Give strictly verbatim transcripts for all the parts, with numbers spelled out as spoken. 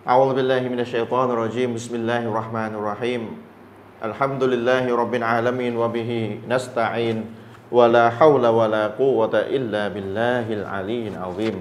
أعوذ بالله من الشيطان الرجيم بسم الله الرحمن الرحيم الحمد لله رب العالمين وبه نستعين ولا حول ولا قوة إلا بالله العلي العظيم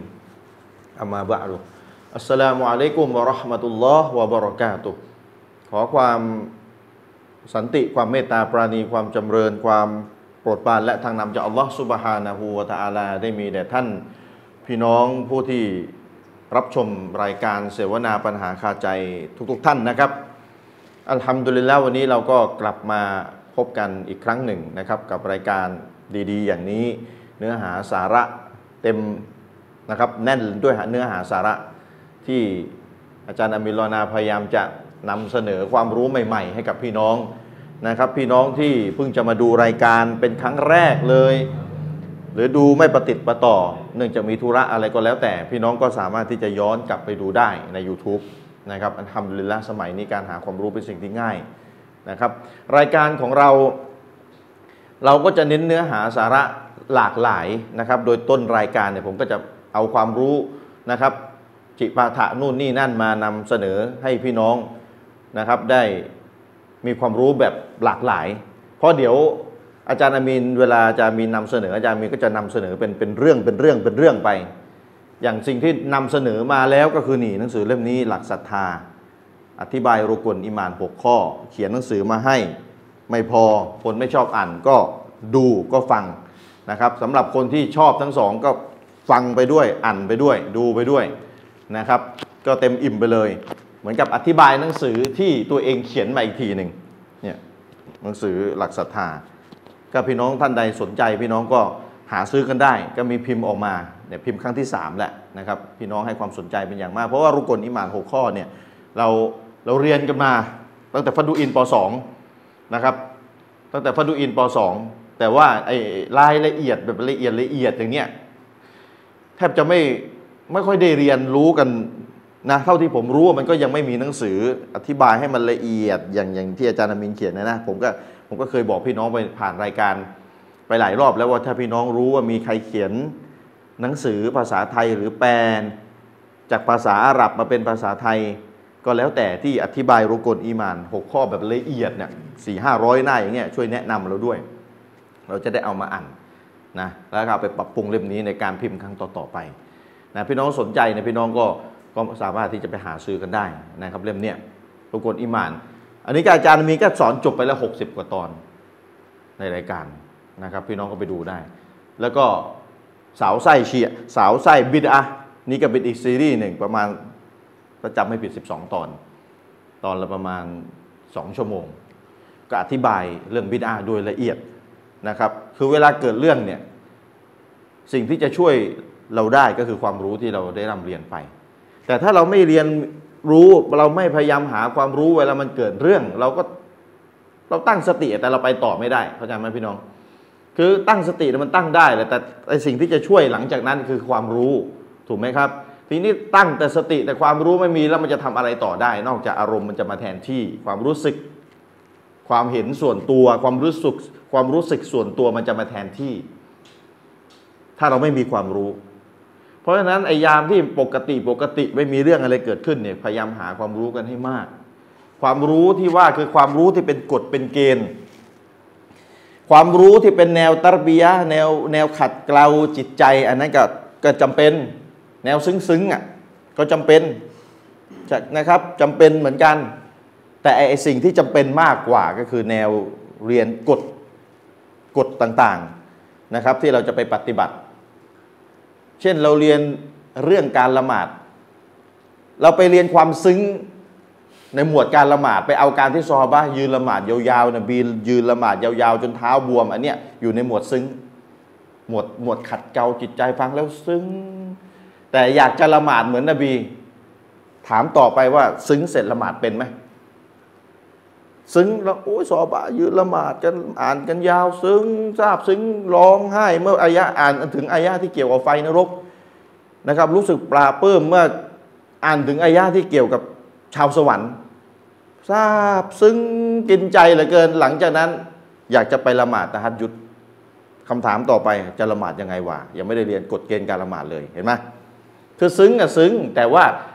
أما بعدอัสสลามุอะลัยกุมวะเราะห์มะตุลลอฮ์วะบะเราะกาตุฮ์ขอความสันติความเมตตาปราณีความจำเริญความโปรดปรานและทางนำจากอัลลอฮ์ซุบฮานะฮูวะตะอาลาได้มีแด่ท่านพี่น้องผู้ที่รับชมรายการเสวนาปัญหาคาใจทุกๆท่านนะครับอัลฮัมดุลิลละห์วันนี้เราก็กลับมาพบกันอีกครั้งหนึ่งนะครับกับรายการดีๆอย่างนี้เนื้อหาสาระเต็มนะครับแน่นด้วยเนื้อหาสาระที่อาจารย์อามิร รอนาพยายามจะนำเสนอความรู้ใหม่ๆให้กับพี่น้องนะครับพี่น้องที่เพิ่งจะมาดูรายการเป็นครั้งแรกเลยหรือดูไม่ประติดประต่อเนื่องจากมีธุระอะไรก็แล้วแต่พี่น้องก็สามารถที่จะย้อนกลับไปดูได้ใน YouTube นะครับอัลฮัมดุลิลละห์สมัยนี้การหาความรู้เป็นสิ่งที่ง่ายนะครับรายการของเราเราก็จะเน้นเนื้อหาสาระหลากหลายนะครับโดยต้นรายการเนี่ยผมก็จะเอาความรู้นะครับจิปาถะนู่นนี่นั่นมานำเสนอให้พี่น้องนะครับได้มีความรู้แบบหลากหลายเพราะเดี๋ยวอาจารย์อามีนเวลาอาจารย์มีนำเสนออาจารย์มีก็จะนำเสนอเป็นเป็นเรื่องเป็นเรื่องเป็นเรื่องไปอย่างสิ่งที่นำเสนอมาแล้วก็คือนี่หนังสือเล่มนี้หลักศรัทธาอธิบายรุกลอิมานหกข้อเขียนหนังสือมาให้ไม่พอคนไม่ชอบอ่านก็ดูก็ฟังนะครับสำหรับคนที่ชอบทั้งสองก็ฟังไปด้วยอ่านไปด้วยดูไปด้วยนะครับก็เต็มอิ่มไปเลยเหมือนกับอธิบายหนังสือที่ตัวเองเขียนมาอีกทีหนึ่งเนี่ยหนังสือหลักศรัทธาก็พี่น้องท่านใดสนใจพี่น้องก็หาซื้อกันได้ก็มีพิมพ์ออกมาเนี่ยพิมพ์ครั้งที่สามแหละนะครับพี่น้องให้ความสนใจเป็นอย่างมากเพราะว่ารุกลอิมานหกข้อเนี่ยเราเราเรียนกันมาตั้งแต่ฟัดูอินป.สอง นะครับตั้งแต่ฟัดูอินป.สอง แต่ว่าไอ้รายละเอียดแบบละเอียดละเอียดอย่างเนี้ยแทบจะไม่ไม่ค่อยได้เรียนรู้กันนะเท่าที่ผมรู้มันก็ยังไม่มีหนังสืออธิบายให้มันละเอียดอย่างอย่างที่อาจารย์อามินเขียนนะนะผมก็ผมก็เคยบอกพี่น้องไปผ่านรายการไปหลายรอบแล้วว่าถ้าพี่น้องรู้ว่ามีใครเขียนหนังสือภาษาไทยหรือแปลจากภาษาอาหรับมาเป็นภาษาไทยก็แล้วแต่ที่อธิบายรุกลอีมานหกข้อแบบละเอียดเนี่ยสี่ห้าร้อยหน้าอย่างเงี้ยช่วยแนะนำเราด้วยเราจะได้เอามาอ่านนะแล้วเอาไปปรับปรุงเล่มนี้ในการพิมพ์ครั้งต่อๆไปนะพี่น้องสนใจเนี่ยพี่น้องก็ก็สามารถที่จะไปหาซื้อกันได้นะครับเล่มเนี้ยรุกลอีมานอันนี้อาจารย์มีก็สอนจบไปแล้วหกสิบกว่าตอนในรายการนะครับพี่น้องก็ไปดูได้แล้วก็สาวไส้เชียสาวไส้บิดอะนี่ก็เป็นอีกซีรีส์หนึ่งประมาณประจำไม่ผิดสิบสองตอนตอนละประมาณสองชั่วโมงก็อธิบายเรื่องบิดอะโดยละเอียดนะครับคือเวลาเกิดเรื่องเนี่ยสิ่งที่จะช่วยเราได้ก็คือความรู้ที่เราได้ร่ำเรียนไปแต่ถ้าเราไม่เรียนรู้เราไม่พยายามหาความรู้เวลามันเกิดเรื่องเราก็เราตั้งสติแต่เราไปต่อไม่ได้เข้าใจไหมพี่น้องคือตั้งสติมันตั้งได้แต่ไอสิ่งที่จะช่วยหลังจากนั้นคือความรู้ถูกไหมครับทีนี้ตั้งแต่สติแต่ความรู้ไม่มีแล้วมันจะทำอะไรต่อได้นอกจากอารมณ์มันจะมาแทนที่ความรู้สึกความเห็นส่วนตัวความรู้สึกความรู้สึกส่วนตัวมันจะมาแทนที่ถ้าเราไม่มีความรู้เพราะฉะนั้นไอ้ยามที่ปกติปกติไม่มีเรื่องอะไรเกิดขึ้นเนี่ยพยายามหาความรู้กันให้มากความรู้ที่ว่าคือความรู้ที่เป็นกฎเป็นเกณฑ์ความรู้ที่เป็นแนวตัรบียะห์แนวแนวขัดเกลาจิตใจอันนั้นก็ก็จำเป็นแนวซึ้งๆอ่ะก็จำเป็นนะครับจำเป็นเหมือนกันแต่ไอ้สิ่งที่จำเป็นมากกว่าก็คือแนวเรียนกฎกฎต่างๆนะครับที่เราจะไปปฏิบัติเช่นเราเรียนเรื่องการละหมาดเราไปเรียนความซึ้งในหมวดการละหมาดไปเอาการที่ซอฮาบะห์ยืนละหมาดยาวๆนบียืนละหมาดยาวๆจนเท้าบวมอันเนี้ยอยู่ในหมวดซึ้งหมวดหมวดขัดเกลาจิตใจฟังแล้วซึ้งแต่อยากจะละหมาดเหมือนนบีถามต่อไปว่าซึ้งเสร็จละหมาดเป็นไหมซึ้งแล้วโอ้ยซอฮาบะห์ยืนละหมาดกันอ่านกันยาวซึ้งซาบซึ้งร้องไห้เมื่ออายะอ่านถึงอายะที่เกี่ยวกับไฟนรกนะครับรู้สึกปลาเปิ้มเมื่ออ่านถึงอายะที่เกี่ยวกับชาวสวรรค์ซาบซึ้งกินใจเหลือเกินหลังจากนั้นอยากจะไปละหมาดตะฮัจญุดคำถามต่อไปจะละหมาดยังไงวะยังไม่ได้เรียนกฎเกณฑ์การละหมาดเลยเห็นไหมคือซึ้งอะซึ้งแต่ว่า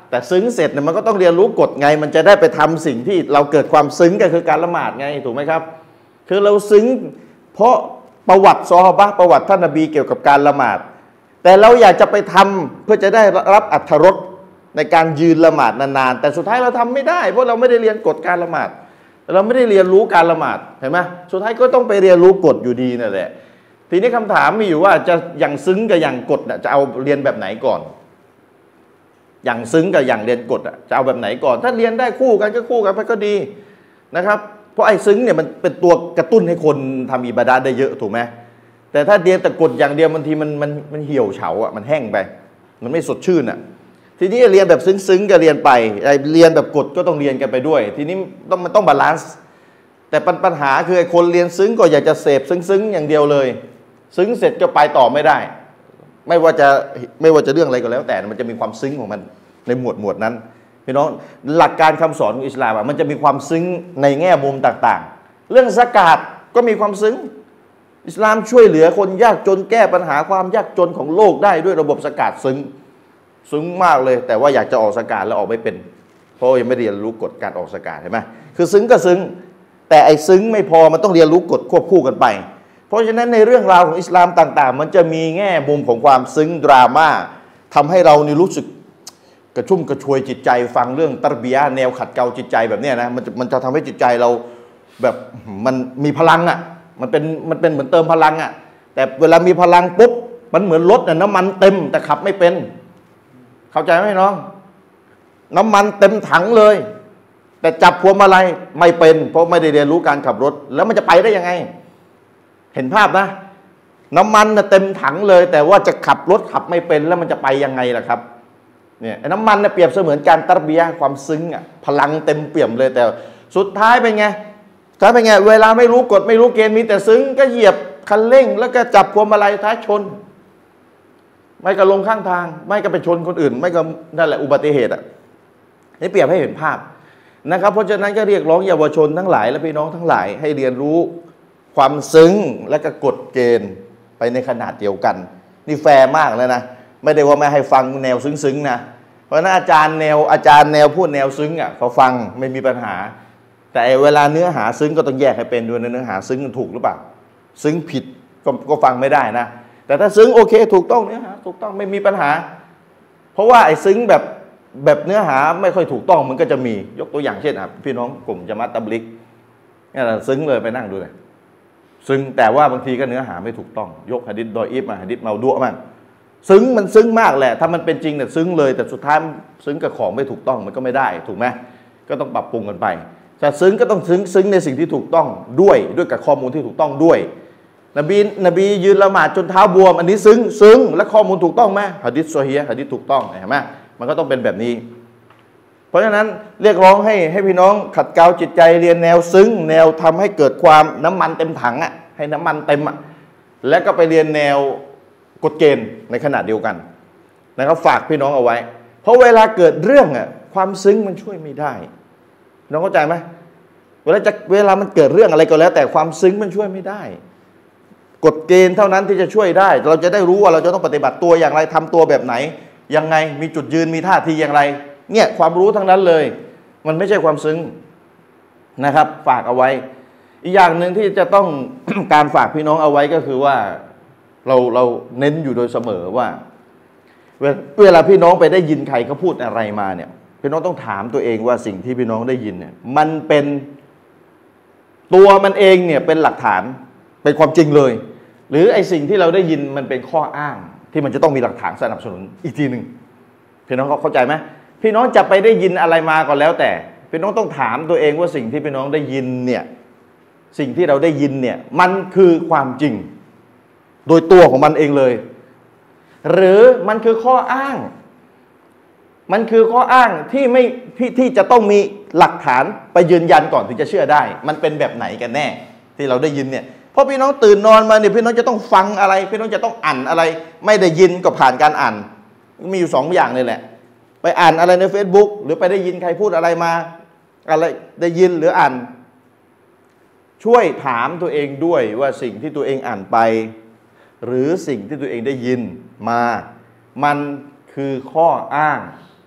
แต่ซึ้งเสร็จเนี่ยมันก็ต้องเรียนรู้กฎไงมันจะได้ไปทำสิ่งที่เราเกิดความซึ้งก็คือการละหมาดไงถูกไหมครับคือเราซึ้งเพราะประวัติซอฮาบะห์ประวัติท่านนบีเกี่ยวกับการละหมาดแต่เราอยากจะไปทำเพื่อจะได้รับอรรถรสในการยืนละหมาดนานๆแต่สุดท้ายเราทำไม่ได้เพราะเราไม่ได้เรียนกฎการละหมาดเราไม่ได้เรียนรู้การละหมาดเห็นไหมสุดท้ายก็ต้องไปเรียนรู้กฎอยู่ดีนั่นแหละทีนี้คำถามมีอยู่ว่าจะอย่างซึ้งกับอย่างกฎจะเอาเรียนแบบไหนก่อนอย่างซึ้งกับอย่างเรียนกฎจะเอาแบบไหนก่อนถ้าเรียนได้คู่กันก็คู่กันไปก็ดีนะครับเพราะไอ้ซึ้งเนี่ยมันเป็นตัวกระตุ้นให้คนทำอิบาดะห์ได้เยอะถูกไหมแต่ถ้าเรียนแต่กฎอย่างเดียวบางทีมันมันมันเหี่ยวเฉาอ่ะมันแห้งไปมันไม่สดชื่นอ่ะทีนี้เรียนแบบซึ้งๆก็เรียนไปไอ้เรียนแบบกฎก็ต้องเรียนกันไปด้วยทีนี้ต้องมันต้องบาลานซ์แต่ปัญหาคือไอ้คนเรียนซึ้งก็อยากจะเสพซึ้งๆอย่างเดียวเลยซึ้งเสร็จก็ไปต่อไม่ได้ไม่ว่าจะไม่ว่าจะเรื่องอะไรก็แล้วแต่มันจะมีความซึ้งของมันในหมวดหมวดนั้นพี่น้องหลักการคำสอนของอิสลามมันจะมีความซึ้งในแง่มุมต่างๆเรื่องซะกาตก็มีความซึ้งอิสลามช่วยเหลือคนยากจนแก้ปัญหาความยากจนของโลกได้ด้วยระบบซะกาตซึ้งซึ้งมากเลยแต่ว่าอยากจะออกซะกาตแล้วออกไม่เป็นเพราะยังไม่เรียนรู้กฎการออกซะกาตเห็นไหมคือซึ้งก็ซึ้งแต่ไอ้ซึ้งไม่พอมันต้องเรียนรู้กฎควบคู่กันไปเพราะฉะนั้นในเรื่องราวของอิสลามต่างๆมันจะมีแง่มุมของความซึ้งดราม่าทำให้เรานี่รู้สึกกระชุ่มกระชวยจิตใจฟังเรื่องตัรบียะห์แนวขัดเกลาจิตใจแบบนี้นะมันจะมันจะทำให้จิตใจเราแบบมันมีพลังอ่ะมันเป็นมันเป็นเหมือนเติมพลังอ่ะแต่เวลามีพลังปุ๊บมันเหมือนรถน่ะน้ำมันเต็มแต่ขับไม่เป็นเข้าใจไหมน้องน้ำมันเต็มถังเลยแต่จับพวงมาลัยไม่เป็นเพราะไม่ได้เรียนรู้การขับรถแล้วมันจะไปได้ยังไงเห็นภาพนะน้ำมันน่ะเต็มถังเลยแต่ว่าจะขับรถขับไม่เป็นแล้วมันจะไปยังไงล่ะครับเนี่ยน้ำมันเนี่ยเปรียบเสมือนการตัรบียะห์ความซึ้งอ่ะพลังเต็มเปี่ยมเลยแต่สุดท้ายเป็นไงท้ายเป็นไงเวลาไม่รู้กฎไม่รู้เกณฑ์มีแต่ซึ้งก็เหยียบคันเร่งแล้วก็จับพวงมาลัยท้ายชนไม่ก็ลงข้างทางไม่ก็ไปชนคนอื่นไม่ก็นั่นแหละอุบัติเหตุอ่ะนี่เปรียบให้เห็นภาพนะครับเพราะฉะนั้นก็เรียกร้องเยาวชนทั้งหลายและพี่น้องทั้งหลายให้เรียนรู้ความซึ้งและก็กฎเกณฑ์ไปในขนาดเดียวกันนี่แฟร์มากเลยนะไม่ได้ว่าไม่ให้ฟังแนวซึ้งๆนะเพราะนั้นอาจารย์แนวอาจารย์แนวพูดแนวซึ้งอ่ะเขาฟังไม่มีปัญหาแต่เวลาเนื้อหาซึ้งก็ต้องแยกให้เป็นด้วยนะเนื้อหาซึ้งถูกหรือเปล่าซึ้งผิดก็ก็ฟังไม่ได้นะแต่ถ้าซึ้งโอเคถูกต้องเนื้อหาถูกต้องไม่มีปัญหาเพราะว่าไอ้ซึ้งแบบแบบเนื้อหาไม่ค่อยถูกต้องมันก็จะมียกตัวอย่างเช่นอ่ะพี่น้องกลุ่มญะมาอะห์ตับลิกนี่แหละซึ้งเลยไปนั่งดูเลยซึ้งแต่ว่าบางทีก็เนื้อหาไม่ถูกต้องยกหะดีษดออีฟมาหะดีษเมาดุะมั่งซึ้งมันซึ้งมากแหละถ้ามันเป็นจริงเนี่ยซึ้งเลยแต่สุดท้ายซึ้งกับของไม่ถูกต้องมันก็ไม่ได้ถูกไหมก็ต้องปรับปรุงกันไปแต่ซึ้งก็ต้องซึ้งซึ้งในสิ่งที่ถูกต้องด้วยด้วยกับข้อมูลที่ถูกต้องด้วยนบีนบียืนละหมาดจนเท้าบวมอันนี้ซึ้งซึ้งและข้อมูลถูกต้องไหมหะดีษซอฮีฮ์หะดีษถูกต้องเห็นไหมมันก็ต้องเป็นแบบนี้เพราะฉะนั้นเรียกร้องให้ให้พี่น้องขัดเกลาจิตใจเรียนแนวซึ้งแนวทำให้เกิดความน้ำมันเต็มถังอ่ะให้น้ำมันเต็มอ่ะแล้วก็ไปเรียนแนวกฎเกณฑ์ในขณะเดียวกันนะครับฝากพี่น้องเอาไว้เพราะเวลาเกิดเรื่องอ่ะความซึ้งมันช่วยไม่ได้น้องเข้าใจไหมเวลาจะเวลามันเกิดเรื่องอะไรก็แล้วแต่ความซึ้งมันช่วยไม่ได้กฎเกณฑ์เท่านั้นที่จะช่วยได้เราจะได้รู้ว่าเราจะต้องปฏิบัติตัวอย่างไรทำตัวแบบไหนยังไงมีจุดยืนมีท่าทีอย่างไรเนี่ยความรู้ทั้งนั้นเลยมันไม่ใช่ความซึ้งนะครับฝากเอาไว้อีกอย่างหนึ่งที่จะต้อง การฝากพี่น้องเอาไว้ก็คือว่าเราเราเน้นอยู่โดยเสมอว่าเวลาพี่น้องไปได้ยินใครเขาพูดอะไรมาเนี่ยพี่น้องต้องถามตัวเองว่าสิ่งที่พี่น้องได้ยินเนี่ยมันเป็นตัวมันเองเนี่ยเป็นหลักฐานเป็นความจริงเลยหรือไอสิ่งที่เราได้ยินมันเป็นข้ออ้างที่มันจะต้องมีหลักฐานสนับสนุนอีกทีหนึ่งพี่น้องเข้าใจไหมพี่น้องจะไปได้ยินอะไรมาก็แล้วแต่พี่น้องต้องถามตัวเองว่าสิ่งที่พี่น้องได้ยินเนี่ยสิ่งที่เราได้ยินเนี่ยมันคือความจริงโดยตัวของมันเองเลยหรือมันคือข้ออ้างมันคือข้ออ้างที่ไม่ที่จะต้องมีหลักฐานไปยืนยันก่อนถึงจะเชื่อได้มันเป็นแบบไหนกันแน่ที่เราได้ยินเนี่ยเพราะพี่น้องตื่นนอนมาเนี่ยพี่น้องจะต้องฟังอะไรพี่น้องจะต้องอ่านอะไรไม่ได้ยินก็ผ่านการอ่านมีอยู่สองอย่างเลยแหละไปอ่านอะไรใน Facebook หรือไปได้ยินใครพูดอะไรมาอะไรได้ยินหรืออ่านช่วยถามตัวเองด้วยว่าสิ่งที่ตัวเองอ่านไปหรือสิ่งที่ตัวเองได้ยินมามันคือข้ออ้าง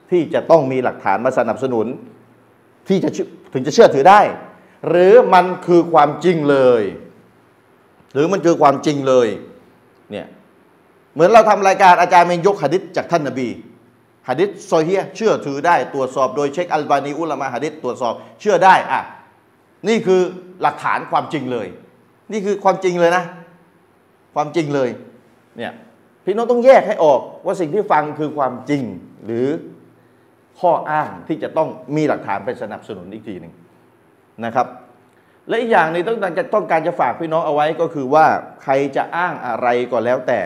ที่จะต้องมีหลักฐานมาสนับสนุนที่จะถึงจะเชื่อถือได้หรือมันคือความจริงเลยหรือมันคือความจริงเลยเนี่ยเหมือนเราทำรายการอาจารย์เมนยกหะดีษจากท่านนบีหะดีษซอฮีฮ์เชื่อถือได้ตรวจสอบโดยเชคอัลบานีอุลามะหะดีษตรวจสอบเชื่อได้อ่ะนี่คือหลักฐานความจริงเลยนี่คือความจริงเลยนะความจริงเลยเนี่ยพี่น้องต้องแยกให้ออกว่าสิ่งที่ฟังคือความจริงหรือข้ออ้างที่จะต้องมีหลักฐานไปสนับสนุนอีกทีหนึ่งนะครับและอีกอย่างหนึ่งต้องการจะต้องการจะฝากพี่น้องเอาไว้ก็คือว่าใครจะอ้างอะไรก็แล้วแต่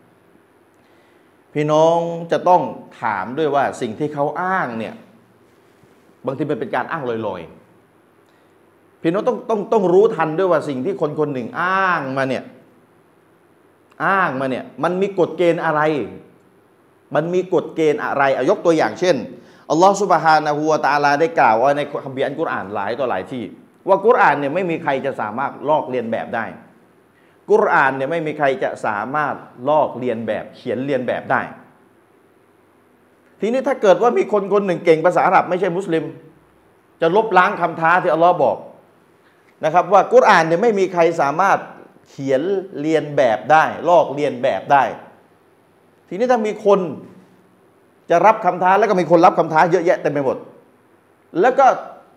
พี่น้องจะต้องถามด้วยว่าสิ่งที่เขาอ้างเนี่ยบางทีมันเป็นการอ้างลอยๆพี่น้องต้องต้องต้องรู้ทันด้วยว่าสิ่งที่คนคนหนึ่งอ้างมาเนี่ยอ้างมาเนี่ยมันมีกฎเกณฑ์อะไรมันมีกฎเกณฑ์อะไรยกตัวอย่างเช่นอัลลอฮฺซุบฮานะฮูวะตะอาลาได้กล่าวไว้ในคัมภีร์อัลกุรอานหลายต่อหลายที่ว่ากุรอานเนี่ยไม่มีใครจะสามารถลอกเลียนแบบได้กุรอานเนี่ยไม่มีใครจะสามารถลอกเลียนแบบเขียนเลียนแบบได้ทีนี้ถ้าเกิดว่ามีคนคนหนึ่งเก่งภาษาอาหรับไม่ใช่มุสลิมจะลบล้างคำท้าที่อัลลอฮ์บอกนะครับว่ากุรอานเนี่ยไม่มีใครสามารถเขียนเลียนแบบได้ลอกเลียนแบบได้ทีนี้ถ้ามีคนจะรับคำท้าแล้วก็มีคนรับคำท้าเยอะแยะเต็มไปหมดแล้วก็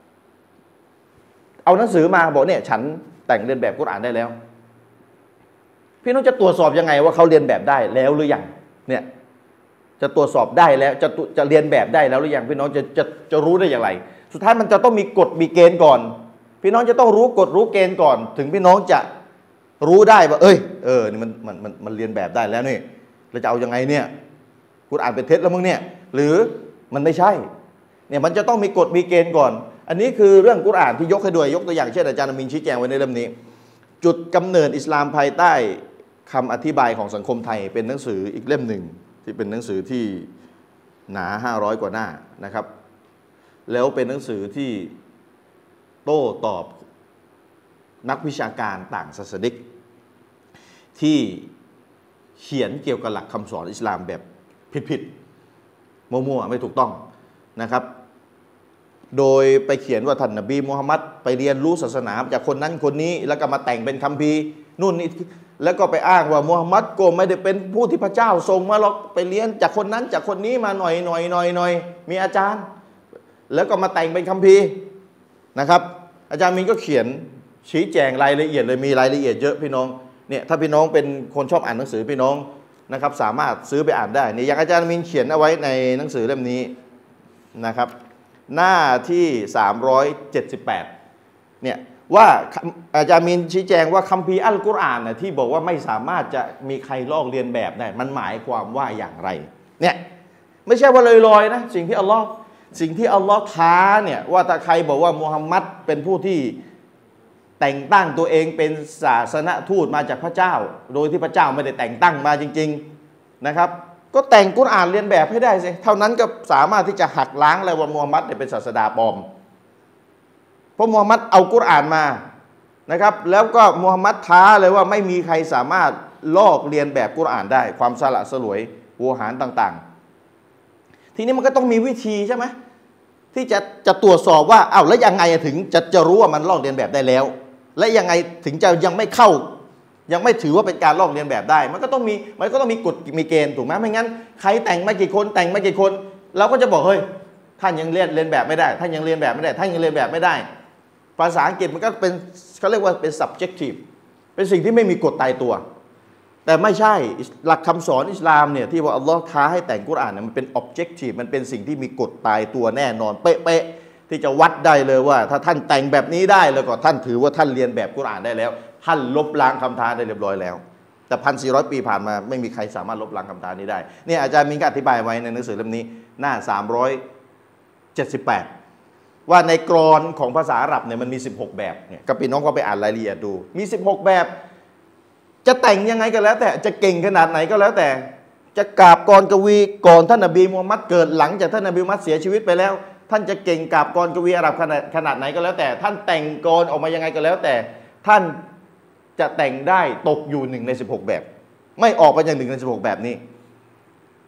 เอาหนังสือมาบอกเนี่ยฉันแต่งเรียนแบบกุรอานได้แล้วพี่น้องจะตรวจสอบยังไงว่าเขาเรียนแบบได้แล้วหรือยังเนี่ยจะตรวจสอบได้แล้วจะจะเรียนแบบได้แล้วหรือยังพี่น้องจะจะจะรู้ได้อย่างไรสุดท้ายมันจะต้องมีกฎมีเกณฑ์ก่อนพี่น้องจะต้องรู้กฎรู้เกณฑ์ก่อนถึงพี่น้องจะรู้ได้ว่าเอ้ยเออนี่มันมันมันมันเรียนแบบได้แล้วนี่เราจะเอายังไงเนี่ยกุรอานเป็นเท็จแล้วมึงเนี่ยหรือมันไม่ใช่เนี่ยมันจะต้องมีกฎมีเกณฑ์ก่อนอันนี้คือเรื่องกุรอานที่ยกให้ด้วยยกตัวอย่างเช่นอาจารย์อามีนชี้แจงไว้ในเล่มนี้จุดกำเนิดอิสลามภายใต้คำอธิบายของสังคมไทยเป็นหนังสืออีกเล่มหนึ่งที่เป็นหนังสือที่หนาห้าร้อยกว่าหน้านะครับแล้วเป็นหนังสือที่โต้ตอบนักวิชาการต่างศาสนิกที่เขียนเกี่ยวกับหลักคำสอนอิสลามแบบผิดๆมั่วๆไม่ถูกต้องนะครับโดยไปเขียนว่าท่านนบีมุฮัมมัดไปเรียนรู้ศาสนาจากคนนั้นคนนี้แล้วก็มาแต่งเป็นคัมภีร์นู่นนี่แล้วก็ไปอ้างว่ามุฮัมมัดก็ไม่ได้เป็นผู้ที่พระเจ้าทรงมาหรอกไปเรียนจากคนนั้นจากคนนี้มาหน่อยหน่อยหน่อยหน่อยมีอาจารย์แล้วก็มาแต่งเป็นคัมภีร์นะครับอาจารย์มินก็เขียนชี้แจงรายละเอียดเลยมีรายละเอียดเยอะพี่น้องเนี่ยถ้าพี่น้องเป็นคนชอบอ่านหนังสือพี่น้องนะครับสามารถซื้อไปอ่านได้นี่อย่างอาจารย์มินเขียนเอาไว้ในหนังสือเล่มนี้นะครับหน้าที่สามร้อยเจ็ดสิบแปดเนี่ยว่าอาจารย์มินชี้แจงว่าคัมภีร์อัลกุรอานนะที่บอกว่าไม่สามารถจะมีใครลอกเลียนแบบได้มันหมายความว่าอย่างไรเนี่ยไม่ใช่ว่าลอยๆนะสิ่งที่อัลลอฮ์สิ่งที่อัลลอฮ์ท้าเนี่ยว่าถ้าใครบอกว่ามุฮัมมัดเป็นผู้ที่แต่งตั้งตัวเองเป็นศาสนทูตมาจากพระเจ้าโดยที่พระเจ้าไม่ได้แต่งตั้งมาจริงๆนะครับก็แต่งกุรอานเรียนแบบให้ได้สิเท่านั้นก็สามารถที่จะหักล้างเลยว่ามูฮัมหมัดเป็นศาสดาปลอมเพราะมูฮัมหมัดเอากุรอานมานะครับแล้วก็มูฮัมหมัดท้าเลยว่าไม่มีใครสามารถลอกเรียนแบบกุรอานได้ความสละสลวยโวหารต่างๆทีนี้มันก็ต้องมีวิธีใช่ไหมที่จะจะตรวจสอบว่าอ้าวแล้วยังไงถึงจะจะรู้ว่ามันลอกเรียนแบบได้แล้วและยังไงถึงจะยังไม่เข้ายังไม่ถือว่าเป็นการลอกเลียนแบบได้มันก็ต้องมีมันก็ต้องมีกฎมีเกณฑ์ถูกไหมไม่งั้นใครแต่งมากี่คนแต่งมากี่คนเราก็จะบอกเฮ้ยท่านยังเรียนเรียนแบบไม่ได้ท่านยังเรียนแบบไม่ได้ท่านยังเรียนแบบไม่ได้ภาษาอังกฤษมันก็เป็นเขาเรียกว่าเป็น subjective เป็นสิ่งที่ไม่มีกฎตายตัวแต่ไม่ใช่หลักคำสอนอิสลามเนี่ยที่ว่าอัลลอฮ์ท้าให้แต่งกุรอานเนี่ยมันเป็น objective มันเป็นสิ่งที่มีกฎตายตัวแน่นอนเป๊ะๆที่จะวัดได้เลยว่าถ้าท่านแต่งแบบนี้ได้แล้วก็ท่านถือว่าท่านเรียนแบบกุรอานได้แล้วท่านลบล้างคำท้าได้เรียบร้อยแล้วแต่พันสี่ร้อยปีผ่านมาไม่มีใครสามารถลบล้างคำท้านี้ได้เนี่ยอาจารย์มินก็อธิบายไว้ในหนังสือเล่มนี้หน้าสามร้อยเจ็ดสิบแปดว่าในกรอนของภาษาอาหรับเนี่ยมันมีสิบหกแบบเนี่ยก็พี่น้องก็ไปอ่านรายละเอียดดูมีสิบหกแบบจะแต่งยังไงก็แล้วแต่จะเก่งขนาดไหนก็แล้วแต่จะกราบกรกวีก่อนท่านนบีมูฮัมมัดเกิดหลังจากท่านนบีมูฮัมมัดเสียชีวิตไปแล้วท่านจะเก่งกราบกรกวีอาหรับขนาดขนาดไหนก็แล้วแต่ท่านแต่งกรออกมายังไงก็แล้วแต่ท่านจะแต่งได้ตกอยู่หนึ่งในสิบหกแบบไม่ออกไปจากหนึ่งในสิบหกแบบนี้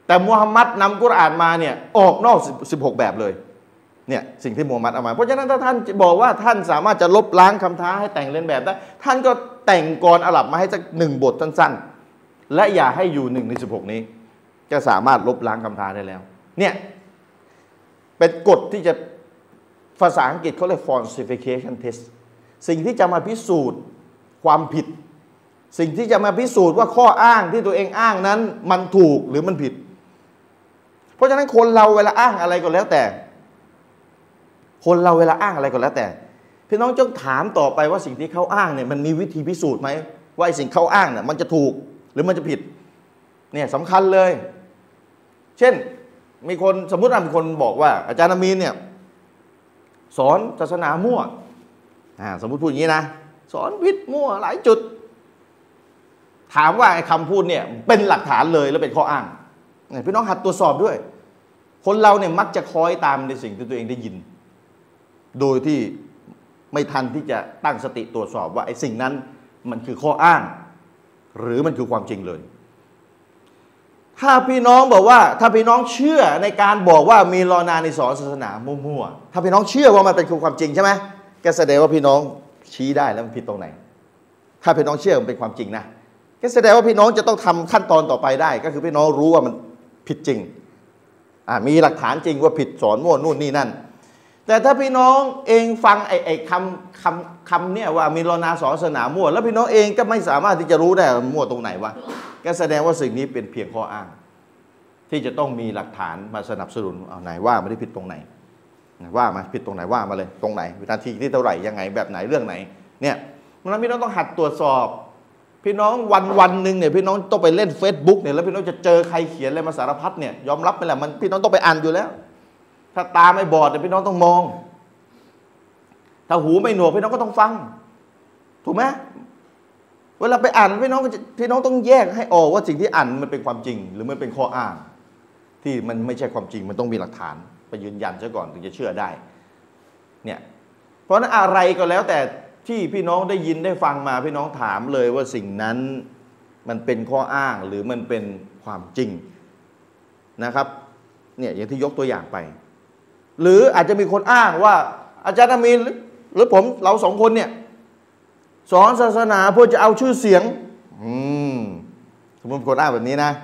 แต่มุฮัมมัดนำกุรอานมาเนี่ยออกนอกสิบหกแบบเลยเนี่ยสิ่งที่มุฮัมมัดเอามาเพราะฉะนั้นถ้าท่านบอกว่าท่านสามารถจะลบล้างคำท้าให้แต่งเลียนแบบได้ท่านก็แต่งกรอาหรับมาให้สักหนึ่งบทสั้นๆและอย่าให้อยู่หนึ่งในสิบหกนี้จะสามารถลบล้างคำท้าได้แล้วเนี่ยเป็นกฎที่จะภาษาอังกฤษเขาเรียก falsification test สิ่งที่จะมาพิสูจน์ความผิดสิ่งที่จะมาพิสูจน์ว่าข้ออ้างที่ตัวเองอ้างนั้นมันถูกหรือมันผิดเพราะฉะนั้นคนเราเวลาอ้างอะไรก็แล้วแต่คนเราเวลาอ้างอะไรก็แล้วแต่พี่น้องจงถามต่อไปว่าสิ่งที่เขาอ้างเนี่ยมันมีวิธีพิสูจน์ไหมว่าไอ้สิ่งเขาอ้างเนี่ยมันจะถูกหรือมันจะผิดเนี่ยสำคัญเลยเช่นมีคนสมมุติว่ามีคนบอกว่าอาจารย์อามีนเนี่ยสอนศาสนามั่วอ่าสมมุติพูดอย่างนี้นะสอนวิทย์มั่วหลายจุดถามว่าไอ้คำพูดเนี่ยเป็นหลักฐานเลยแล้วเป็นข้ออ้างพี่น้องหัดตรวจสอบด้วยคนเราเนี่ยมักจะคล้อยตามในสิ่งที่ตัวเองได้ยินโดยที่ไม่ทันที่จะตั้งสติตรวจสอบว่าไอ้สิ่งนั้นมันคือข้ออ้างหรือมันคือความจริงเลยถ้าพี่น้องบอกว่าถ้าพี่น้องเชื่อในการบอกว่ามีลอนาในสอนศาสนามั่วๆถ้าพี่น้องเชื่อว่ามันเป็นคือความจริงใช่ไหมก็แสดงว่าพี่น้องชี้ได้แล้วมันผิดตรงไหนถ้าพี่น้องเชื่อมันเป็นความจริงนะก็แสดงว่าพี่น้องจะต้องทำขั้นตอนต่อไปได้ก็คือพี่น้องรู้ว่ามันผิดจริงอ่ามีหลักฐานจริงว่าผิดสอนมั่วนู่นนี่นั่นแต่ถ้าพี่น้องเองฟังไอ้ไอ้คำคำคำเนี่ยว่ามีลอนาสอนศาสนามั่วแล้วพี่น้องเองก็ไม่สามารถที่จะรู้ได้มั่วตรงไหนวะก็แสดงว่าสิ่งนี้เป็นเพียงข้ออ้างที่จะต้องมีหลักฐานมาสนับสนุนเอาไหนว่าไม่ได้ผิดตรงไหนว่ามาผิดตรงไหนว่ามาเลยตรงไหนวินาทีที่เท่าไหร่ยังไงแบบไหนเรื่องไหนเนี่ยเพราะฉะนั้นพี่น้องต้องหัดตรวจสอบพี่น้องวันวันหนึ่งเนี่ยพี่น้องต้องไปเล่น Facebook เนี่ยแล้วพี่น้องจะเจอใครเขียนอะไรมาสารพัดเนี่ยยอมรับไปแหละมันพี่น้องต้องไปอ่านอยู่แล้วถ้าตาไม่บอดเนี่ยพี่น้องต้องมองถ้าหูไม่หนวกพี่น้องก็ต้องฟังถูกไหมเวลาไปอ่านพี่น้องพี่น้องต้องแยกให้ออกว่าสิ่งที่อ่านมันเป็นความจริงหรือมันเป็นข้ออ้างที่มันไม่ใช่ความจริงมันต้องมีหลักฐานไปยืนยันซะก่อนถึงจะเชื่อได้เนี่ยเพราะนั้นอะไรก็แล้วแต่ที่พี่น้องได้ยินได้ฟังมาพี่น้องถามเลยว่าสิ่งนั้นมันเป็นข้ออ้างหรือมันเป็นความจริงนะครับเนี่ยอย่างที่ยกตัวอย่างไปหรืออาจจะมีคนอ้างว่าอาจารย์อามีนหรือผมเราสองคนเนี่ยสอนศาสนาเพื่อจะเอาชื่อเสียงอืมสมมติคนอ้างแบบนี้นะ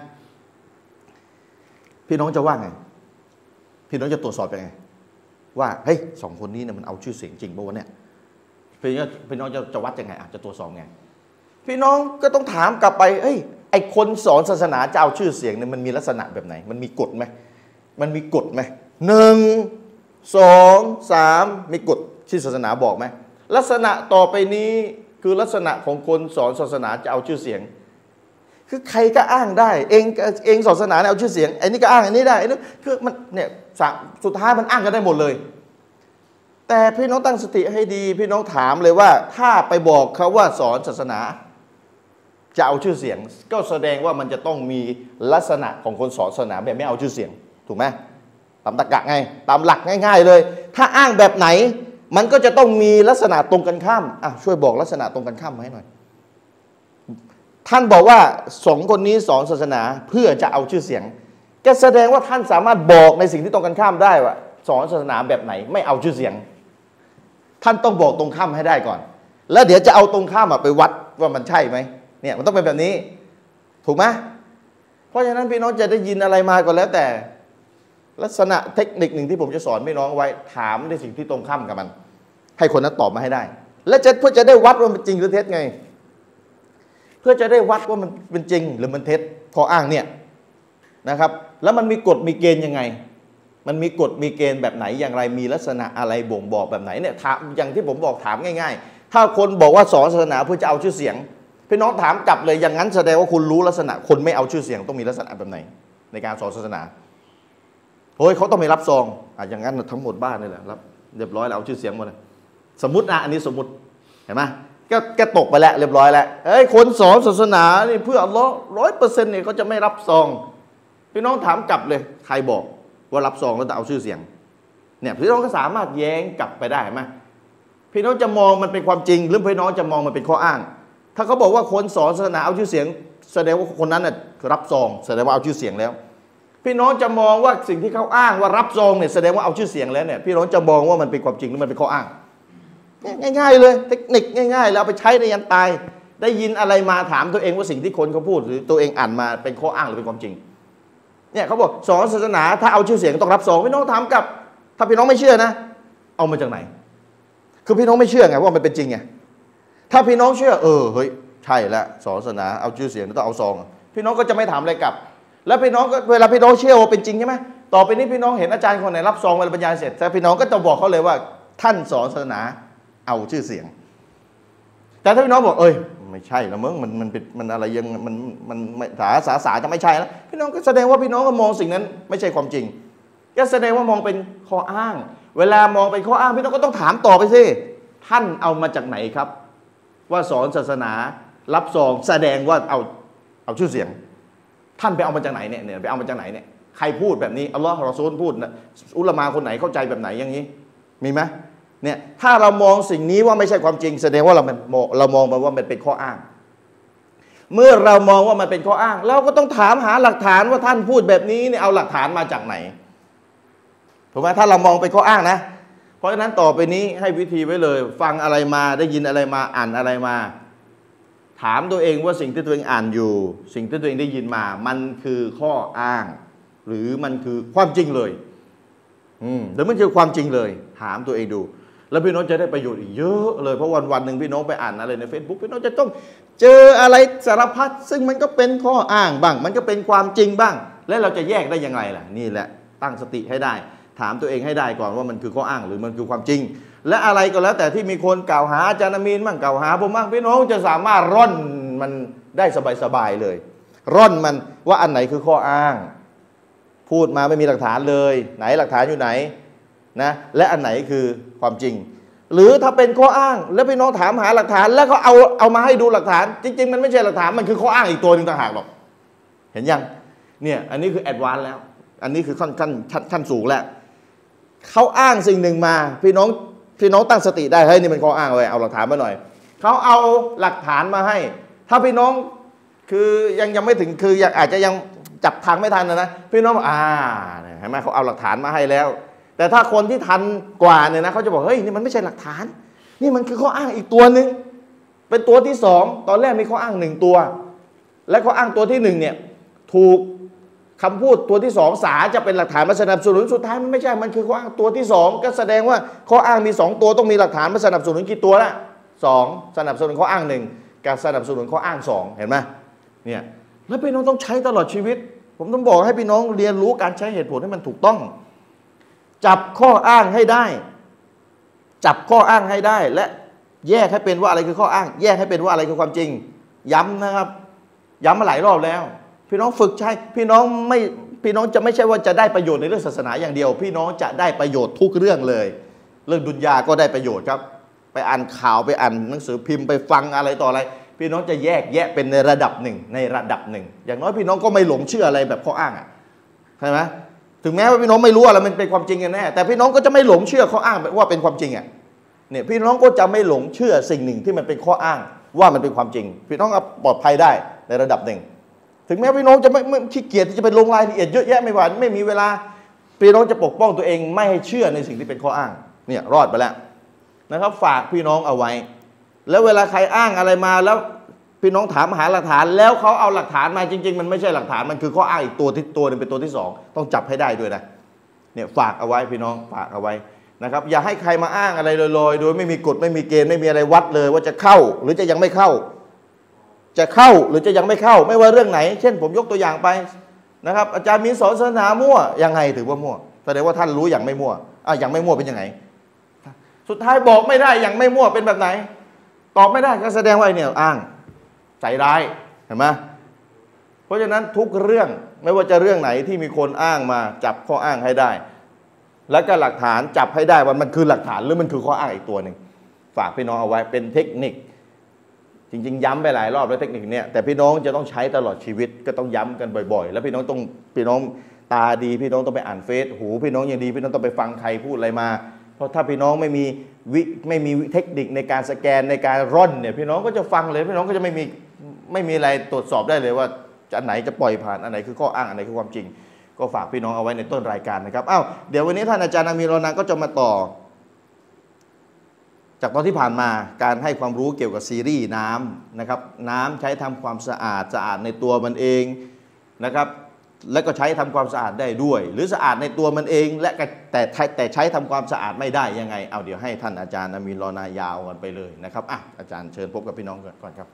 พี่น้องจะว่าไงพี่น้องจะตรวจสอบยังไงว่าเฮ้ยสองคนนี้เนี่ยมันเอาชื่อเสียงจริงป่ะวะเนี่ยพี่น้องพี่น้องจะจะวัดยังไงอาจจะตรวจสอบไงพี่น้องก็ต้องถามกลับไปเฮ้ยไอคนสอนศาสนาจะเอาชื่อเสียงเนี่ยมันมีลักษณะแบบไหนมันมีกฎไหมมันมีกฎไหมหนึ่งสองสามมีกฎที่ศาสนาบอกไหมลักษณะต่อไปนี้คือลักษณะของคนสอนศาสนาจะเอาชื่อเสียงคือใครก็อ้างได้เองเองศาสนาเนี่ยเอาชื่อเสียงไอ้นี่ก็อ้างอันนี้ได้นี่คือมันเนี่ยสุดท้ายมันอ้างกันได้หมดเลยแต่พี่น้องตั้งสติให้ดีพี่น้องถามเลยว่าถ้าไปบอกเขาว่าสอนศาสนาจะเอาชื่อเสียงก็แสดงว่ามันจะต้องมีลักษณะของคนสอนศาสนาแบบไม่เอาชื่อเสียงถูกไหมตามตรรกะไงตามหลักง่ายๆเลยถ้าอ้างแบบไหนมันก็จะต้องมีลักษณะตรงกันข้ามอ่ะช่วยบอกลักษณะตรงกันข้ามมาให้หน่อยท่านบอกว่าสองคนนี้สอนศาสนาเพื่อจะเอาชื่อเสียงก็แสดงว่าท่านสามารถบอกในสิ่งที่ตรงกันข้ามได้ว่าสอนศาสนาแบบไหนไม่เอาชื่อเสียงท่านต้องบอกตรงข้ามให้ได้ก่อนแล้วเดี๋ยวจะเอาตรงข้ามไปวัดว่ามันใช่ไหมเนี่ยมันต้องเป็นแบบนี้ถูกไหมเพราะฉะนั้นพี่น้องจะได้ยินอะไรมาก็แล้วแต่ลักษณะเทคนิคหนึ่งที่ผมจะสอนพี่น้องไว้ถามในสิ่งที่ตรงข้ามกับมันให้คนนั้นตอบมาให้ได้และจะเพื่อจะได้วัดว่ามันจริงหรือเท็จไงเพื่อจะได้วัดว่ามันเป็นจริงหรือมันเท็จข้ออ้างเนี่ยนะครับแล้วมันมีกฎมีเกณฑ์ยังไงมันมีกฎมีเกณฑ์แบบไหนอย่างไรมีลักษณะอะไรบ่งบอกแบบไหนเนี่ยถามอย่างที่ผมบอกถามง่ายๆถ้าคนบอกว่าสอนศาสนาเพื่อจะเอาชื่อเสียงพี่น้องถามกลับเลยอย่างนั้นแสดงว่าคุณรู้ลักษณะคนไม่เอาชื่อเสียงต้องมีลักษณะแบบไหนในการสอนศาสนาเฮ้ยเขาต้องไม่รับซองอ่ะอย่างนั้นทั้งหมดบ้านนี่แหละรับเรียบร้อยแล้วเอาชื่อเสียงหมดเลยสมมตินะอันนี้สมมติเห็นไหมก็แกตกไปแล้วเรียบร้อยแล้วเอ้ยคนสอนศาสนานี่เพื่ออัลเลาะห์ร้อยเปอร์เซ็นต์เนี่ยเขาจะไม่รับซองพี่น้องถามกลับเลยใครบอกว่ารับซองแล้วจะเอาชื่อเสียงเนี่ยพี่น้องก็สามารถแย้งกลับไปได้ไหมพี่น้องจะมองมันเป็นความจริงหรือพี่น้องจะมองมันเป็นข้ออ้างถ้าเขาบอกว่าคนสอนศาสนาเอาชื่อเสียงแสดงว่าคนนั้นน่ะรับซองแสดงว่าเอาชื่อเสียงแล้วพพี่น้องจะมองว่าสิ่งที่เขาอ้างว่ารับซองเนี่ยแสดงว่าเอาชื่อเสียงแล้วเนี่ยพี่น้องจะมองว่ามันเป็นความจริงหรือมันเป็นข้ออ้างง่ายๆเลยเทคนิคง่ายๆแล้วเอาไปใช้ในยันตายได้ยินอะไรมาถามตัวเองว่าสิ่งที่คนเขาพูดหรือตัวเองอ่านมาเป็นข้ออ้างหรือเป็นความจริงเนี่ยเขาบอกสอนศาสนาถ้าเอาชื่อเสียงต้องรับซองพี่น้องถามกับถ้าพี่น้องไม่เชื่อนะเอามาจากไหนคือพี่น้องไม่เชื่อไงว่ามันเป็นจริงไงถ้าพี่น้องเชื่อเออเฮ้ยใช่แล้วศาสนาเอาชื่อเสียงต้องเอาซองพี่น้องก็จะไม่ถามอะไรกลับแล้วพี่น้องก็เวลาพี่น้องเชื่อว่าเป็นจริงใช่ไหมต่อไปนี้พี่น้องเห็นอาจารย์คนไหนรับซองเวลาบรรยายเสร็จแต่พี่น้องก็จะบอกเขาเลยว่าท่านสอนศาสนาเอาชื่อเสียงแต่ถ้าพี่น้องบอกเอ้ยไม่ใช่แล้วมึงมันมันเป็นมันอะไรยังมันมันสาสาสาจะไม่ใช่แล้วพี่น้องก็แสดงว่าพี่น้องก็มองสิ่งนั้นไม่ใช่ความจริงก็แสดงว่ามองเป็นข้ออ้างเวลามองเป็นข้ออ้างพี่น้องก็ต้องถามต่อไปสิท่านเอามาจากไหนครับว่าสอนศาสนารับซองแสดงว่าเอาเอาชื่อเสียงท่านไปเอามาจากไหนเนี่ยเนี่ยไปเอามาจากไหนเนี่ยใครพูดแบบนี้อัลลอฮ์รอซูลพูดนะอุลามะคนไหนเข้าใจแบบไหนอย่างนี้มีไหมเนี่ยถ้าเรามองสิ่งนี้ว่าไม่ใช่ความจริงแสดงว่าเรามันเรามองมันว่ามันเป็นข้ออ้างเมื่อเรามองว่ามันเป็นข้ออ้างเราก็ต้องถามหาหลักฐานว่าท่านพูดแบบนี้เนี่ยเอาหลักฐานมาจากไหนถูกไหมถ้าเรามองเป็นข้ออ้างนะเพราะฉะนั้นต่อไปนี้ให้วิธีไว้เลยฟังอะไรมาได้ยินอะไรมาอ่านอะไรมาถามตัวเองว่าสิ่งที่ตัวเองอ่านอยู่สิ่งที่ตัวเองได้ยินมามันคือข้ออ้างหรือมันคือความจริงเลยอืมหรือมันคือความจริงเลยถามตัวเองดูแล้วพี่น้องจะได้ประโยชน์อีกเยอะเลยเพราะวันวันหนึ่งพี่น้องไปอ่านอะไรใน Facebook พี่น้องจะต้องเจออะไรสารพัดซึ่งมันก็เป็นข้ออ้างบ้างมันก็เป็นความจริงบ้างและเราจะแยกได้ยังไงล่ะนี่แหละตั้งสติให้ได้ถามตัวเองให้ได้ก่อนว่ามันคือข้ออ้างหรือมันคือความจริงและอะไรก็แล้วแต่ที่มีคนกล่าวหาอาจารย์อามีนบ้างกล่าวหาผมบ้างพี่น้องจะสามารถร่อนมันได้สบายๆเลยร่อนมันว่าอันไหนคือข้ออ้างพูดมาไม่มีหลักฐานเลยไหนหลักฐานอยู่ไหนนะและอันไหนคือความจริงหรือถ้าเป็นข้ออ้างแล้วพี่น้องถามหาหลักฐานแล้วก็เอาเอามาให้ดูหลักฐานจริงๆมันไม่ใช่หลักฐานมันคือข้ออ้างอีกตัวหนึ่งต่างหากหรอกเห็นยังเนี่ยอันนี้คือแอดวานซ์แล้วอันนี้คือขั้นขั้นขั้นสูงแล้วเขาอ้างสิ่งหนึ่งมาพี่น้องพี่น้องตั้งสติได้เฮ้ยนี่มันข้ออ้างเลยเอาหลักฐานมาหน่อยเขาเอาหลักฐานมาให้ถ้าพี่น้องคือยังยังไม่ถึงคือยังอาจจะยังจับทางไม่ทันนะนะพี่น้องอ่าเห็นไหมเขาเอาหลักฐานมาให้แล้วแต่ถ้าคนที่ทันกว่าเนี่ยนะเขาจะบอกเฮ้ยนี่มันไม่ใช่หลักฐานนี่มันคือข้ออ้างอีกตัวหนึ่งเป็นตัวที่สองตอนแรกมีข้ออ้างหนึ่งตัวและข้ออ้างตัวที่หนึ่งเนี่ยถูกคำพูดตัวที่สองสาจะเป็นหลักฐานมาสนับสนุนสุดท้ายมันไม่ใช่มันคือข้ออ้างตัวที่สองก็แสดงว่าข้ออ้างมีสองตัวต้องมีหลักฐานมาสนับสนุนกี่ตัวละสองสนับสนุนข้ออ้างหนึ่งกับสนับสนุนข้ออ้างสองเห็นไหมเนี่ยแล้วพี่น้องต้องใช้ตลอดชีวิตผมต้องบอกให้พี่น้องเรียนรู้การใช้เหตุผลให้มันถูกต้องจับข้ออ้างให้ได้จับข้ออ้างให้ได้และแยกให้เป็นว่าอะไรคือข้ออ้างแยกให้เป็นว่าอะไรคือความจริงย้ำนะครับย้ำมาหลายรอบแล้วพี่น้องฝึกใช้พี่น้องไม่พี่น้องจะไม่ใช่ว่าจะได้ประโยชน์ในเรื่องศาสนาอย่างเดียวพี่น้องจะได้ประโยชน์ทุกเรื่องเลยเรื่องดุนยาก็ได้ประโยชน์ครับไปอ่านข่าวไปอ่านหนังสือพิมพ์ไปฟังอะไรต่ออะไรพี่น้องจะแยกแยะเป็นในระดับหนึ่งในระดับหนึ่งอย่างน้อยพี่น้องก็ไม่หลงเชื่ออะไรแบบข้ออ้างอ่ะใช่ไหมถึงแม้ว่าพี่น้องไม่รู้อะไรมันเป็นความจริงกันแน่แต่พี่น้องก็จะไม่หลงเชื่อข้ออ้างว่าเป็นความจริงอ่ะเนี่ยพี่น้องก็จะไม่หลงเชื่อสิ่งหนึ่งที่มันเป็นข้ออ้างว่ามันเป็นความจริงพี่น้องปลอดภัยได้ในระดับหนึ่งถึงแม้พี่น้องจะไม่ไม่ขี้เกียจที่จะไปลงรายละเอียดเยอะแยะไม่หวานไม่มีเวลาพี่น้องจะปกป้องตัวเองไม่ให้เชื่อในสิ่งที่เป็นข้ออ้างเนี่ยรอดไปแล้วนะครับฝากพี่น้องเอาไว้แล้วเวลาใครอ้างอะไรมาแล้วพี่น้องถามหาหลักฐานแล้วเขาเอาหลักฐานมาจริงๆมันไม่ใช่หลักฐานมันคือข้ออ้างอีกตัวที่ตัวนึงเป็นตัวที่สองต้องจับให้ได้ด้วยนะเนี่ยฝากเอาไว้พี่น้องฝากเอาไว้นะครับอย่าให้ใครมาอ้างอะไรลอยๆโดยไม่มีกฎไม่มีเกณฑ์ไม่มีอะไรวัดเลยว่าจะเข้าหรือจะยังไม่เข้าจะเข้าหรือจะยังไม่เข้าไม่ว่าเรื่องไหนเช่นผมยกตัวอย่างไปนะครับอาจารย์มีสอนศาสนามั่วยังไงถือว่ามั่วแสดงว่าท่านรู้อย่างไม่มั่วอ่ะอย่างไม่มั่วเป็นยังไงสุดท้ายบอกไม่ได้อย่างไม่มั่วเป็นแบบไหนตอบไม่ได้ก็แสดงว่าไอ้เนี่ยอ้างใจร้ายเห็นไหมเพราะฉะนั้นทุกเรื่องไม่ว่าจะเรื่องไหนที่มีคนอ้างมาจับข้ออ้างให้ได้แล้วก็หลักฐานจับให้ได้ว่ามันคือหลักฐานหรือมันคือข้ออ้างอีกตัวหนึ่งฝากพี่น้องเอาไว้เป็นเทคนิคจริงๆย้ำไปหลายรอบแล้วเทคนิคเนี่ยแต่พี่น้องจะต้องใช้ตลอดชีวิตก็ต้องย้ำกันบ่อยๆแล้วพี่น้องต้องพี่น้องตาดีพี่น้องต้องไปอ่านเฟซหูพี่น้องอย่างดีพี่น้องต้องไปฟังใครพูดอะไรมาเพราะถ้าพี่น้องไม่มีวิไม่มีเทคนิคในการสแกนในการร่อนเนี่ยพี่น้องก็จะฟังเลยพี่น้องก็จะไม่มีไม่มีอะไรตรวจสอบได้เลยว่าอันไหนจะปล่อยผ่านอันไหนคือข้ออ้างอันไหนคือความจริงก็ฝากพี่น้องเอาไว้ในต้นรายการนะครับอ้าวเดี๋ยววันนี้ท่านอาจารย์อามีรอนันก็จะมาต่อจากตอนที่ผ่านมาการให้ความรู้เกี่ยวกับซีรีส์น้ำนะครับน้ำใช้ทำความสะอาดสะอาดในตัวมันเองนะครับและก็ใช้ทำความสะอาดได้ด้วยหรือสะอาดในตัวมันเองและแต่แต่ใช้ทำความสะอาดไม่ได้ยังไงเอาเดี๋ยวให้ท่านอาจารย์อามีรอนายาวกันไปเลยนะครับอ่ะอาจารย์เชิญพบกับพี่น้องก่อนครับ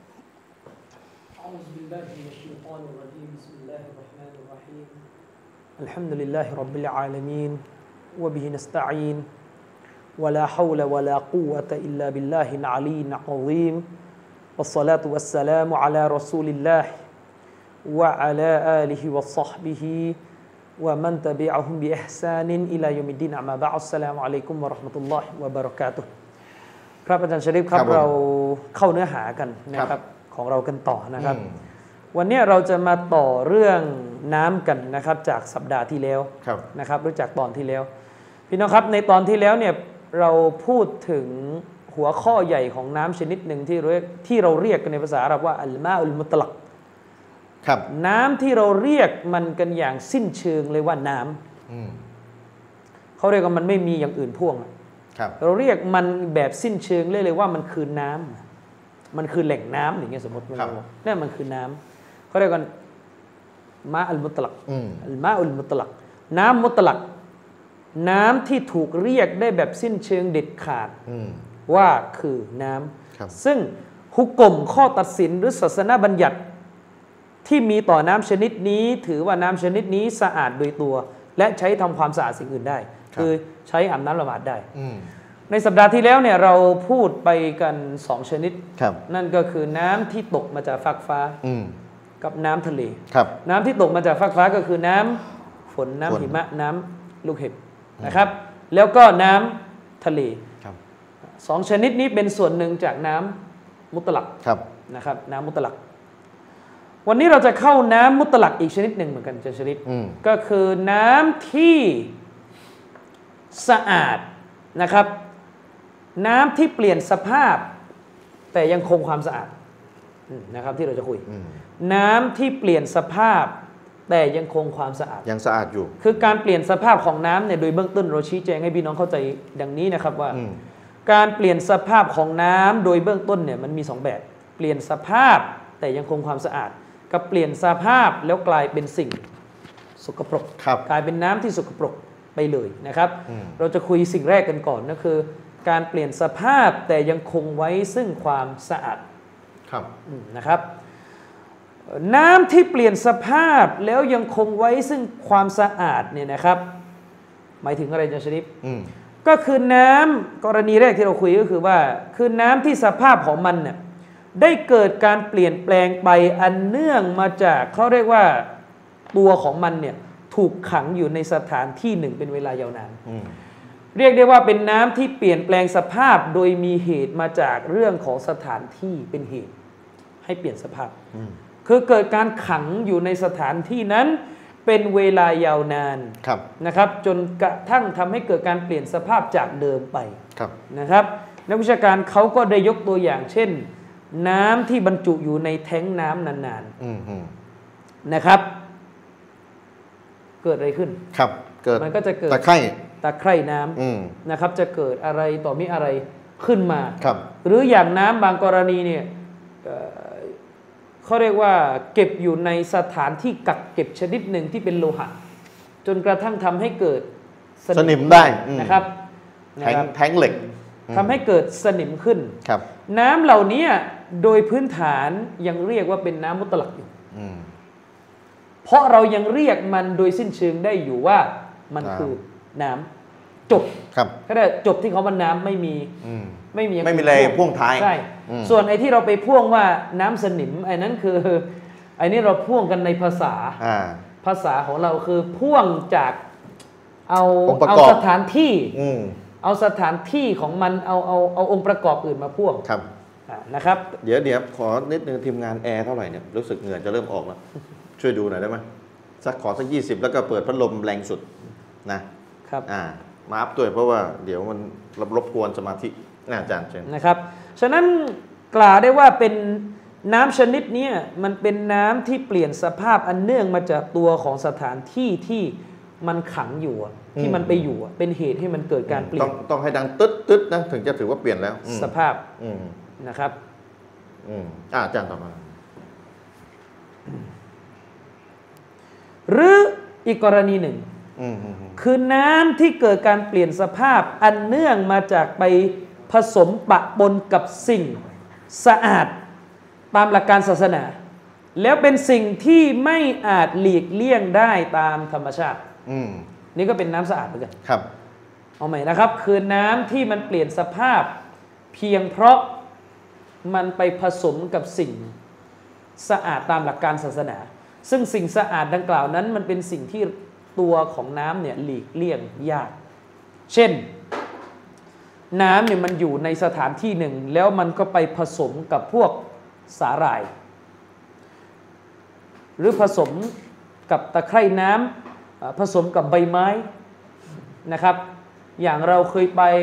الحمد لله رب العالمين وبه نستعين ولا حول ولا قوة إلا بالله العلي العظيم والصلاة والسلام على رسول الله وعلى آله وصحبه ومن تبعهم بإحسان إلى يوم الدين أما بعد السلام عليكم ورحمة الله وبركاته ครับอาจารย์ชะริฟครับเราเข้าเนื้อหากันนะครับของเรากันต่อนะครับวันนี้เราจะมาต่อเรื่องน้ำกันนะครับจากสัปดาห์ที่แล้วนะครับหรือจากตอนที่แล้วพี่น้องครับในตอนที่แล้วเนี่ยเราพูดถึงหัวข้อใหญ่ของน้ำชนิดหนึ่งที่เรียกที่เราเรียกกันในภาษาอาหรับว่าอัลมาอุลมุตลักครับน้ำที่เราเรียกมันกันอย่างสิ้นเชิงเลยว่าน้ำเขาเรียกว่ามันไม่มีอย่างอื่นพ่วงเราเรียกมันแบบสิ้นเชิงเลยเลยว่ามันคือน้ำมันคือแหล่งน้ำอย่างเงี้ยสมมตินั่นมันคือน้ำเขาเรียกกันมาอัลมุตลักอัลมาอุลมุตลักน้ำมุตลักน้ำที่ถูกเรียกได้แบบสิ้นเชิงเด็ดขาดว่าคือน้ำซึ่งฮุกกลมข้อตัดสินหรือศาสนาบัญญัติที่มีต่อน้ำชนิดนี้ถือว่าน้ำชนิดนี้สะอาดโดยตัวและใช้ทำความสะอาดสิ่งอื่นได้คือใช้อาบน้ำละหมาดได้ในสัปดาห์ที่แล้วเนี่ยเราพูดไปกันสองชนิดนั่นก็คือน้ำที่ตกมาจากฟากฟ้ากับน้ำทะเลน้ำที่ตกมาจากฟากฟ้าก็คือน้ำฝนน้ำหิมะน้ำลูกเห็บนะครับแล้วก็น้ำทะเลสองชนิดนี้เป็นส่วนหนึ่งจากน้ำมุตลักนะครับน้ำมุตลักวันนี้เราจะเข้าน้ำมุตลักอีกชนิดหนึ่งเหมือนกันชนิดก็คือน้ำที่สะอาดนะครับน้ำที่เปลี่ยนสภาพแต่ยังคงความสะอาดนะครับที่เราจะคุยน้ำที่เปลี่ยนสภาพแต่ยังคงความสะอาดยังสะอาดอยู่คือการเปลี่ยนสภาพของน้ำเนี่ยโดยเบื้องต้นเราชี้แจงให้พี่น้องเข้าใจดังนี้นะครับว่าการเปลี่ยนสภาพของน้ำโดยเบื้องต้นเนี่ยมันมีสองแบบเปลี่ยนสภาพแต่ยังคงความสะอาดกับเปลี่ยนสภาพแล้วกลายเป็นสิ่งสกปรกกลายเป็นน้ำที่สกปรกไปเลยนะครับเราจะคุยสิ่งแรกกันก่อนก็คือการเปลี่ยนสภาพแต่ยังคงไว้ซึ่งความสะอาดนะครับน้ำที่เปลี่ยนสภาพแล้วยังคงไว้ซึ่งความสะอาดเนี่ยนะครับหมายถึงอะไรอาจารย์ชริฟก็คือน้ำกรณีแรกที่เราคุยก็คือว่าคือน้ำที่สภาพของมันเนี่ยได้เกิดการเปลี่ยนแปลงไปอันเนื่องมาจากเขาเรียกว่าตัวของมันเนี่ยถูกขังอยู่ในสถานที่หนึ่งเป็นเวลายาวนานเรียกได้ว่าเป็นน้ำที่เปลี่ยนแปลงสภาพโดยมีเหตุมาจากเรื่องของสถานที่เป็นเหตุให้เปลี่ยนสภาพคือเกิดการขังอยู่ในสถานที่นั้นเป็นเวลายาวนานนะครับจนกระทั่งทำให้เกิดการเปลี่ยนสภาพจากเดิมไปนะครับนักวิชาการเขาก็ได้ยกตัวอย่างเช่นน้ำที่บรรจุอยู่ในแท้งน้ำนานๆนะครับเกิดอะไรขึ้นครับเกิดมันก็จะเกิดตะไคร่ตะไคร่น้ำนะครับจะเกิดอะไรต่อมีอะไรขึ้นมาครับหรืออย่างน้ำบางกรณีเนี่ยเขาเรียกว่าเก็บอยู่ในสถานที่กักเก็บชนิดหนึ่งที่เป็นโลหะจนกระทั่งทำให้เกิดสนิมได้นะครับแท้งแท้งเหล็กทำให้เกิดสนิมขึ้นครับน้ำเหล่านี้โดยพื้นฐานยังเรียกว่าเป็นน้ำมุตลักอยู่เพราะเรายังเรียกมันโดยสิ้นเชิงได้อยู่ว่ามันคือน้ำจบครับแค่จบที่เขาว่าน้ำไม่มีไม่มีไม่มีอะไรพ่วงท้ายใช่ส่วนไอ้ที่เราไปพ่วงว่าน้ำสนิมไอ้นั้นคือไอ้นี่เราพ่วงกันในภาษาภาษาของเราคือพ่วงจากเอาเอาสถานที่เอาสถานที่ของมันเอาเอาเอาองค์ประกอบอื่นมาพ่วงครับนะครับเดี๋ยวเดี๋ยวขอนิดนึงทีมงานแอร์เท่าไหร่เนี่ยรู้สึกเหงื่อจะเริ่มออกแล้วช่วยดูหน่อยได้ไหมสักขอสักยี่สิบแล้วก็เปิดพัดลมแรงสุดนะครับอ่ามาอัพด้วยเพราะว่าเดี๋ยวมันรบกวนสมาธิอาจารย์เชิญนะครับฉะนั้นกล่าวได้ว่าเป็นน้ำชนิดนี้มันเป็นน้ำที่เปลี่ยนสภาพอันเนื่องมาจากตัวของสถานที่ที่มันขังอยู่ที่มันไปอยู่เป็นเหตุให้มันเกิดการเปลี่ยนต้องต้องให้ดังตึ๊ดตึ๊ดนะถึงจะถือว่าเปลี่ยนแล้วสภาพนะครับอืมอ่าอาจารย์ต่อมาหรืออีกกรณีหนึ่งคือน้ำที่เกิดการเปลี่ยนสภาพอันเนื่องมาจากไปผสมปะปนกับสิ่งสะอาดตามหลักการศาสนาแล้วเป็นสิ่งที่ไม่อาจหลีกเลี่ยงได้ตามธรรมชาตินี่ก็เป็นน้ำสะอาดเหมือนกันครับเอาใหม่นะครับคือน้ำที่มันเปลี่ยนสภาพเพียงเพราะมันไปผสมกับสิ่งสะอาดตามหลักการศาสนาซึ่งสิ่งสะอาดดังกล่าวนั้นมันเป็นสิ่งที่ตัวของน้ำเนี่ยหลีกเลี่ยงยากเช่นน้ำเนี่ยมันอยู่ในสถานที่หนึ่งแล้วมันก็ไปผสมกับพวกสาหร่ายหรือผสมกับตะไคร่น้ำผสมกับใบไม้นะครับอย่างเราเคยไป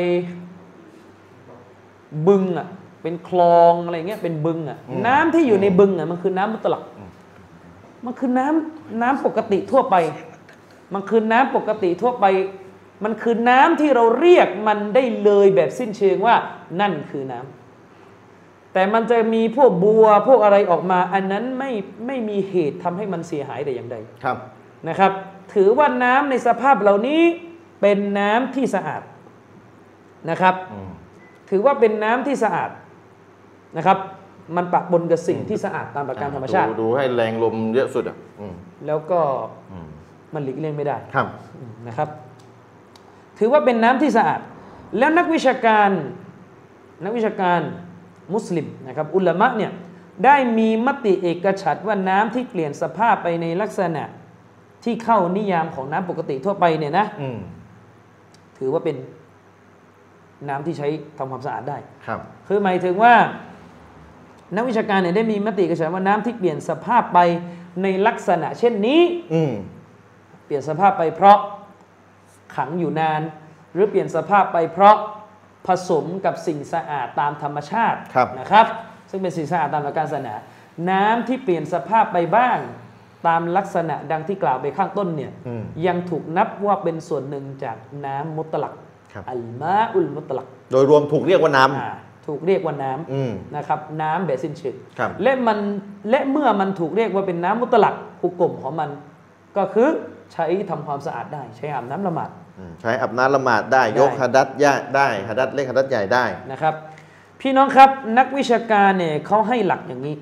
บึงอ่ะเป็นคลองอะไรเงี้ยเป็นบึงอ่ะน้ำที่อยู่ในบึงอ่ะมันคือน้ำมุตลักมันคือน้ำน้ำปกติทั่วไปมันคือน้ำปกติทั่วไปมันคือน้ำที่เราเรียกมันได้เลยแบบสิ้นเชิงว่านั่นคือน้ำแต่มันจะมีพวกบัวพวกอะไรออกมาอันนั้นไม่ไม่มีเหตุทำให้มันเสียหายแต่อย่างใดครับนะครับถือว่าน้ำในสภาพเหล่านี้เป็นน้ำที่สะอาดนะครับถือว่าเป็นน้ำที่สะอาดนะครับมันปะปนกับสิ่งที่สะอาดตามหลักการธรรมชาติดูให้แรงลมเยอะสุดอ่ะแล้วก็มันหลีกเลี่ยงไม่ได้ครับนะครับถือว่าเป็นน้ำที่สะอาดแล้วนักวิชาการนักวิชาการมุสลิมนะครับอุลามะเนี่ยได้มีมติเอกฉันท์ว่าน้ำที่เปลี่ยนสภาพไปในลักษณะที่เข้านิยามของน้ำปกติทั่วไปเนี่ยนะถือว่าเป็นน้ำที่ใช้ทำความสะอาดได้ครับคือหมายถึงว่านักวิชาการเนี่ยได้มีมติเอกฉันท์ว่าน้ำที่เปลี่ยนสภาพไปในลักษณะเช่นนี้เปลี่ยนสภาพไปเพราะขังอยู่นานหรือเปลี่ยนสภาพไปเพราะผสมกับสิ่งสะอาดตามธรรมชาตินะครับซึ่งเป็นสิ่งสะอาดตามหลักการศาสนาน้ำที่เปลี่ยนสภาพไปบ้างตามลักษณะดังที่กล่าวไปข้างต้นเนี่ยยังถูกนับว่าเป็นส่วนหนึ่งจากน้ำมุตลักอัลมาอุลมุตลักโดยรวมถูกเรียกว่าน้ำถูกเรียกว่าน้ำนะครับน้ำแบบสิ้นเชิงและมันและเมื่อมันถูกเรียกว่าเป็นน้ำมุตลักหุกกลมของมันก็คือใช้ทำความสะอาดได้ใช้อาบน้ำละหมาดใช้อาบน้ำละหมาดได้ยกหะดัษใหญ่ได้หะดัษเล็กหะดัษใหญ่ได้นะครับพี่น้องครับนักวิชาการเนี่ยเขาให้หลักอย่างนี้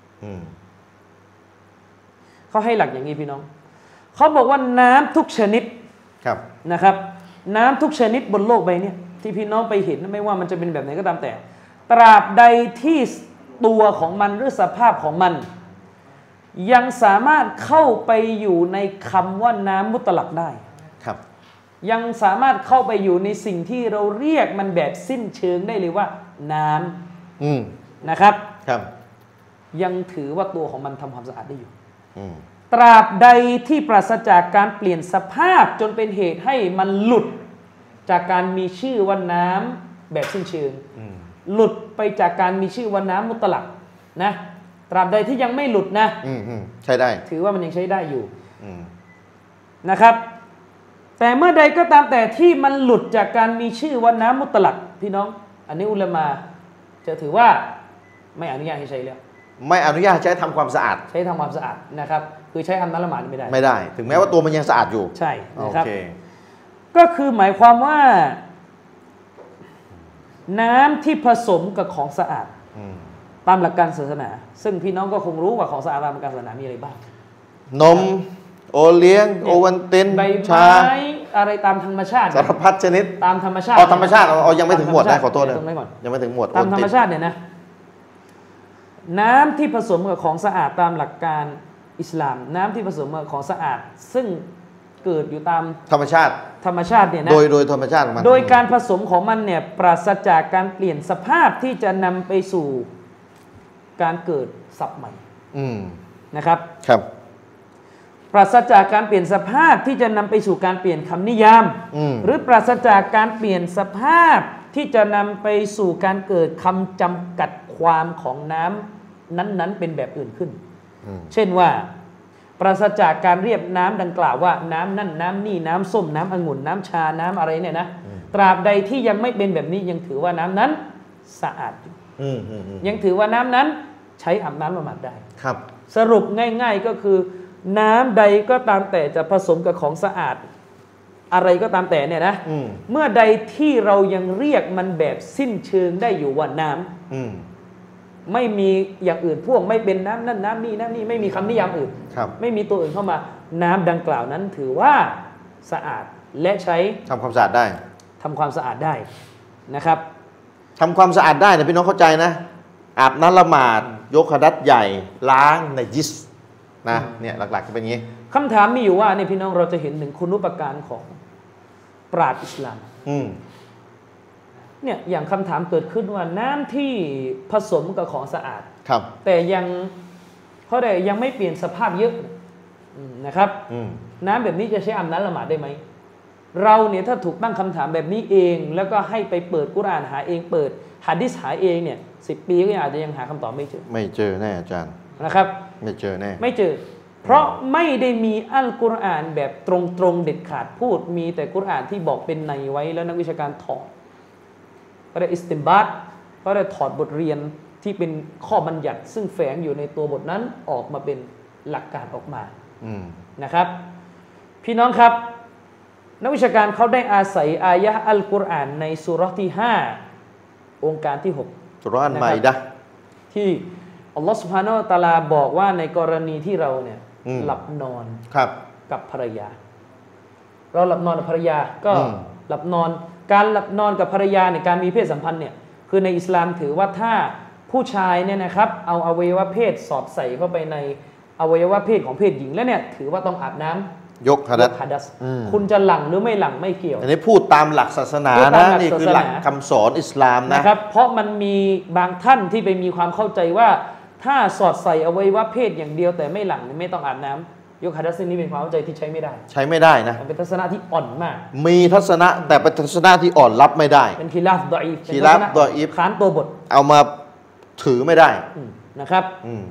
เขาให้หลักอย่างนี้พี่น้องเขาบอกว่าน้ำทุกชนิดนะครับน้ำทุกชนิดบนโลกใบนี้ที่พี่น้องไปเห็นไม่ว่ามันจะเป็นแบบไหนก็ตามแต่ตราบใดที่ตัวของมันหรือสภาพของมันยังสามารถเข้าไปอยู่ในคำว่าน้ำมุตลักได้ครับยังสามารถเข้าไปอยู่ในสิ่งที่เราเรียกมันแบบสิ้นเชิงได้เลยว่าน้ำนะครับครับยังถือว่าตัวของมันทำความสะอาดได้อยู่ตราบใดที่ปราศจากการเปลี่ยนสภาพจนเป็นเหตุให้มันหลุดจากการมีชื่อว่าน้ำแบบสิ้นเชิงหลุดไปจากการมีชื่อว่าน้ำมุตลักนะตราบใดที่ยังไม่หลุดนะใช้ได้ถือว่ามันยังใช้ได้อยู่นะครับแต่เมื่อใดก็ตามแต่ที่มันหลุดจากการมีชื่อว่าน้ำมุตลักพี่น้องอันนี้อุลามะจะถือว่าไม่อนุญาตให้ใช้แล้วไม่อนุญาตใช้ทำความสะอาดใช้ทำความสะอาดนะครับคือใช้ทำน้ำละหมาดไม่ได้ไม่ได้ถึงแม้ว่าตัวมันยังสะอาดอยู่ใช่นะครับก็คือหมายความว่าน้ำที่ผสมกับของสะอาดตามหลักการศาสนาซึ่งพี่น้องก็คงรู้ว่าของสะอาดตามหลักการศาสนามีอะไรบ้างนมโอเลี้ยงโอวันตินใบไม้อะไรตามธรรมชาติสารพัดชนิดตามธรรมชาติอ๋อธรรมชาติเอายังไม่ถึงหมวดนะขอโทษนะยังไม่ถึงหมวดตามธรรมชาติเนี่ยนะน้ำที่ผสมกับของสะอาดตามหลักการอิสลามน้ำที่ผสมกับของสะอาดซึ่งเกิดอยู่ตามธรรมชาติธรรมชาติเนี่ยนะโดยโดยธรรมชาติของมันโดยการผสมของมันเนี่ยปราศจากการเปลี่ยนสภาพที่จะนำไปสู่การเกิดศัพท์ใหม่นะครับครับปราศจากการเปลี่ยนสภาพที่จะนำไปสู่การเปลี่ยนคำนิยามหรือปราศจากการเปลี่ยนสภาพที่จะนำไปสู่การเกิดคำจำกัดความของน้ำนั้นๆเป็นแบบอื่นขึ้นเช่นว่าปราศจากการเรียกน้ำดังกล่าวว่าน้ำนั่นน้ำนี่น้ำส้มน้ำองุ่นน้ำชาน้ำอะไรเนี่ยนะตราบใดที่ยังไม่เป็นแบบนี้ยังถือว่าน้ำนั้นสะอาดอยู่ยังถือว่าน้ำนั้นใช้อาบน้ำละหมาดได้ครับสรุปง่ายๆก็คือน้ำใดก็ตามแต่จะผสมกับของสะอาดอะไรก็ตามแต่เนี่ยนะเมื่อใดที่เรายังเรียกมันแบบสิ้นเชิงได้อยู่ว่าน้ำไม่มีอย่างอื่นพ่วงไม่เป็นน้ำนั่นน้ำนี่น้ำนี่ไม่มีคำนิยามอื่นไม่มีตัวอื่นเข้ามาน้ำดังกล่าวนั้นถือว่าสะอาดและใช้ทำความสะอาดได้ทำความสะอาดได้นะครับทำความสะอาดได้แต่พี่น้องเข้าใจนะอาบน้ำละหมาดยกขดัดใหญ่ล้างในยิสนะเนี่ยหลักๆจะเป็นอย่างนี้คำถามมีอยู่ว่าเนี่ยพี่น้องเราจะเห็นถึงคุณูปการของปราชญ์อิสลามเนี่ยอย่างคำถามเกิดขึ้นว่าน้ำที่ผสมกับของสะอาดครับแต่ยังเพราะแต่ยังไม่เปลี่ยนสภาพเยอะนะครับน้ำแบบนี้จะใช้อาบน้ำละหมาดได้ไหมเราเนี่ยถ้าถูกตั้งคำถามแบบนี้เองแล้วก็ให้ไปเปิดกุรอานหาเองเปิดหะดีษหาเองเนี่ยสิบปีก็อาจจะยังหาคำตอบไม่เจอไม่เจอแน่อาจารย์นะครับไม่เจอแน่ไม่เจอเพราะไม่ได้มีอัลกุรอานแบบตรงๆเด็ดขาดพูดมีแต่กุรอานที่บอกเป็นในไว้แล้วนักวิชาการถอดก็ได้อิสติมบัตก็ได้ถอดบทเรียนที่เป็นข้อบัญญัติซึ่งแฝงอยู่ในตัวบทนั้นออกมาเป็นหลักการออกมานะครับพี่น้องครับนักวิชาการเขาได้อาศัยอายะห์อัลกุรอานในซูเราะห์ที่ห้าองค์การที่หกซูเราะห์อันไมดะห์ที่อัลลอฮฺซุบฮานะฮูวะตะอาลาบอกว่าในกรณีที่เราเนี่ยหลับนอนกับภรรยาเราหลับนอนกับภรรยาก็หลับนอนการหลับนอนกับภรรยาในการมีเพศสัมพันธ์เนี่ยคือในอิสลามถือว่าถ้าผู้ชายเนี่ยนะครับเอาอวัยวะเพศสอดใส่เข้าไปในอวัยวะเพศของเพศหญิงแล้วเนี่ยถือว่าต้องอาบน้ำยกหะดัษคุณจะหลังหรือไม่หลังไม่เกี่ยวอันนี้พูดตามหลักศาสนานะนี่คือหลักคำสอนอิสลามนะนะครับเพราะมันมีบางท่านที่ไปมีความเข้าใจว่าถ้าสอดใส่อวัยวะเพศอย่างเดียวแต่ไม่หลังไม่ต้องอาบน้ำยกหะดัษนี่เป็นความเข้าใจที่ใช้ไม่ได้ใช้ไม่ได้นะมันเป็นทัศนะที่อ่อนมากมีทัศนะแต่เป็นทัศนะที่อ่อนรับไม่ได้เป็นคีลาฟดออีฟคีลาฟดออีฟค้านตัวบทเอามาถือไม่ได้นะครับ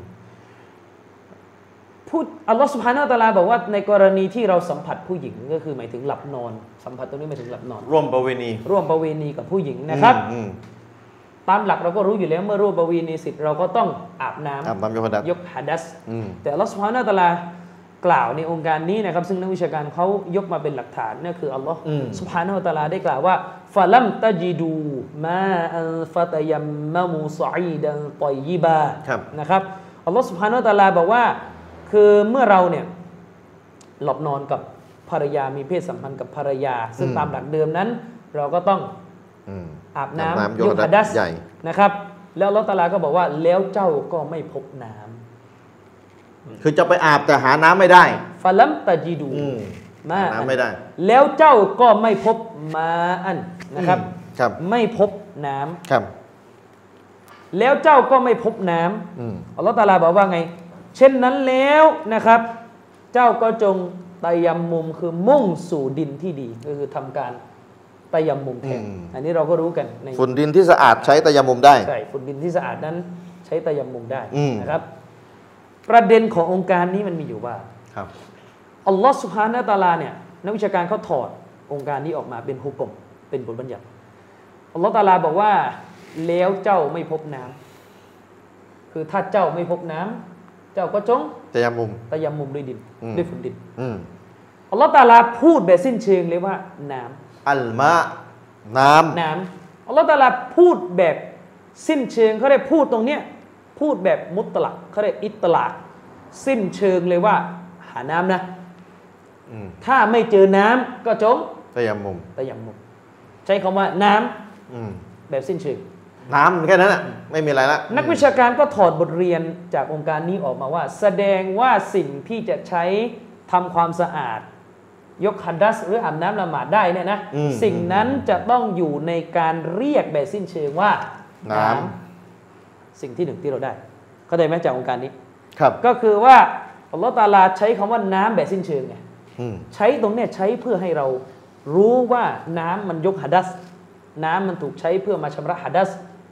พูดอัลลอฮฺซุบฮานะฮูวะตะอาลาบอกว่าในกรณีที่เราสัมผัสผู้หญิงก็คือหมายถึงหลับนอนสัมผัสตรงนี้หมายถึงหลับนอนร่วมประเวณีร่วมประเวณีกับผู้หญิงนะครับตามหลักเราก็รู้อยู่แล้วเมื่อร่วมประเวณีสิทธิ์เราก็ต้องอาบน้ำอาบน้ำยกหะดัษยกหะดัษแต่อัลลอฮฺซุบฮานะฮูวะตะอาลากล่าวในองค์การนี้นะครับซึ่งนักวิชาการเขายกมาเป็นหลักฐานนั่นคืออัลลอฮฺซุบฮานะฮูวะตะอาลาได้กล่าวว่าฟะลัมตะญิดูมาอันฟะตะยัมมะมูศออีดันฏอยยิบานะครับอัลลอฮฺซุบฮานะฮูวะตะอาลาบอกว่าคือเมื่อเราเนี่ยหลับนอนกับภรรยามีเพศสัมพันธ์กับภรรยาซึ่งตามหลักเดิมนั้นเราก็ต้องอาบน้ำยกหะดัษนะครับแล้วอัลเลาะห์ตะอาลาก็บอกว่าแล้วเจ้าก็ไม่พบน้ำคือจะไปอาบแต่หาน้ำไม่ได้ฟะลัมตะญิดูมาน้ำไม่ได้แล้วเจ้าก็ไม่พบมาอันนะครับไม่พบน้ำครับแล้วเจ้าก็ไม่พบน้ำอัลเลาะห์ตะอาลาบอกว่าไงเช่นนั้นแล้วนะครับเจ้าก็จงตัยัมมุมคือมุ่งสู่ดินที่ดีก็คือทำการตัยัมมุมแทนอันนี้เราก็รู้กันในฝุ่นดินที่สะอาดใช้ตัยัมมุมได้ใช่ฝุ่นดินที่สะอาดนั้นใช้ตัยัมมุมได้นะครับประเด็นขององค์การนี้มันมีอยู่ว่าครับอัลลอฮฺซุบฮานะฮูวะตะอาลาเนี่ยนักวิชาการเขาถอดองค์การนี้ออกมาเป็นฮุกมเป็นบทบัญญัติอัลลอฮฺตะอาลาบอกว่าแล้วเจ้าไม่พบน้ำคือถ้าเจ้าไม่พบน้ำเจ้าก็จงตัยัมมุมตัยัมมุมด้วยดินด้วยฝุ่นดินอัลลอฮฺตะอาลาพูดแบบสิ้นเชิงเลยว่าน้ำอัลมะน้ำน้ำอัลลอฮฺตะอาลาพูดแบบสิ้นเชิงเขาได้พูดตรงเนี้ยพูดแบบมุตลักเขาได้อิตลากสิ้นเชิงเลยว่าหาน้ำนะถ้าไม่เจอน้ำก็จงตัยัมมุมตัยัมมุมใช้คำว่าน้ำแบบสิ้นเชิงน้ำแค่นั้นอ่ะไม่มีอะไรละนักวิชาการก็ถอดบทเรียนจากองค์การนี้ออกมาว่าแสดงว่าสิ่งที่จะใช้ทำความสะอาดยกหะดัษหรืออาบน้ำละหมาดได้เนี่ยนะสิ่งนั้นจะต้องอยู่ในการเรียกแบบสิ้นเชิงว่าน้ำสิ่งที่หนึ่งที่เราได้เข้าใจไหมจากองค์การนี้ครับก็คือว่าอัลลอฮฺตะอาลาใช้คำว่าน้ำแบบสิ้นเชิงไงใช้ตรงเนี้ยใช้เพื่อให้เรารู้ว่าน้ำมันยกหะดัษน้ำมันถูกใช้เพื่อมาชำระหะดัษ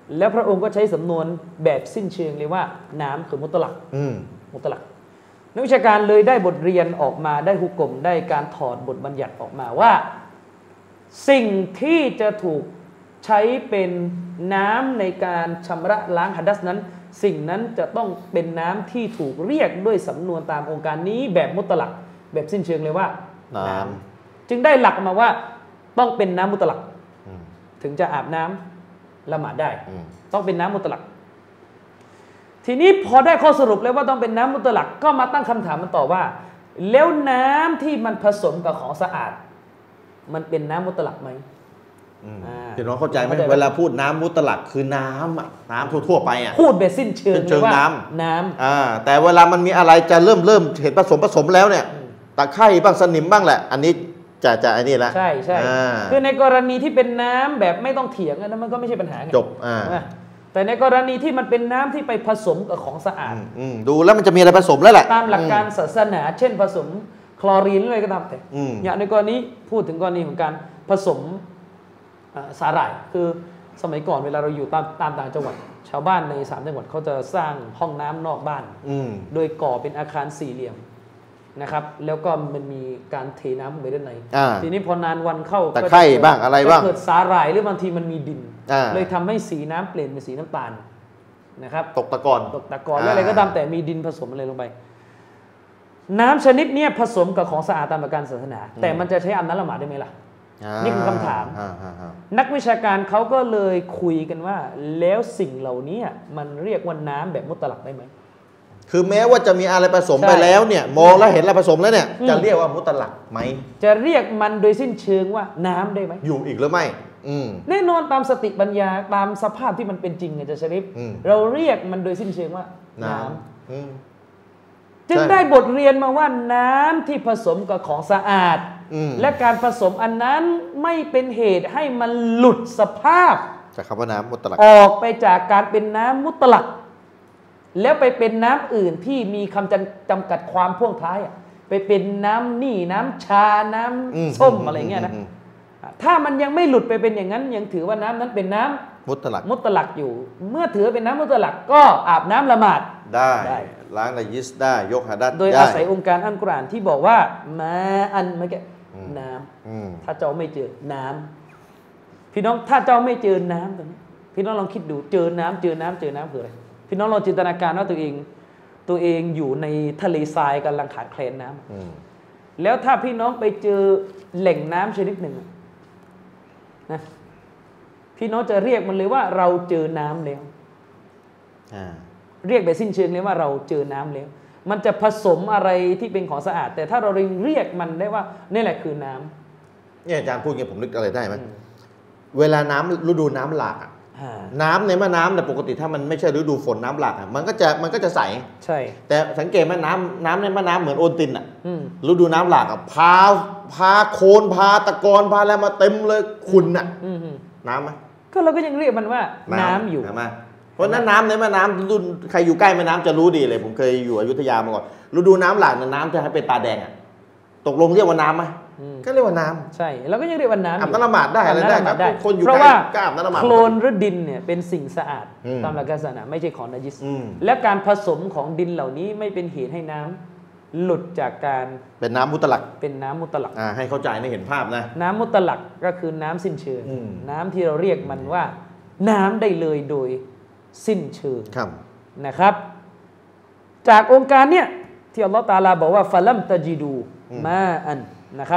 แล้วพระองค์ก็ใช้สำนวนแบบสิ้นเชิงเลยว่าน้ำคือมุตลักมุตลักนักวิชาการเลยได้บทเรียนออกมาได้ฮุกกลมได้การถอดบทบัญญัติออกมาว่าสิ่งที่จะถูกใช้เป็นน้ำในการชำระล้างหัดัสนั้นสิ่งนั้นจะต้องเป็นน้ำที่ถูกเรียกด้วยสำนวนตามองค์การนี้แบบมุตลักแบบสิ้นเชิงเลยว่าน้ำจึงได้หลักมาว่าต้องเป็นน้ำมุตลักถึงจะอาบน้ำละหมาดได้ต้องเป็นน้ำมุตลักทีนี้พอได้ข้อสรุปแล้วว่าต้องเป็นน้ำมุตลักก็มาตั้งคำถามมันต่อว่าแล้วน้ำที่มันผสมกับของสะอาดมันเป็นน้ำมุตลักไหมพี่น้องเข้าใจไหมเวลาพูดน้ำมุตลักคือน้ำอ่ะน้ำทั่วๆไปอ่ะพูดแบบสิ้นเชิงเลยว่าน้ำน้ำอ่าแต่เวลามันมีอะไรจะเริ่มเริ่มเห็นผสมผสมแล้วเนี่ยตะไคร่บ้างสนิมบ้างแหละอันนี้จะจะไอ้นี่ละใช่ใช่คือในกรณีที่เป็นน้ำแบบไม่ต้องเถียงนั้นมันก็ไม่ใช่ปัญหาไงจบอ่าแต่ในกรณีที่มันเป็นน้ำที่ไปผสมกับของสะอาดดูแล้วมันจะมีอะไรผสมแล้วแหละตามหลักการศาสนาเช่นผสมคลอรีนอะไรก็ตามแต่อย่างในกรณีพูดถึงกรณีของการผสมสาหร่ายคือสมัยก่อนเวลาเราอยู่ตามตามต่างจังหวัดชาวบ้านในสามจังหวัดเขาจะสร้างห้องน้ำนอกบ้านโดยก่อเป็นอาคารสี่เหลี่ยมนะครับแล้วก็มันมีการเทน้ำไปด้านในทีนี้พอนานวันเข้าตะไคร่บ้างอะไรบ้างเกิดสาหร่ายหรือบางทีมันมีดินเลยทำให้สีน้ำเปลี่ยนเป็นสีน้ำตาลนะครับตกตะกอนตกตะกอนแล้วอะไรก็ตามแต่มีดินผสมอะไรลงไปน้ำชนิดนี้ผสมกับของสะอาดตามหลักการศาสนาแต่มันจะใช้อาบน้ำละหมาดได้ไหมล่ะนี่คือคำถามนักวิชาการเขาก็เลยคุยกันว่าแล้วสิ่งเหล่านี้มันเรียกว่าน้ำแบบมุตลักได้ไหมคือแม้ว่าจะมีอะไรผสมไปแล้วเนี่ยมองแล้วเห็นอะไรผสมแล้วเนี่ยจะเรียกว่ามุตลักไหมจะเรียกมันโดยสิ้นเชิงว่าน้ำได้ไหมอยู่อีกหรือไม่แน่นอนตามสติปัญญาตามสภาพที่มันเป็นจริงอาจารย์ชริฟเราเรียกมันโดยสิ้นเชิงว่าน้ำจึงได้บทเรียนมาว่าน้ำที่ผสมกับของสะอาดและการผสมอันนั้นไม่เป็นเหตุให้มันหลุดสภาพจากคำว่าน้ำมุตลักออกไปจากการเป็นน้ำมุตลักแล้วไปเป็นน้ำอื่นที่มีคำจำกัดความพ่วงท้ายไปเป็นน้ำนี่น้ำชาน้ำส้มอะไรเงี้ยนะถ้ามันยังไม่หลุดไปเป็นอย่างนั้นยังถือว่าน้ำนั้นเป็นน้ำมุตลักมุตลักอยู่เมื่อถือเป็นน้ำมุตลักก็อาบน้ำละหมาดได้ล้างนายิสได้ยกหะดัษโดยอาศัยองค์การอัลกุรอานที่บอกว่ามาอันเมื่อกี้น้ำถ้าเจ้าไม่เจอน้ำพี่น้องถ้าเจ้าไม่เจอน้ำตรงนี้พี่น้องลองคิดดูเจอน้ำเจอน้ำเจอน้ำคืออะไรพี่น้องลองจินตนาการว่าตัวเองตัวเองอยู่ในทะเลทรายกำลังขาดแคลนน้ำแล้วถ้าพี่น้องไปเจอแหล่งน้ำชนิดหนึ่งนะพี่น้องจะเรียกมันเลยว่าเราเจอน้ำแล้วเรียกแบบสิ้นเชิงเลยว่าเราเจอน้ำแล้วมันจะผสมอะไรที่เป็นของสะอาดแต่ถ้าเราเรียกมันได้ว่านี่แหละคือน้ำเนี่ยอาจารย์พูดอย่างผมนึกอะไรได้ไหมเวลาน้ำฤดูน้ำหลากน้ำในแม่น้ำแต่ปกติถ้ามันไม่ใช่ฤดูฝนน้ำหลากมันก็จะมันก็จะใสใช่แต่สังเกตไหมน้ำน้ำในแม่น้ำเหมือนโอนตินอ่ะฤดูน้ำหลากอ่ะพาพาโคลนพาตะกอนพาอะไรมาเต็มเลยขุ่นอ่ะน้ำไหมก็เราก็ยังเรียกมันว่าน้ำอยู่เพราะนั้นน้ำในแม่น้ำรุ่นใครอยู่ใกล้แม่น้ำจะรู้ดีเลยผมเคยอยู่อยุธยามาก่อนฤดูน้ำหลากน้ำจะให้เป็นตาแดงอ่ะตกลงเรียกว่าน้ำไหมก็เรียกว่าน้ำใช่เราก็ยังเรียกว่าน้ำอาบน้ำละหมาดได้อะไรได้ครับคนอยู่ใกล้ก็อาบน้ำละหมาดโคลนหรือดินเนี่ยเป็นสิ่งสะอาดตามหลักศาสนาไม่ใช่ของนาจิสและการผสมของดินเหล่านี้ไม่เป็นเหตุให้น้ำหลุดจากการเป็นน้ำมุตลักเป็นน้ำมุตลักให้เข้าใจให้เห็นภาพนะน้ำมุตลักก็คือน้ำสิ้นเชิงน้ำที่เราเรียกมันว่าน้ำได้เลยโดยสิ้นเชิงนะครับ จากองค์การเนี่ยที่อัลลอฮฺตะอาลาบอกว่าฟะลัมตะจิดูมาอันนะครับ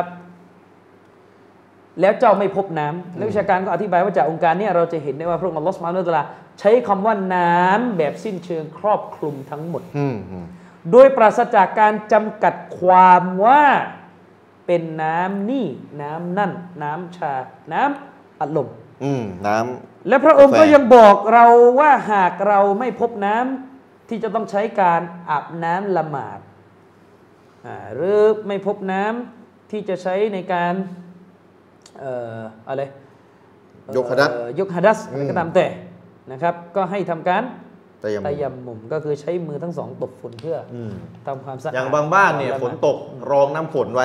แล้วเจ้าไม่พบน้ำนักวิชาการก็อธิบายว่าจากองค์การนี้เราจะเห็นได้ว่าพระองค์อัลลอฮฺซุบฮานะฮูวะตะอาลาใช้คำว่าน้ำแบบสิ้นเชิงครอบคลุมทั้งหมดโดยปราศจากการจำกัดความว่าเป็นน้ำนี่น้ำนั่นน้ำชาน้ำอัดลมน้ำและพระองค์ก็ยังบอกเราว่าหากเราไม่พบน้ำที่จะต้องใช้การอาบน้ำละหมาดหรือไม่พบน้ำที่จะใช้ในการเอ่ออะไรยกหะดัษยกหะดัษอะไรก็ตามแต่นะครับก็ให้ทำการตัยัมมุมก็คือใช้มือทั้งสองตบฝนเพื่อทำความสะอาดอย่างบางบ้านเนี่ยฝนตกรองน้ำฝนไว้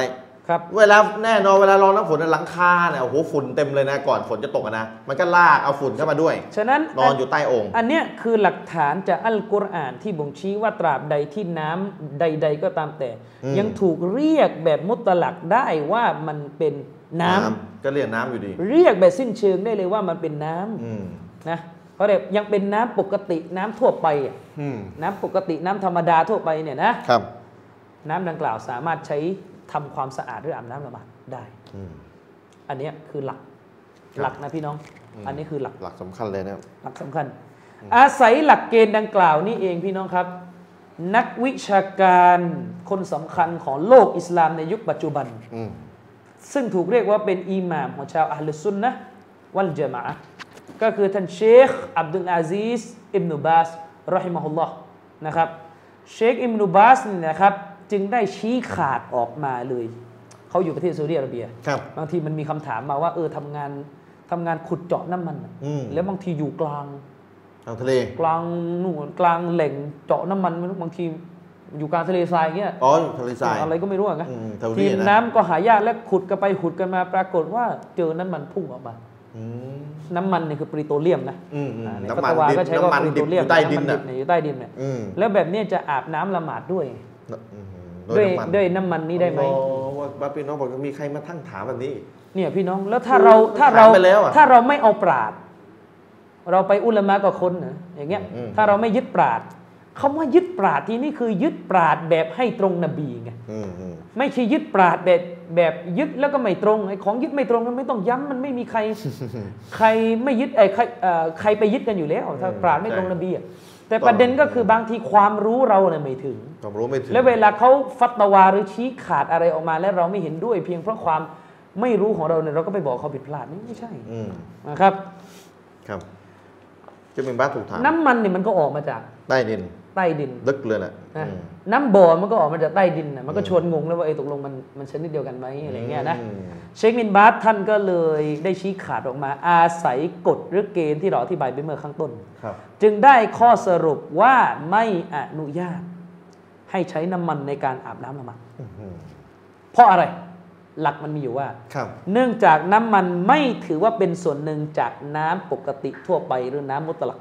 ครับเวลาแน่นอนเวลารองน้ำฝนหลังคาเนี่ยโอ้โหฝุ่นเต็มเลยนะก่อนฝนจะตกนะมันก็ลากเอาฝุ่นเข้ามาด้วยฉะนั้นนอนอยู่ใต้โอ่งอันเนี้ยคือหลักฐานจากอัลกุรอานที่บ่งชี้ว่าตราบใดที่น้ำใดๆก็ตามแต่ยังถูกเรียกแบบมุตลักได้ว่ามันเป็นน้ำก็เรียกน้ำอยู่ดีเรียกแบบสิ้นเชิงได้เลยว่ามันเป็นน้ำนะเพราะเด็กยังเป็นน้ำปกติน้ำทั่วไปน้ำปกติน้ำธรรมดาทั่วไปเนี่ยนะครับน้ำดังกล่าวสามารถใช้ทำความสะอาดหรืออาบน้ำละหมาดได้อันนี้คือหลักหลักนะพี่น้องอันนี้คือหลักหลักสำคัญเลยนะหลักสำคัญอาศัยหลักเกณฑ์ดังกล่าวนี่เองพี่น้องครับนักวิชาการคนสำคัญของโลกอิสลามในยุคปัจจุบันซึ่งถูกเรียกว่าเป็นอิหม่ามของชาวอะห์ลุสซุนนะห์วัลญะมาอะห์ก็คือท่านเชคอับดุลอาซีซอิบนุบาสเราะฮิมะฮุลลอฮ์นะครับเชคอิบนุบาสเนี่ยนะครับจึงได้ชี้ขาดออกมาเลยเขาอยู่ประเทศซาอุดิอาระเบียบางทีมันมีคำถามมาว่าเออทำงานทำงานขุดเจาะน้ำมันแล้วบางทีอยู่กลางกลางทะเลกลางนู่นกลางแหล่งเจาะน้ำมันบางทีอยู่กลางทะเลทรายเงี้ยอ๋อทะเลทรายอะไรก็ไม่รู้อ่ะทีมน้ำก็หายากและขุดกันไปขุดกันมาปรากฏว่าเจอน้ำมันพุ่งออกมาน้ำมันนี่คือปริโตรเลียมนะในฟัตวาก็ใช้ว่าปริโตรเลียมน้ำมันดิบอยู่ใต้ดินเนี่ยแล้วแบบนี้จะอาบน้ำละหมาดด้วยด้วยด้วยน้ำมันนี้ได้ไหมว่าพี่น้องบอกมีใครมาทั้งถามแบบนี้เนี่ยพี่น้องแล้วถ้าเราถ้าเราถ้าเราไม่เอาปราชญ์เราไปอุลามะกับคนนะอย่างเงี้ยถ้าเราไม่ยึดปราชญ์คำว่ายึดปราชญ์ที่นี่คือยึดปราชญ์แบบให้ตรงนบีไงไม่ใช่ยึดปราชญ์แบบแบบยึดแล้วก็ไม่ตรงไอ้ของยึดไม่ตรงมันไม่ต้องย้ำมันไม่มีใครใครไม่ยึดไอ้ใครใครไปยึดกันอยู่แล้วถ้าปราชญ์ไม่ตรงนบีแต่ประเด็นก็คือบางทีความรู้เราเนี่ยไม่ถึงความรู้ไม่ถึงแล้วเวลาเขาฟัตวาหรือชี้ขาดอะไรออกมาแล้วเราไม่เห็นด้วยเพียงเพราะความไม่รู้ของเราเนี่ยเราก็ไปบอกเขาผิดพลาดนี่ไม่ใช่นะครับครับจะเป็นบ้าถูกถามน้ำมันเนี่ยมันก็ออกมาจากใต้ดินใต้ดินลึกเลยแหละน้ำบ่อมันก็ออกมาจากใต้ดินนะมันก็ชวนงงแล้วว่าไอ้ตกลงมันมันชนิดเดียวกันไหมอะไรเงี้ยนะเชคบินบาสท่านก็เลยได้ชี้ขาดออกมาอาศัยกฎหรือเกณฑ์ที่เราอธิบายไปเมื่อข้างต้นจึงได้ข้อสรุปว่าไม่อนุญาตให้ใช้น้ำมันในการอาบน้ำละหมาดเพราะอะไรหลักมันมีอยู่ว่าเนื่องจากน้ำมันไม่ถือว่าเป็นส่วนหนึ่งจากน้ำปกติทั่วไปหรือน้ำมุตลัก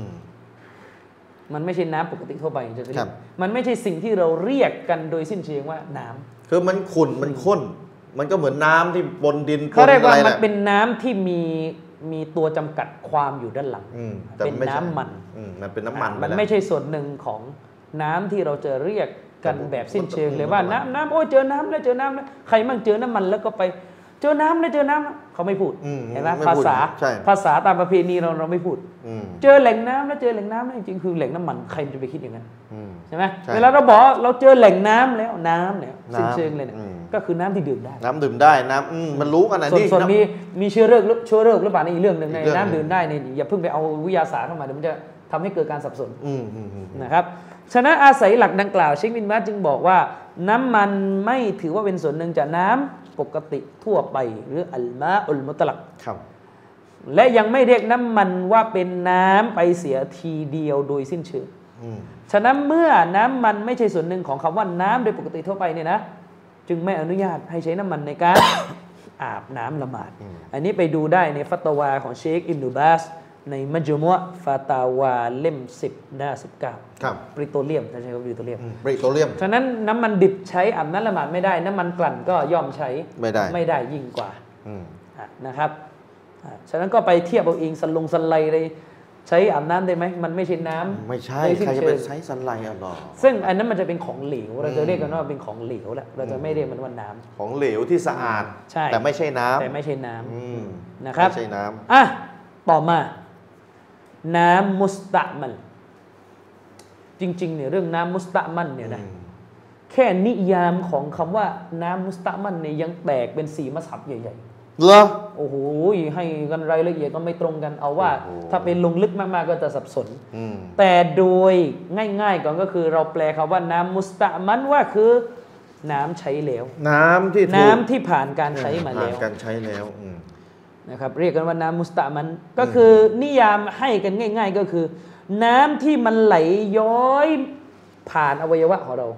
มันไม่ใช่น้ำปกติทั่วไปจะเรียกมันไม่ใช่สิ่งที่เราเรียกกันโดยสิ้นเชิงว่าน้ำคือมันขุ่นมันข้นมันก็เหมือนน้ำที่บนดินเขาเรียกว่ามันเป็นน้ำที่มีมีตัวจำกัดความอยู่ด้านหลังเป็นน้ำมันมันเป็นน้ำมันมันไม่ใช่ส่วนหนึ่งของน้ำที่เราจะเรียกกันแบบสิ้นเชิงเลยว่าน้ำน้ำโอ้เจอน้ำแล้วเจอน้ำแล้วใครมั่งเจอน้ำมันแล้วก็ไปเจอน้ำแล้วเจอน้ำเขาไม่พูดเห็นไหมภาษาภาษาตามประเพณีเราเราไม่พูดเจอแหล่งน้ำแล้วเจอแหล่งน้ำแล้วจริงๆคือแหล่งน้ำมันใครจะไปคิดอย่างนั้นใช่ไหมเวลาเราบอกเราเจอแหล่งน้ำแล้วน้ำเนี่ยสิ้นเชิงเลยเนี่ยก็คือน้ำที่ดื่มได้น้ำดื่มได้น้ำมันรู้กันนะนี่ส่วนมีมีเชื้อโรคเชื้อโรคหรือเปล่านี่อีกเรื่องหนึ่งในน้ำดื่มได้เนี่ยอย่าเพิ่งไปเอาวิทยาศาสตร์เข้ามาเดี๋ยวมันจะทำให้เกิดการสับสนนะครับฉะนั้นอาศัยหลักดังกล่าวเชคบินบาสจึงบอกว่าน้ำมันไม่ถือว่าเป็นส่วนหนึ่งจากน้ำปกติทั่วไปหรืออัลมาอุลมุตลักและยังไม่เรียกน้ำมันว่าเป็นน้ำไปเสียทีเดียวโดยสิ้นเชิงฉะนั้นเมื่อน้ำมันไม่ใช่ส่วนหนึ่งของคำว่าน้ำโดยปกติทั่วไปเนี่ยนะจึงไม่อนุญาตให้ใช้น้ำมันในการ อาบน้ำละหมาดอันนี้ไปดูได้ในฟัตวาของเชคอิบนุบาสในมัจมุอะฟาตาวาเล่มสิบหน้าสิบเก้าปริโตรเลียมใช้คำว่าปริโตรเลียมปริโตรเลียมฉะนั้นน้ำมันดิบใช้อาบน้ำละหมาดไม่ได้น้ำมันกลั่นก็ย่อมใช้ไม่ได้ไม่ได้ยิ่งกว่านะครับฉะนั้นก็ไปเทียบเอาเองสลงสไลเลยใช้อาบน้ำได้ไหมมันไม่ใช่น้ำไม่ใช่ใครจะไปใช้สไลอ่ะหรอซึ่งอันนั้นมันจะเป็นของเหลวเราจะเรียกกันว่าเป็นของเหลวแหละเราจะไม่เรียกมันว่าน้ำของเหลวที่สะอาดแต่ไม่ใช่น้ำแต่ไม่ใช่น้ำนะครับไม่ใช่น้ำอ่ะต่อมาน้ำมุสตะมันจริงๆเนี่ยเรื่องน้ำมุสตะมันเนี่ยนะแค่นิยามของคำว่าน้ำมุสตะมันเนี่ยยังแตกเป็นสี่มัซฮับใหญ่ๆเหรอโอ้โหให้กันรายละเอียดก็ไม่ตรงกันเอาว่าถ้าเป็นลงลึกมากๆก็จะสับสนแต่โดยง่ายๆก่อนก็คือเราแปลคำว่าน้ำมุสตะมันว่าคือน้ำใช้แล้วน้ำที่น้ำที่ผ่านการใช้มาแล้วผ่านการใช้แล้วนะครับเรียกกันว่าน้ำมุสตะมันก็คือนิยามให้กันง่ายๆก็คือน้ำที่มันไหลย้อยผ่านอวัยวะของเรา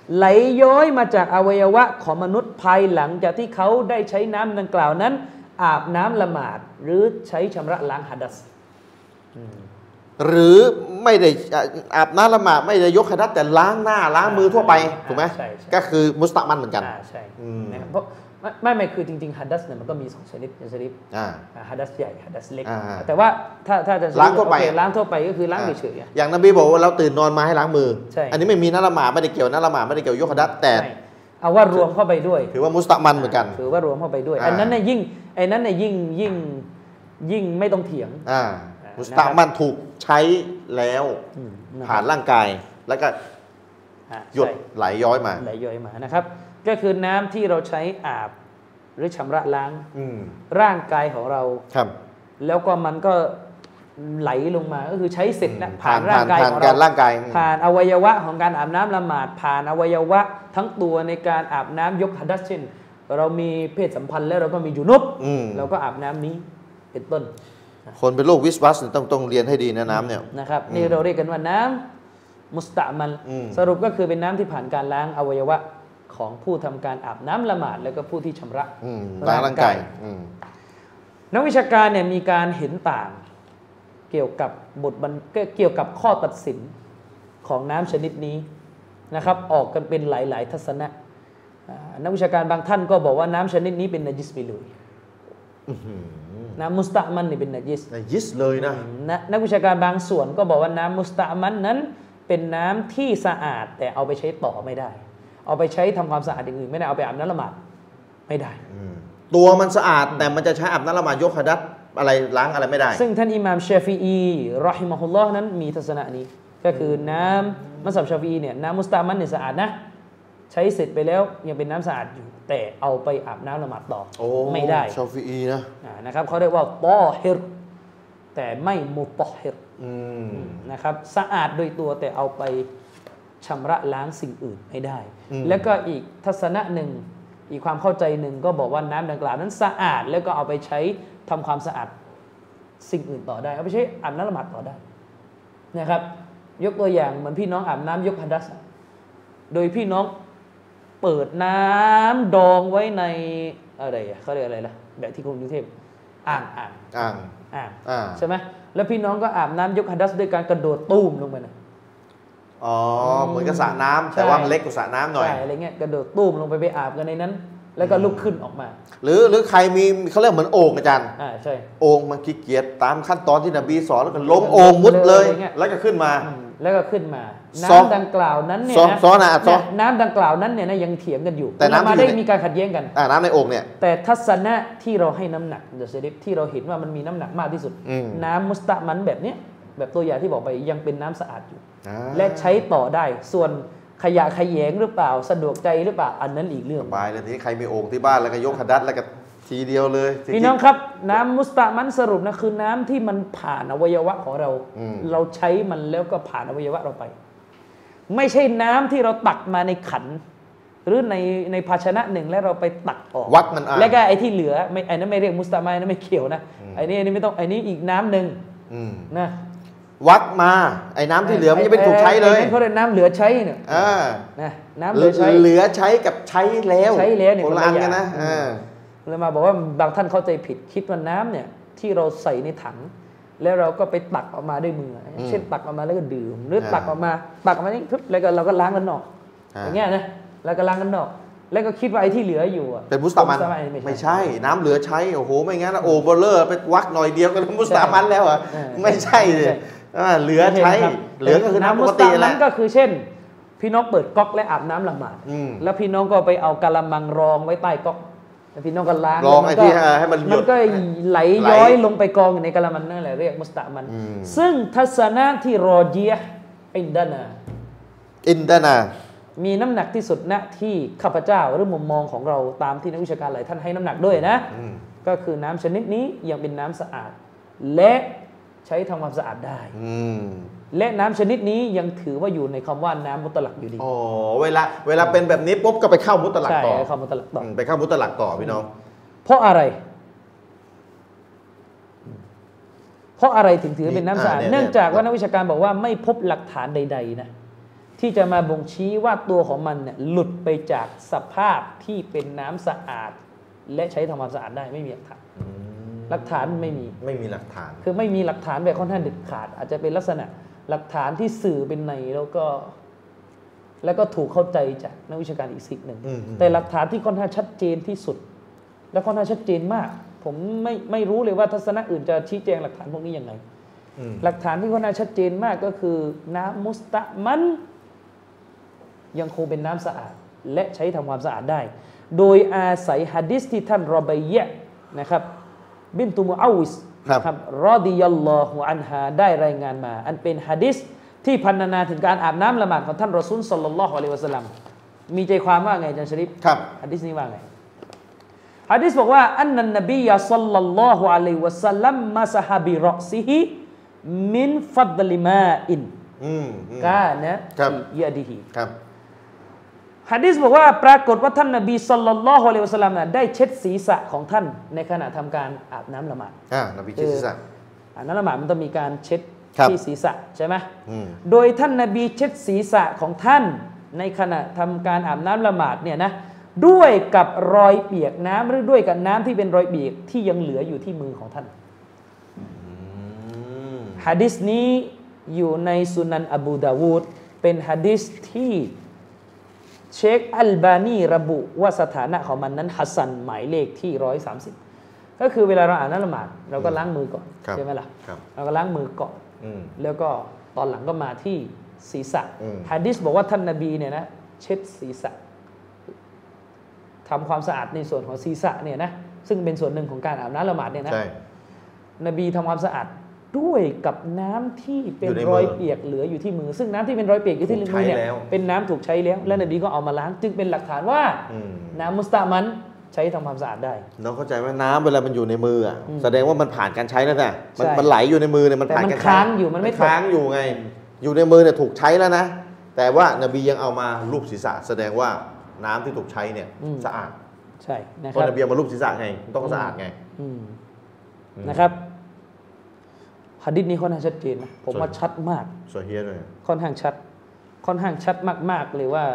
ไหลย้อยมาจากอวัยวะของมนุษย์ภายหลังจากที่เขาได้ใช้น้ำดังกล่าวนั้นอาบน้ำละหมาดหรือใช้ชำระล้างหะดัษหรือไม่ได้อาบน้ำละหมาดไม่ได้ยกหะดัษแต่ล้างหน้าล้างมือทั่วไปถูกไหมก็คือมุสตะมันเหมือนกันใช่เพราะไม่ไม่คือจริงๆฮัดดัสเนี่ยมันก็มีสองชนิดชนิดฮัดดัสใหญ่ฮัดดัสเล็กแต่ว่าถ้าถ้าจะล้างทั่วไปล้างทั่วไปก็คือล้างเฉยๆอย่างนบีบอกว่าเราตื่นนอนมาให้ล้างมืออันนี้ไม่มีน้ำละหมาดไม่ได้เกี่ยวน้ำละหมาดไม่ได้เกี่ยวยกฮัดดัสแต่เอาว่ารวมเข้าไปด้วยถือว่ามุสตะมันเหมือนกันถือว่ารวมเข้าไปด้วยอันนั้นเนี่ยยิ่งไอ้นั้นเนี่ยยิ่งยิ่งยิ่งไม่ต้องเถียงมุสตะมันถูกใช้แล้วผ่านร่างกายแล้วก็หยดไหลย้อยมาไหลย้อยมานะครับก็คือน้ำที่เราใช้อาบหรือชำระล้างร่างกายของเราครับแล้วก็มันก็ไหลลงมาก็คือใช้เสร็จนะผ่านร่างกายของเราผ่านอวัยวะของการอาบน้ำละหมาดผ่านอวัยวะทั้งตัวในการอาบน้ำยกหะดัษเช่นเรามีเพศสัมพันธ์แล้วเราก็มียุนุบเราก็อาบน้ำนี้เป็นต้นคนเป็นโรควิสวัสต้องต้องเรียนให้ดีนะน้ำเนี่ยนะครับนี่เราเรียกกันว่าน้ำมุสตะมันสรุปก็คือเป็นน้ำที่ผ่านการล้างอวัยวะของผู้ทำการอาบน้ำละหมาดแล้วก็ผู้ที่ชำระร่างกายนักวิชาการเนี่ยมีการเห็นต่างเกี่ยวกับบทบัญเกี่ยวกับข้อตัดสินของน้ำชนิดนี้นะครับออกกันเป็นหลายๆทัศนะนักวิชาการบางท่านก็บอกว่าน้ำชนิดนี้เป็นนัจิสไปเลยน้ำมุสตะมันนี่เป็นนัจิสนัจิสเลยนะนักวิชาการบางส่วนก็บอกว่าน้ำมุสตะมันนั้นเป็นน้ำที่สะอาดแต่เอาไปใช้ต่อไม่ได้เอาไปใช้ทำความสะอาดอย่างอื่นไม่ได้เอาไปอาบน้ำละหมาดไม่ได้ตัวมันสะอาดแต่มันจะใช้อาบน้ำละหมาดยกหะดัษอะไรล้างอะไรไม่ได้ซึ่งท่านอิหม่ามชาฟิอีรอฮิมะฮุลลอฮ์นั้นมีทัศนะนี้ก็คือน้ำมัสยิดชาฟิอีเนี่ยน้ำมุสตะมันเนี่ยสะอาดนะใช้เสร็จไปแล้วยังเป็นน้ำสะอาดอยู่แต่เอาไปอาบน้ำละหมาดต่อไม่ได้ชาฟิอีนะนะครับเขาเรียกว่าตอฮิรแต่ไม่มุตอฮิรนะครับสะอาดโดยตัวแต่เอาไปชำระล้างสิ่งอื่นไม่ได้แล้วก็อีกทัศนะหนึ่งอีกความเข้าใจหนึ่งก็บอกว่าน้ำดังกล่าวนั้นสะอาดแล้วก็เอาไปใช้ทำความสะอาดสิ่งอื่นต่อได้เอาไปใช้อาบน้ำละหมาดต่อได้นะครับยกตัวอย่างเหมือนพี่น้องอาบน้ำยกหะดัษโดยพี่น้องเปิดน้ำดองไว้ในอะไรเขาเรียกอะไรล่ะแบบที่กรุงเทพอ่างอ่างอ่างอ่างใช่ไหมแล้วพี่น้องก็อาบน้ำยกหะดัษด้วยการกระโดดตุ้มลงไปนะอ๋อเหมือนกับสระน้ำแต่ว่ามันเล็กกว่าสระน้ำหน่อยใช่อะไรเงี้ยกระโดดตุ้มลงไปไปอาบกันในนั้นแล้วก็ลุกขึ้นออกมาหรือหรือใครมีเขาเรียกเหมือนโอ่งอาจารย์อ่าใช่โอ่งมันขี้เกียจตามขั้นตอนที่นบีสอนแล้วก็ล้มโอ่งมุดเลยแล้วก็ขึ้นมาแล้วก็ขึ้นมาน้ำดังกล่าวนั้นเนี่ยนะน้ำดังกล่าวนั้นเนี่ยนะยังเถียงกันอยู่แต่น้ำมาได้มีการขัดแย้งกันน้ำในโอ่งเนี่ยแต่ทัศนะที่เราให้น้ำหนักเดอะเซดิฟที่เราเห็นว่ามันมีน้ำหนักมากที่สุดน้ำมุสตะมันแบบนี้แบบตัวอย่างที่บอกไปยังเป็นน้ำสะอาดอยู่และใช้ต่อได้ส่วนขยะขยงหรือเปล่าสะดวกใจหรือเปล่าอันนั้นอีกเรื่องบายเลยทีนี้ใครมีโอ่งที่บ้านแล้วก็ยกหะดัษแล้วก็ทีเดียวเลยพี่น้องครับน้ำมุสตะมันสรุปนะคือน้ำที่มันผ่านอวัยวะของเราเราใช้มันแล้วก็ผ่านอวัยวะเราไปไม่ใช่น้ำที่เราตักมาในขันหรือในในภาชนะหนึ่งแล้วเราไปตักออกวักมันแล้วก็ไอ้ที่เหลือไม่ไอ้นั้นไม่เรียกมุสตะมันนั้นไม่เกี่ยวนะไอ้นี่ไอ้นี่ไม่ต้องไอ้นี่อีกน้ำหนึ่งนะวักมาไอ้น้ำที่เหลือมันจะเป็นถูกใช้เลยเขาเรียกน้ำเหลือใช้เนี่ยนะน้ำเหลือใช้เหลือใช้กับใช้แล้วใช้แล้วเนี่ยคนละอย่างนะเลยมาบอกว่าบางท่านเข้าใจผิดคิดว่าน้ำเนี่ยที่เราใส่ในถังแล้วเราก็ไปตักออกมาด้วยมือเช่นตักออกมาแล้วก็ดื่มหรือตักออกมาตักออกมานี่ปุ๊บแล้วก็เราก็ล้างกันนอกอย่างเงี้ยนะแล้วก็ล้างกันนอกแล้วก็คิดว่าไอ้ที่เหลืออยู่เป็นมุสตะมันไม่ใช่น้ำเหลือใช้โอ้โหไม่งั้นโอเบอร์เลอร์ไปวักหน่อยเดียวก็มุสตะมันแล้วอ่ะไม่ใช่เลยเหลือใช้เหลือก็คือน้ำปกติแหละก็คือเช่นพี่น้องเปิดก๊อกและอาบน้ำละหมาดแล้วพี่น้องก็ไปเอากะละมังรองไว้ใต้ก๊อกแล้วพี่น้องก็ล้างรองไอ้ที่ให้มันมันก็ไหลย้อยลงไปกองในกะละมังนั่นแหละเรียกมุสตะมันซึ่งทัศนะที่รอจียะอินดานาอินดานามีน้ำหนักที่สุดณที่ข้าพเจ้าหรือมุมมองของเราตามที่นักวิชาการหลายท่านให้น้ำหนักด้วยนะก็คือน้ำชนิดนี้ยังเป็นน้ำสะอาดและใช้ทำความสะอาดได้และน้ำชนิดนี้ยังถือว่าอยู่ในคำว่าน้ำมุตลักอยู่ดีอ๋อเวลาเวลาเป็นแบบนี้ปุ๊บก็ไปเข้ามุตลักต่อใช่เข้ามุตลักต่อไปเข้ามุตลักต่อพี่น้องเพราะอะไรเพราะอะไรถึงถือเป็นน้ำสะอาดเนื่องจากว่านักวิชาการบอกว่าไม่พบหลักฐานใดๆนะที่จะมาบ่งชี้ว่าตัวของมันเนี่ยหลุดไปจากสภาพที่เป็นน้ำสะอาดและใช้ทำความสะอาดได้ไม่มีหลักฐานหลักฐานไม่มีไม่มีหลักฐานคือไม่มีหลักฐานแบบค่อนข้างเด็ดขาดอาจจะเป็นลักษณะหลักฐานที่สื่อเป็นในแล้วก็แล้วก็ถูกเข้าใจจากนักวิชาการอีกสิ่งหนึ่งแต่หลักฐานที่ค่อนข้างชัดเจนที่สุดและค่อนข้างชัดเจนมากผมไม่ไม่รู้เลยว่าทัศนะอื่นจะชี้แจงหลักฐานพวกนี้ยังไงหลักฐานที่ค่อนข้างชัดเจนมากก็คือน้ำมุสตะมันยังคงเป็นน้ำสะอาดและใช้ทำความสะอาดได้โดยอาศัยหะดีษที่ท่านรอบัยยะห์นะครับบินตุมุอาวิสครับรอฎิยัลลอฮุอันฮาได้รายงานมาอันเป็นหะดีษที่พรรณนาถึงการอาบน้ำละหมาดของท่านรอซูลศ็อลลัลลอฮุอะลัยฮิวะซัลลัมมีใจความว่าไงอาจารย์ชะริฟครับหะดีษนี้ว่าไงหะดีษบอกว่าอันนันนบียะศ็อลลัลลอฮุอะลัยฮิวะซัลลัมมะซะฮะบิรอซิฮิมินฟัดลิมาอินอืมกานะฟิยะดิฮิครับหะดีษบอกว่าปรากฏว่าท่านนบีศ็อลลัลลอฮุอะลัยฮิวะซัลลัมน่ะได้เช็ดศีรษะของท่านในขณะทำการอาบน้ำละหมาดอ่านบีเช็ดศีรษะอาบน้ำละหมาดมันต้องมีการเช็ดที่ศีรษะใช่ไหมโดยท่านนบีเช็ดศีรษะของท่านในขณะทำการอาบน้ำละหมาดเนี่ยนะด้วยกับรอยเปียกน้ำหรือด้วยกับน้ำที่เป็นรอยเปียกที่ยังเหลืออยู่ที่มือของท่านหะดีษนี้อยู่ในสุนันอบูดาวูดเป็นหะดีษที่เชคอัลบานีระบุว่าสถานะของมันนั้นฮัสซันหมายเลขที่หนึ่งร้อยสามสิบก็คือเวลาเราอ่านละหมาดเราก็ล้างมือก่อนใช่ไหมล่ะเราก็ล้างมือก่อนแล้วก็ตอนหลังก็มาที่ศีรษะหะดีษบอกว่าท่านนบีเนี่ยนะเช็ดศีรษะทำความสะอาดในส่วนของศีรษะเนี่ยนะซึ่งเป็นส่วนหนึ่งของการอาบน้ำละหมาดเนี่ยนะนบีทำความสะอาดด้วยกับน้ำที่เป็นรอยเปียกเหลืออยู่ที่มือซึ่งน้ำที่เป็นรอยเปียกอยู่ที่มือเนี่ยเป็นน้ำถูกใช้แล้วและนบีก็เอามาล้างจึงเป็นหลักฐานว่าน้ำมุสตะมันใช้ทำความสะอาดได้เราเข้าใจว่าน้ำเวลามันอยู่ในมืออ่ะแสดงว่ามันผ่านการใช้แล้วนะมันมันไหลอยู่ในมือเนี่ยมันผ่านการใช้ค้างอยู่มันไม่ค้างอยู่ไงอยู่ในมือเนี่ยถูกใช้แล้วนะแต่ว่านบียังเอามาลูบศีรษะแสดงว่าน้ำที่ถูกใช้เนี่ยสะอาดใช่นะครับเพราะนบีมาลูบศีรษะไงต้องสะอาดไงนะครับหะดีษนี้ค่อนข้างชัดเจนนะผมว่าชัดมากโซเฮียเลยค่อนข้างชัดค่อนข้างชัดมากๆเลยว่า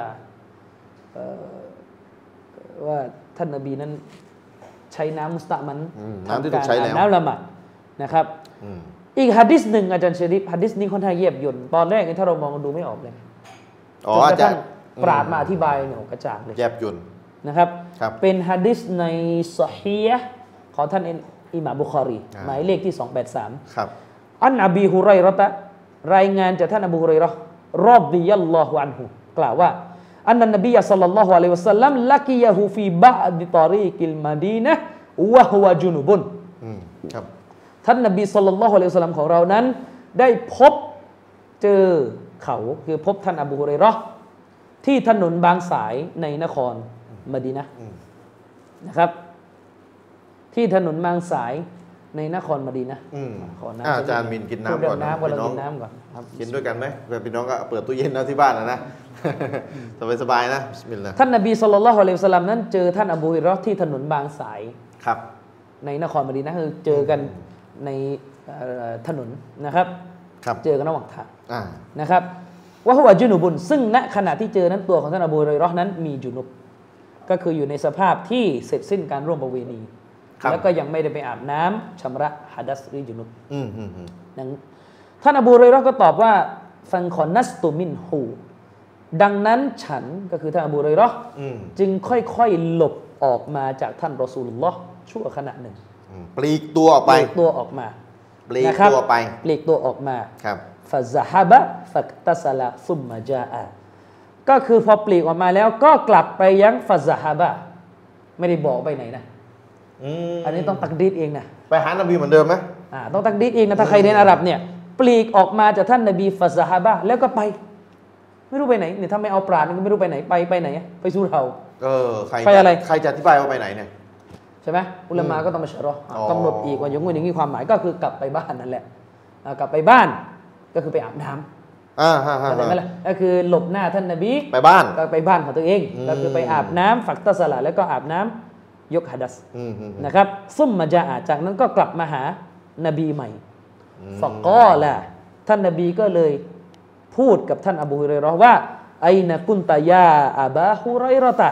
ว่าท่านนบีนั้นใช้น้ำมุสตะมันน้ำที่ถูกใช้แล้วน้ำละหมาดนะครับอีกหะดีษหนึ่งอาจารย์ชะริฟหะดีษนี้ค่อนข้างเยียบย่นตอนแรกถ้าเรามองดูไม่ออกเลยอ๋ออาจารย์ปราดมาอธิบายเนี่ยกระจ่างเลยเยียบย่นนะครับเป็นหะดีษในซอฮีฮ์ของท่านอิหม่ามบุคอรีหมายเลขที่สองร้อยแปดสิบสามครับอันอบีฮุไรเราะฮ์รายงานจากท่านอบูฮุไรเราะห์รอฎิยัลลอฮุอันฮุกล่าวว่าอันนันนบีศ็อลลัลลอฮุอะลัยฮิวะซัลลัมลักียะฮูฟีบะดิตอรีกิลมะดีนะฮ์วะฮุวะจุนุบุนครับท่านนบีศ็อลลัลลอฮุอะลัยฮิวะซัลลัมของเรานั้นได้พบเจอเขาคือพบท่านอบูฮุไรเราะห์ที่ถนนบางสายในนครมะดีนะห์นะครับที่ถนนบางสายในนครมะดีนะห์ขอน้ำอาจารย์มินกินน้ำก่อนน้ำก่อนเรากินน้ำก่อนกินด้วยกันไหมเพื่อนพี่น้องก็เปิดตู้เย็นเอาที่บ้านนะนะสบายๆนะบิสมิลลาห์ท่านนบีศ็อลลัลลอฮุอะลัยฮิวะซัลลัมนั้นเจอท่านอบูฮุเราะห์ที่ถนนบางสายครับในนครมะดีนะห์คือเจอกันในถนนนะครับเจอกันระหว่างทางนะครับวะฮุวะจุนุบุนซึ่งณขณะที่เจอนั้นตัวของท่านอบูฮุเราะห์นั้นมีจุนุบก็คืออยู่ในสภาพที่เสร็จสิ้นการร่วมประเวณีแล้วก็ยังไม่ได้ไปอาบน้ำชำระหะดัษหรือจุนุบท่านอบูฮุเราะห์ก็ตอบว่าฟังคอนัสตุมินฮูดังนั้นฉันก็คือท่านอบูฮุเราะห์จึงค่อยๆหลบออกมาจากท่านรอซูลุลลอฮ์ชั่วขณะหนึ่งปลีกตัวออกไปปลีกตัวออกมาปลีกตัวไปปลีกตัวออกมาครับฟะซะฮะบะฟักตัสละซุมมะจาอะก็คือพอปลีกออกมาแล้วก็กลับไปยังฟะซะฮะบะไม่ได้บอกไปไหนนะอันนี้ต้องตักดีดเองนะไปหานบีเหมือนเดิมไหมอ่าต้องตักดีดเองนะถ้าใครเรียนอาหรับเนี่ยปลีกออกมาจากท่านนบีฟะซะฮะบะแล้วก็ไปไม่รู้ไปไหนเนี่ยถ้าไม่เอาปราณก็ไม่รู้ไปไหนไปไปไหนไปสู่เราเออใครไปอะไรใครจะอธิบายว่าไปไหนเนี่ยใช่ไหมอุลามะก็ต้องมาชะรอกำหนดอีกว่าอย่างงี้อย่างนี้ความหมายก็คือกลับไปบ้านนั่นแหละกลับไปบ้านก็คือไปอาบน้ำอ่าฮะเข้าใจไหมล่ะก็คือหลบหน้าท่านนบีไปบ้านก็ไปบ้านของตัวเองก็คือไปอาบน้ำฝักตัสละแล้วก็อาบน้ำยกหะดัษนะครับซุ่มมาจาอาจากนั้นก็กลับมาหานบีใหม่ฟักกอละท่านนบีก็เลยพูดกับท่านอบูฮุรอยเราะห์ว่าไอนะกุนตายาอะบาฮุรอยเราะตะ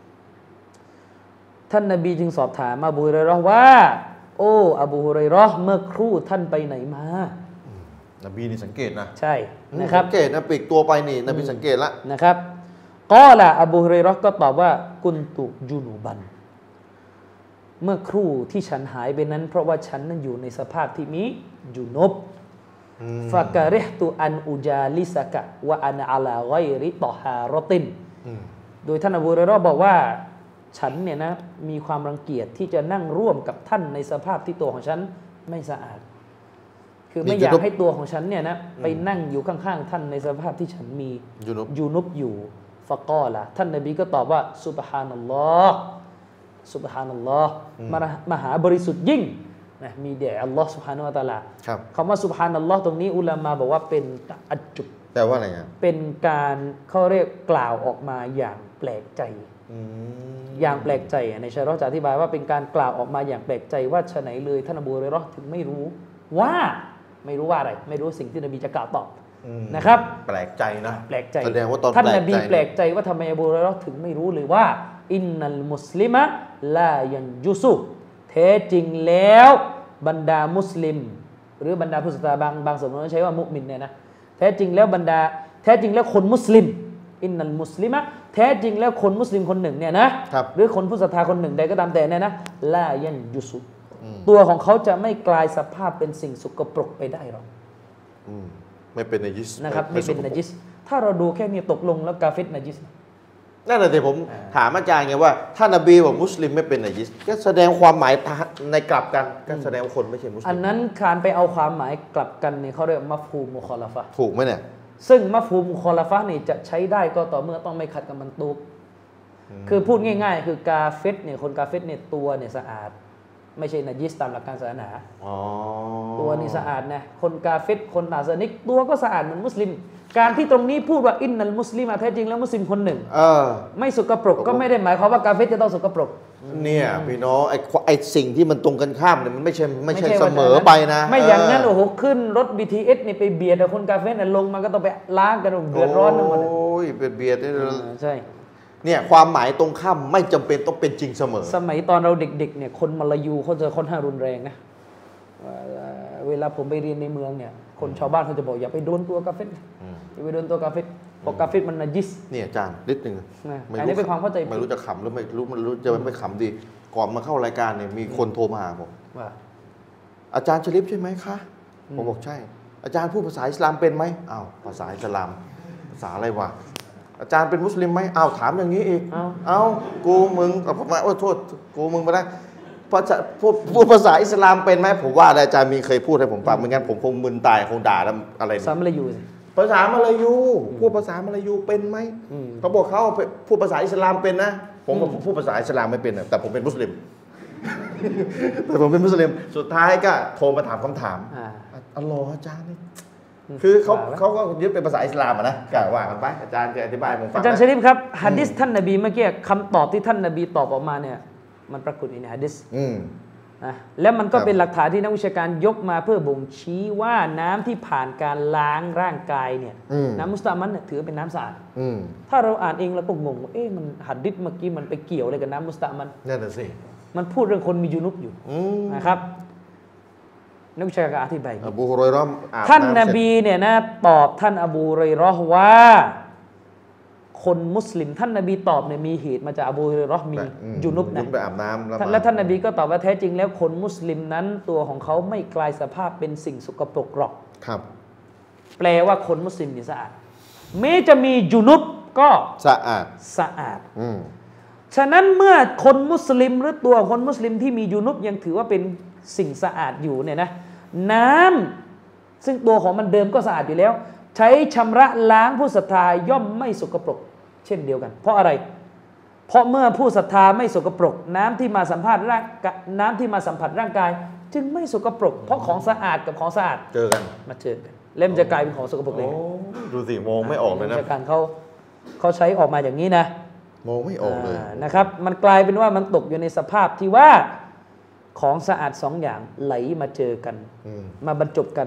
ท่านนบีจึงสอบถามอบูฮุรอยเราะห์ว่าโอ้อบูฮุรอยเราะห์เมื่อครู่ท่านไปไหนมานบีนี่สังเกตนะใช่นะครับสังเกตนะปีกตัวไปนี่นบีสังเกตละนะครับกอละอบูฮุรอยเราะห์ก็ตอบว่ากุนตุจุนุบันเมื่อครู่ที่ฉันหายไปนั้นเพราะว่าฉันนั้นอยู่ในสภาพที่มีจุนุบฟะกะริฮตุอันอุจาลิสกะวะอันอะลาฆอยริตอฮารอตินโดยท่านอบูฮุรอยเราะห์บอกว่าฉันเนี่ยนะมีความรังเกียจที่จะนั่งร่วมกับท่านในสภาพที่ตัวของฉันไม่สะอาดคือไม่อยากให้ตัวของฉันเนี่ยนะไปนั่งอยู่ข้างๆท่านในสภาพที่ฉันมียูนุบอยู่ฟะกอละท่านนบีก็ตอบว่าซุบฮานัลลอฮ์ซุบฮานัลลอฮ์มหาบริสุทธิ์ยิ่งนะมีแด่อัลลอฮ์ซุบฮานะฮูวะตะอาลาคำว่าซุบฮานัลลอฮ์ตรงนี้อุลามะบอกว่าเป็นอัจจุบแปลว่าอะไรครับเป็นการเขาเรียกกล่าวออกมาอย่างแปลกใจอย่างแปลกใจในชัยเราะห์จะอธิบายว่าเป็นการกล่าวออกมาอย่างแปลกใจว่าฉะไหนเลยท่านอบูฮุรอยเราะห์ถึงไม่รู้ว่าไม่รู้ว่าอะไรไม่รู้สิ่งที่นบีจะกล่าวตอบนะครับแปลกใจนะแปลกใจแสดงว่าตอนท่านนบีแปลกใจว่าทำไมอบูฮุรอยเราะห์ถึงไม่รู้เลยว่าอินนัลมุสลิมะลายันยุซุแท้จริงแล้วบรรดามุสลิมหรือบรรดาผู้ศรัทธาบางบางสำนวนใช้ว่ามุมินเนี่ยนะแท้จริงแล้วบรรดาแท้จริงแล้วคนมุสลิมอินนัลมุสลิมะแท้จริงแล้วคนมุสลิมคนหนึ่งเนี่ยนะหรือคนผู้ศรัทธาคนหนึ่งใดก็ตามแต่เนี่ยนะลายันยุซุตัวของเขาจะไม่กลายสภาพเป็นสิ่งสกปรกไปได้หรอกไม่เป็นนัจิสนะครับไม่เป็นนัจิสถ้าเราดูแค่นี้ตกลงแล้วกาเฟรนัจิสนั่นแหละที่ผมถามอาจารย์ไงว่าถ้านบีบอกมุสลิมไม่เป็นนัจิสก็แสดงความหมายในกลับกันก็แสดงว่าคนไม่ใช่มุสลิมอันนั้นการไปเอาความหมายกลับกันเนี่ยเขาเรียกมัฟฮูมมุคอลาฟะห์ถูกไหมเนี่ยซึ่งมัฟฮูมมุคอลาฟะห์นี่จะใช้ได้ก็ต่อเมื่อต้องไม่ขัดกับมันตุกคือพูดง่ายๆคือกาเฟรเนี่ยคนกาเฟรเนี่ยตัวเนี่ยสะอาดไม่ใช่นัจิสตามหลักการศาสนาตัวนี่สะอาดนะคนกาเฟรคนนาซานิกตัวก็สะอาดเหมือนมุสลิมการที่ตรงนี้พูดว่าอินนัลมุสลิมแท้จริงแล้วมุสลิมคนหนึ่งไม่สกปรกก็ไม่ได้หมายความว่ากาเฟรจะต้องสกปรกเนี่ยพี่น้องไอ้ไอ้สิ่งที่มันตรงกันข้ามเนี่ยมันไม่ใช่ไม่ใช่เสมอไปนะไม่อย่างนั้นโอ้โหขึ้นรถ บี ที เอส นี่ไปเบียดแต่คนกาเฟรเนี่ยลงมาก็ต้องไปล้างกันเดือดร้อนทั้งหมดโอ้ยเบียดนี่ใช่เนี่ยความหมายตรงข้ามไม่จำเป็นต้องเป็นจริงเสมอสมัยตอนเราเด็กๆเนี่ยคนมาลายูเขาจะค่อนข้างรุนแรงนะเวลาผมไปเรียนในเมืองเนี่ยคนชาวบ้านเขาจะบอกอย่าไปโดนตัวกาเฟรอย่าไปโดนตัวกาเฟรเพราะกาเฟรมันนัจิสเนี่ยอาจารย์นิดนึงอันนี้เป็นความเข้าใจไม่รู้จะขำหรือไม่รู้มันรู้จะไม่ขำดีก่อนมาเข้ารายการเนี่ยมีคนโทรมาหาผมว่าอาจารย์ชลิปใช่ไหมคะผมบอกใช่อาจารย์พูดภาษาอิสลามเป็นไหมอ้าวภาษาอิสลามภาษาอะไรวะอาจารย์เป็นมุสลิมไหมอ้าวถามอย่างนี้อีกเอ้ากูมึงผมว่าโอ้โทษกูมึงไปได้ภาษาพูดพูดภาษาอิสลามเป็นไหมผมว่าอาจารย์มีเคยพูดให้ผมฟังเหมือนกันผมคงมึนตายคงด่าอะไรภาษามลายูภาษามลายูพูดภาษามลายูเป็นไหมเขาบอกเขาพูดภาษาอิสลามเป็นนะผมก็พูดภาษาอิสลามไม่เป็นแต่ผมเป็นมุสลิมแต่ผมเป็นมุสลิมสุดท้ายก็โทรมาถามคำถามอัลลอฮ์อาจารย์นี่คือเขาเขาก็ยึดเป็นภาษาอิสลามนะกล่าวว่ากันไปอาจารย์จะอธิบายผมฟังอาจารย์ชริฟครับหะดีษท่านนบีเมื่อกี้คำตอบที่ท่านนบีตอบออกมาเนี่ยมันปรากฏในหะดีษนะแล้วมันก็เป็นหลักฐานที่นักวิชาการยกมาเพื่อบ่งชี้ว่าน้ำที่ผ่านการล้างร่างกายเนี่ยน้ำมุสตามันเนี่ยถือเป็นน้ำสะอาดถ้าเราอ่านเองเราก็งงว่าเอ๊ะมันหะดีษเมื่อกี้มันไปเกี่ยวอะไรกับน้ำมุสตามันนั่นแหละสิมันพูดเรื่องคนมียูนุบอยู่นะครับนักวิชาการอธิบายอบูฮุรอยเราะห์ท่านนบีเนี่ยนะตอบท่านอบูฮุรอยเราะห์ว่าคนมุสลิมท่านนบีตอบเนี่ยมีเหตุมาจากอบูฮุรอยเราะห์มียูนุบนะไปอาบน้ำแล้วท่านนบีก็ตอบว่าแท้จริงแล้วคนมุสลิมนั้นตัวของเขาไม่กลายสภาพเป็นสิ่งสกปรกหรอกครับแปลว่าคนมุสลิมนี่สะอาดแม้จะมียูนุบก็สะอาดสะอาดฉะนั้นเมื่อคนมุสลิมหรือตัวคนมุสลิมที่มียูนุบยังถือว่าเป็นสิ่งสะอาดอยู่เนี่ยนะน้ำซึ่งตัวของมันเดิมก็สะอาดอยู่แล้วใช้ชำระล้างผู้ศรัทธาย่อมไม่สกปรกเช่นเดียวกันเพราะอะไรเพราะเมื่อผู้ศรัทธาไม่สกปรกน้ำที่มาสัมผัสร่างน้ำที่มาสัมผัสร่างกายจึงไม่สกปรกเพราะของสะอาดกับของสะอาดเจอกันมาเจอกันเล่มจะกลายเป็นของสกปรกเลยดูสิมองไม่ออกเลยนะการเขาเขาใช้ออกมาอย่างนี้นะมองไม่ออกเลยนะครับมันกลายเป็นว่ามันตกอยู่ในสภาพที่ว่าของสะอาดสองอย่างไหลมาเจอกันมาบรรจบกัน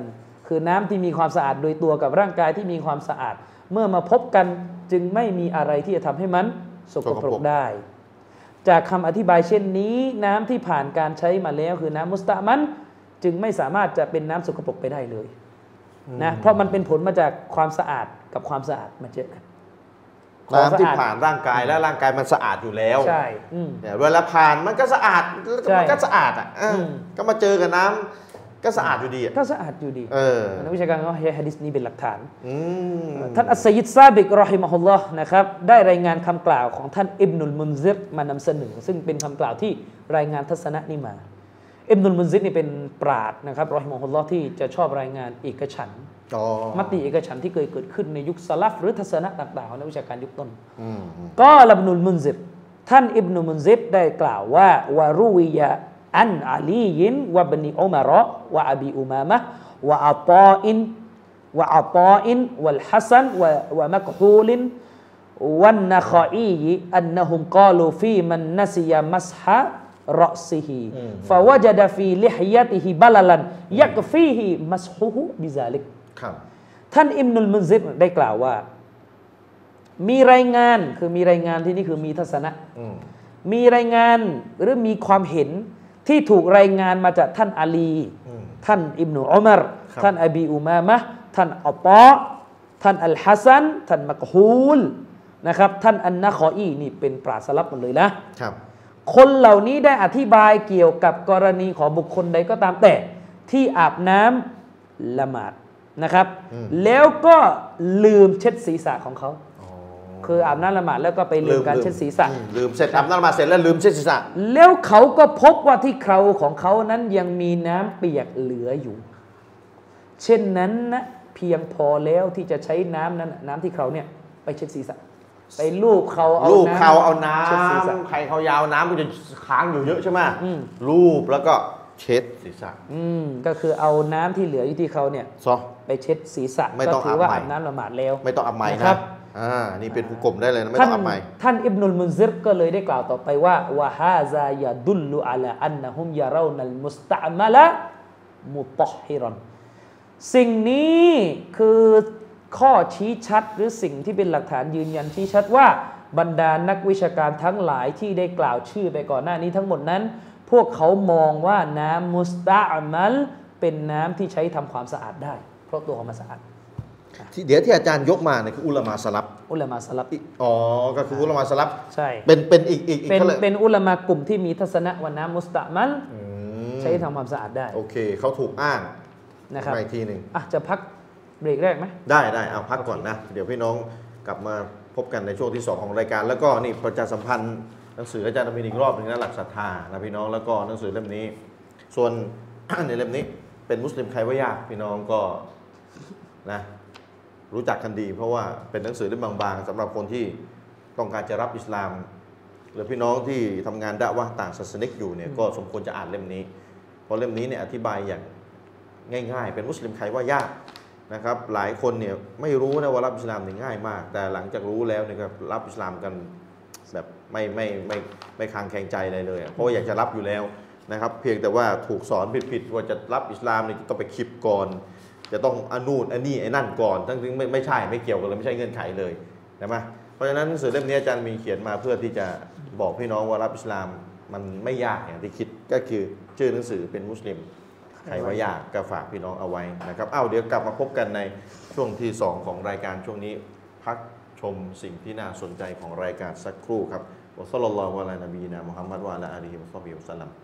คือน้ำที่มีความสะอาดโดยตัวกับร่างกายที่มีความสะอาดเมื่อมาพบกันจึงไม่มีอะไรที่จะทำให้มันสกปรกได้จากคำอธิบายเช่นนี้น้ำที่ผ่านการใช้มาแล้วคือน้ำมุสตะมันจึงไม่สามารถจะเป็นน้ำสกปรกไปได้เลยนะเพราะมันเป็นผลมาจากความสะอาดกับความสะอาดมาเจอกันน้ำที่ผ่านร่างกายและร่างกายมันสะอาดอยู่แล้วใช่เนี่ยเวลาผ่านมันก็สะอาดมันก็สะอาดอ่ะก็มาเจอกับน้ำก็สะอาดอยู่ดีก็สะอาดอยู่ดีนักวิชาการก็ให้หะดีษนี้เป็นหลักฐานท่านอัสซัยยิดซาบิกรอฮิมะฮุลลอฮ์นะครับได้รายงานคำกล่าวของท่านอิบนุลมุนซิรมานำเสนอซึ่งเป็นคำกล่าวที่รายงานทัศนะนี้มาอิบนุลมุนซิรนี่เป็นปราชญ์นะครับรอฮิมะฮุลลอฮ์ที่จะชอบรายงานเอกฉันท์มติเอกฉันท์ที่เคยเกิดขึ้นในยุคสลัฟหรือทัศนะต่างๆของนักวิชาการยุคต้นก็อิบนุลมุนซิรท่านอิบนุลมุนซิรได้กล่าวว่าวารุวิยะอันอาลียินวะบนิอุมารวะอบีอุมามะวะอัตาอินวะอัตาอินวัลฮัสซันวะวะมักฮูลินวันนะคออีอันนะฮุมกาลูฟีมันนัสยามัสฮะรอซิฮิฟะวะจดะฟีลิฮยะติฮิบะลลันยักฟีฮิมัสฮุฮุบิซาลิกท่านอิบนุลมุนซิรได้กล่าวว่ามีรายงานคือมีรายงานที่นี่คือมีทัศนะมีรายงานหรือมีความเห็นที่ถูกรายงานมาจากท่านอาลีท่านอิบนุอุมัรท่านอบีอุมามะท่านอัตาท่านอัลฮัสซันท่านมักฮูลนะครับท่านอันนะคออีนี่เป็นปราศสลับหมดเลยนะครับคนเหล่านี้ได้อธิบายเกี่ยวกับกรณีของบุคคลใดก็ตามแต่ที่อาบน้ำละหมาดนะครับแล้วก็ลืมเช็ดศีรษะของเขาคืออาบน้ำละหมาดแล้วก็ไปลืมการเช็ดศีรษะลืมเสร็จอาบน้ำละหมาดเสร็จแล้วลืมเช็ดศีรษะแล้วเขาก็พบว่าที่เคราของเขานั้นยังมีน้ำเปียกเหลืออยู่เช่นนั้นนะเพียงพอแล้วที่จะใช้น้ำนั้นน้ำที่เคราเนี่ยไปเช็ดศีรษะไปลูบเขาเอาลูบเขาเอาน้ำใครเขายาวน้ำมันจะค้างอยู่เยอะใช่ไหมลูบแล้วก็เช็ดศีรษะอืมก็คือเอาน้ำที่เหลืออยู่ที่เขาเนี่ยไปเช็ดศีรษะก็ถือว่าอาบน้ำละหมาดแล้วไม่ต้องอาบใหม่นะครับอ่านี่เป็นผู้กลมได้เลยนะไม่ต้องอาบใหม่ท่านอิบนุลมุนซิรก็เลยได้กล่าวต่อไปว่าวะฮาซายะดุลลุอะลาอันนะฮุมยะเรานัลมุสตะมะละมุตอฮิรอนสิ่งนี้คือข้อชี้ชัดหรือสิ่งที่เป็นหลักฐานยืนยันชี้ชัดว่าบรรดานักวิชาการทั้งหลายที่ได้กล่าวชื่อไปก่อนหน้านี้ทั้งหมดนั้นพวกเขามองว่าน้ำมุสตะมัลเป็นน้ำที่ใช้ทำความสะอาดได้เพราะตัวของมันสะอาดที่เดี๋ยวที่อาจารย์ยกมาเนี่ยคืออุลามะสลับอุลามะสลับอ๋อก็คืออุลามะสลับใช่เป็นเป็นอีกอีกเป็นเป็นอุลามะกลุ่มที่มีทัศนะว่าน้ำมุสตะมัลใช้ทำความสะอาดได้โอเคเขาถูกอ้างนะครับอีกทีหนึ่งอ่ะจะพักเบรกแรกไหมได้ได้เอาพักก่อนนะเดี๋ยวพี่น้องกลับมาพบกันในช่วงที่สองของรายการแล้วก็นี่ประชาสัมพันธ์หนังสืออาจารย์นำอีกรอบหนึ่งนะหลักศรัทธานะพี่น้องแล้วก็หนังสือเล่มนี้ส่วน ในเล่มนี้เป็นมุสลิมใครว่ายากพี่น้องก็นะรู้จักกันดีเพราะว่าเป็นหนังสือเล่มบางๆสำหรับคนที่ต้องการจะรับอิสลามหรือพี่น้องที่ทำงานดะวะห์ต่างศาสนิกอยู่เนี่ยก็สมควรจะอ่านเล่มนี้เพราะเล่มนี้เนี่ยอธิบายอย่างง่ายๆเป็นมุสลิมใครว่ายากนะครับหลายคนเนี่ยไม่รู้นะว่ารับอิสลามเนี่ยง่ายมากแต่หลังจากรู้แล้วเนี่ยครับรับอิสลามกันแบบไม่ไม่ไม่ไม่คลางแคลงใจอะไรเลยเพราะว่าอยากจะรับอยู่แล้วนะครับเพียงแต่ว่าถูกสอนผิดๆว่าจะรับอิสลามเนี่ยต้องไปคิดก่อนจะต้องอนูนอันนี้ไอ้นั่นก่อนทั้งที่ไม่ไม่ใช่ไม่เกี่ยวกันเลยไม่ใช่เงื่อนไขเลยใช่ไหมเพราะฉะนั้นหนังสือเล่มนี้อาจารย์มีเขียนมาเพื่อที่จะบอกพี่น้องว่ารับอิสลามมันไม่ยากอย่างที่คิดก็คือชื่อหนังสือเป็นมุสลิมใครว่ายากก็ฝากพี่น้องเอาไว้นะครับเอ้าเดี๋ยวกลับมาพบกันในช่วงที่สองของรายการช่วงนี้พักชมสิ่งที่น่าสนใจของรายการสักครู่ครับวะศ็อลลัลลอฮุอะลานบีนะมุฮัมมัดวะอะลาอาลีฮิวะศอฮบิฮิวะซัลลัม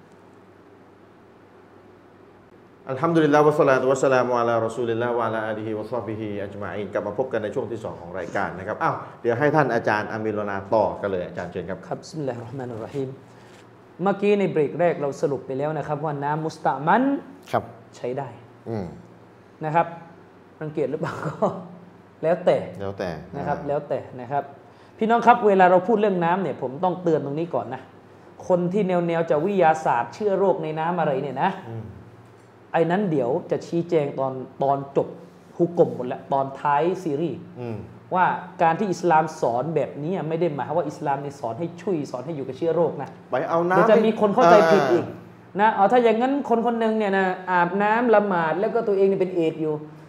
อัลฮัมดุลิลลาฮ์วะศ็อลาตุวะสสลามุอะลารอซูลิลลาฮ์วะอะลาอาลีฮิวะศอฮบิฮิอัจมะอีนกลับมาพบกันในช่วงที่สองของรายการนะครับอ้าวเดี๋ยวให้ท่านอาจารย์อามีรนาต่อกันเลยอาจารย์เชิญครับครับบิสมิลลาฮิรเราะห์มานิรเราะฮีมเมื่อกี้ในเบรกแรกเราสรุปไปแล้วนะครับว่าน้ำมุสตะมันใช้ได้นะครับรังเกียจหรือเปล่าก็แล้วแต่แล้วแต่นะครับแล้วแต่นะครับพี่น้องครับเวลาเราพูดเรื่องน้ำเนี่ยผมต้องเตือนตรงนี้ก่อนนะคนที่แนวแนวจะวิทยาศาสตร์เชื่อโรคในน้ำอะไรเนี่ยนะไอ้นั้นเดี๋ยวจะชี้แจงตอนตอนจบฮุกกลมหมดแล้วตอนท้ายซีรีส์ว่าการที่อิสลามสอนแบบนี้ไม่ได้หมายว่าอิสลามนี่สอนให้ช่วยสอนให้อยู่กับเชื้อโรคนะไปเอาน้ำเดี๋ยวจะมีคนเข้าใจผิดอีกนะเอาถ้าอย่างนั้นคนคนหนึ่งเนี่ยนะอาบน้ำละหมาดแล้วก็ตัวเองเป็นเอดส์อยู่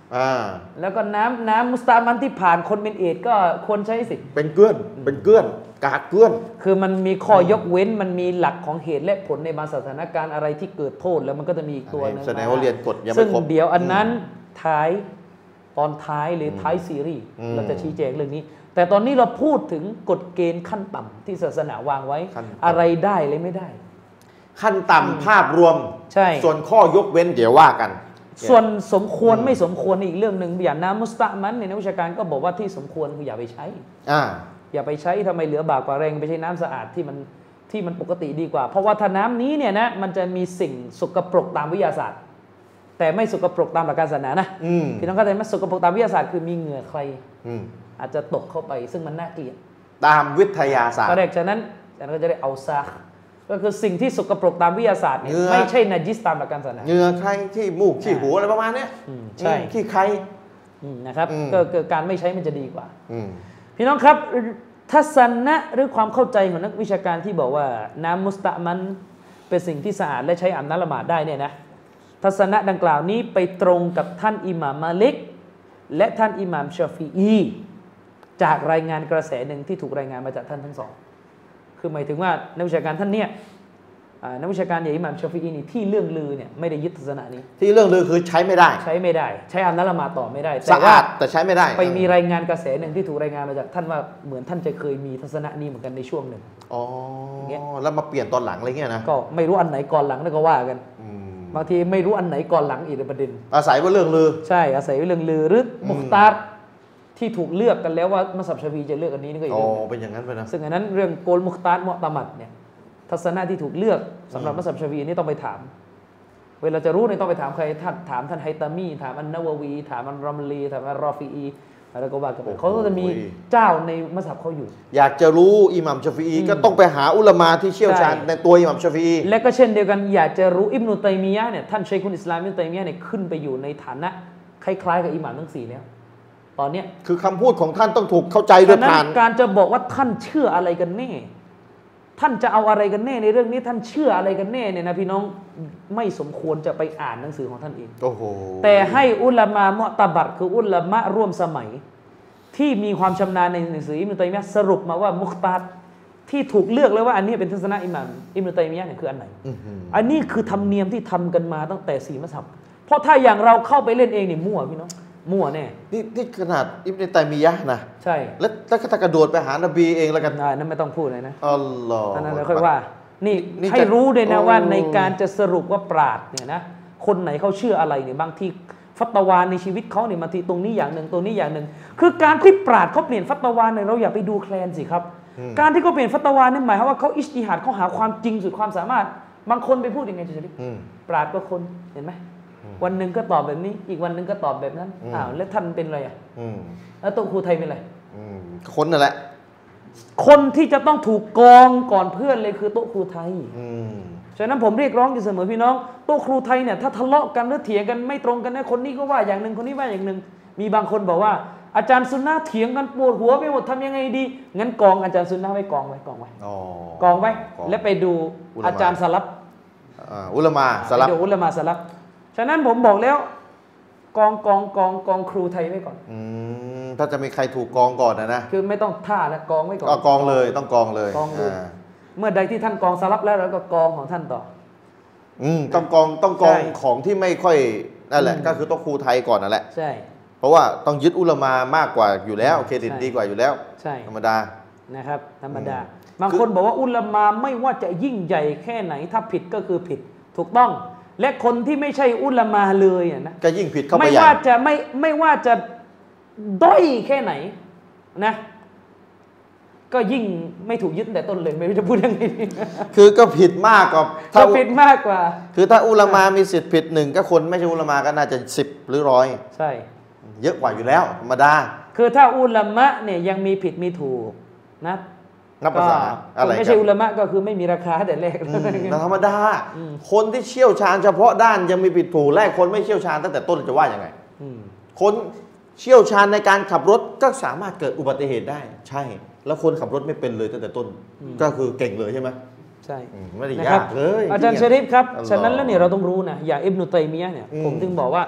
อ่าแล้วก็น้ำน้ำมุสตามันที่ผ่านคนเป็นเอดก็ควรใช้สิเป็นเกลือนเป็นเกลือนกากเกลือนคือมันมีข้อยกเว้นมันมีหลักของเหตุและผลในบางสถานการณ์อะไรที่เกิดโทษแล้วมันก็จะมีอีกตัวนึงแสดงว่าเรียนกฎยังไม่ซึ่งครบเดี๋ยวอันนั้นท้ายตอนท้ายหรือท้ายซีรีส์เราจะชี้แจงเรื่องนี้แต่ตอนนี้เราพูดถึงกฎเกณฑ์ขั้นต่ำที่ศาสนาวางไว้อะไรได้เลยไม่ได้ขั้นต่ำภาพรวมใช่ส่วนข้อยกเว้นเดี๋ยวว่ากันส่วนสมควรไม่สมควรอีกเรื่องหนึ่งอย่างน้ำมุสตะมันในนักวิชาการก็บอกว่าที่สมควรคืออย่าไปใช้อ่าอย่าไปใช้ทำไมเหลือบากกว่าแรงไปใช้น้ำสะอาดที่มันที่มันปกติดีกว่าเพราะว่าถ้าน้ำนี้เนี่ยนะมันจะมีสิ่งสกปรกตามวิทยาศาสตร์แต่ไม่สกปรกตามหลักการศาสนานะพี่น้องเข้าใจไหมสกปรกตามวิทยาศาสตร์คือมีเหงื่อใครอาจจะตกเข้าไปซึ่งมันน่าเกลียดตามวิทยาศาสตร์ก็แรกฉะนั้นฉะนั้นก็จะได้เอาซาก็คือสิ่งที่สกปรกตามวิทยาศาสตร์เนี่ยไม่ใช่นาจิสตามหลักการศาสนาเหงื่อใครที่มูกที่หูอะไรประมาณนี้ใช่ที่ใครนะครับก็การไม่ใช้มันจะดีกว่าพี่น้องครับทัศนะหรือความเข้าใจของนักวิชาการที่บอกว่าน้ำมุสตะมันเป็นสิ่งที่สะอาดและใช้อาบน้ำละหมาดได้เนี่ยนะทัศนะดังกล่าวนี้ไปตรงกับท่านอิหม่ามมาลิกและท่านอิหม่ามชาฟีอีจากรายงานกระแสหนึ่งที่ถูกรายงานมาจากท่านทั้งสองคือหมายถึงว่านักวิชาการท่านเนี่ยนักวิชาการอย่างอิหม่ามชาฟีอีนี่ที่เรื่องลือเนี่ยไม่ได้ยึดทัศนะนี้ที่เรื่องลือคือใช้ไม่ได้ใช้ไม่ได้ใช้อาบน้ำละหมาดต่อไม่ได้สะอาดแต่ใช้ไม่ได้ไปมีรายงานกระแสหนึ่งที่ถูกรายงานมาจากท่านว่าเหมือนท่านจะเคยมีทัศนะนี้เหมือนกันในช่วงหนึ่งอ๋อแล้วมาเปลี่ยนตอนหลังอะไรเงี้ยนะก็ไม่รู้อันไหนก่อนหลังนั่นก็ว่ากันบางทีไม่รู้อันไหนก่อนหลังอีกประเด็นอาศัยว่าเรื่องลือใช่อาศัยว่าเรื่องลือหรือมุคตาร์ที่ถูกเลือกกันแล้วว่ามัสยิดชาฟีจะเลือกอันนี้นี่ก็อีกเรื่องเป็นอย่างนั้นไปนะซึ่งอันนั้นเรื่องโกลมุคตาร์มุอ์ตะมัดเนี่ยทัศนะที่ถูกเลือกสำหรับมัสยิดชาฟีนี่ต้องไปถามเวลาจะรู้เนี่ยต้องไปถามใครท่านถามท่านไฮตามีถามอันนาววีถามอันรอมลีถามอันรอฟีอีแล้วก็ว่ากันไปเขาก็จะมีเจ้าในมัสยิดเขาอยู่อยากจะรู้อิหม่ามชาฟีอีก็ต้องไปหาอุลามะที่เชี่ยวชาญในตัวอิหม่ามชาฟีอีและก็เช่นเดียวกันอยากจะรู้อิบนุตัยมียะห์เนี่ยท่านชัยคุลอิสลามอิบนุตัยมียะห์เนี่ยขึ้นไปอยู่ในฐานะคล้ายๆกับอิหม่ามทั้งสี่แล้วตอนนี้คือคำพูดของท่านต้องถูกเข้าใจโดยผ่านการจะบอกว่าท่านเชื่ออะไรกันแน่ท่านจะเอาอะไรกันแน่ในเรื่องนี้ท่านเชื่ออะไรกันแน่เนี่ยนะพี่น้องไม่สมควรจะไปอ่านหนังสือของท่านเองโอ้โหแต่ให้อุลามะมุอ์ตะบัรคืออุลามะร่วมสมัยที่มีความชำนาญในหนังสืออิบนุตัยมียะห์สรุปมาว่ามุคตาร์ที่ถูกเลือกเลยว่าอันนี้เป็นทัศนะอิหม่ามอิบนุตัยมียะห์เนี่ยคืออันไหนอันนี้คือธรรมเนียมที่ทำกันมาตั้งแต่สี่มัซฮับเพราะถ้าอย่างเราเข้าไปเล่นเองนี่มั่วพี่น้องมั่วแน่นี่นี่ขนาดอิบนุตัยมียะห์นะใช่แล้วถ้าถ้ากระโดดไปหานบีเองแล้วกันนั่นไม่ต้องพูดเลยนะอัลลอฮ์อันนั้นเราค่อยว่านี่ให้รู้ด้วยนะว่าในการจะสรุปว่าปราชญ์เนี่ยนะคนไหนเขาเชื่ออะไรเนี่ยบางทีฟัตวาในชีวิตเขาเนี่ยบางทีตรงนี้อย่างหนึ่งตรงนี้อย่างหนึ่งคือการที่ปราชญ์เขาเปลี่ยนฟัตวาเนี่ยเราอย่าไปดูแคลนสิครับการที่เขาเปลี่ยนฟัตวาเนี่ยหมายความว่าเขาอิจติฮัดเขาหาความจริงสุดความสามารถบางคนไปพูดยังไงจะริปราชญ์ก็คนเห็นไหมวันหนึ่งก็ตอบแบบนี้อีกวันหนึ่งก็ตอบแบบนั้นอ้าวแล้วท่านเป็นอะไรอ่ะแล้วโต๊ะครูไทยเป็นอะไรคนนั่นแหละคนที่จะต้องถูกกองก่อนเพื่อนเลยคือโต๊ะครูไทยฉะนั้นผมเรียกร้องอยู่เสมอพี่น้องโต๊ะครูไทยเนี่ยถ้าทะเลาะกันหรือเถียงกันไม่ตรงกันนะคนนี้ก็ว่าอย่างหนึ่งคนนี้ว่าอย่างหนึ่งมีบางคนบอกว่าอาจารย์ซุนนะห์เถียงกันปวดหัวไปหมดทำยังไงดีงั้นกองอาจารย์ซุนนะห์ไว้กองไว้กองไว้กองไว้แล้วไปดูอาจารย์สลับอุลามะสลับดูอุลามะสลับฉะนั้นผมบอกแล้วกองกองกองกองครูไทยไว้ก่อนถ้าจะมีใครถูกกองก่อนนะนะคือไม่ต้องท่าแล้วกองไว้ก่อนก็กองเลยต้องกองเลยกองเลยเมื่อใดที่ท่านกองสลับแล้วเราก็กองของท่านต่ออืมต้องกองต้องกองของที่ไม่ค่อยนั่นแหละก็คือต้องครูไทยก่อนนั่นแหละใช่เพราะว่าต้องยึดอุลามะมากกว่าอยู่แล้วเครดิตดีกว่าอยู่แล้วใช่ธรรมดานะครับธรรมดาบางคนบอกว่าอุลามะไม่ว่าจะยิ่งใหญ่แค่ไหนถ้าผิดก็คือผิดถูกต้องและคนที่ไม่ใช่อุลามะเลยนะก็ยิ่งผิดเข้าไปไม่ว่าจะไม่ไม่ว่าจะด้อยแค่ไหนนะก็ยิ่งไม่ถูกยึดแต่ต้นเลยไม่รู้จะพูดยังไงคือก็ผิดมากกว่าถ้าผิดมากกว่าคือถ้าอุลามะมีสิทธิ์ผิดหนึ่งก็คนไม่ใช่อุลามะก็น่าจะสิบหรือร้อยใช่เยอะกว่าอยู่แล้วธรรมดาคือถ้าอุลามะเนี่ยยังมีผิดมีถูกนะนับภาษาอะไรไม่ใช่อุลามะก็คือไม่มีราคาแต่แรกธรรมดาคนที่เชี่ยวชาญเฉพาะด้านยังมีผิดถูกแรกคนไม่เชี่ยวชาญตั้งแต่ต้นจะว่ายังไงคนเชี่ยวชาญในการขับรถก็สามารถเกิดอุบัติเหตุได้ใช่แล้วคนขับรถไม่เป็นเลยตั้งแต่ต้นก็คือเก่งเลยใช่ไหมใช่ไม่ได้ยากเลยอาจารย์ชริฟครับฉะนั้นแล้วเนี่ยเราต้องรู้นะอย่างอิบนุตัยมียะห์เนี่ยผมถึงบอกว่า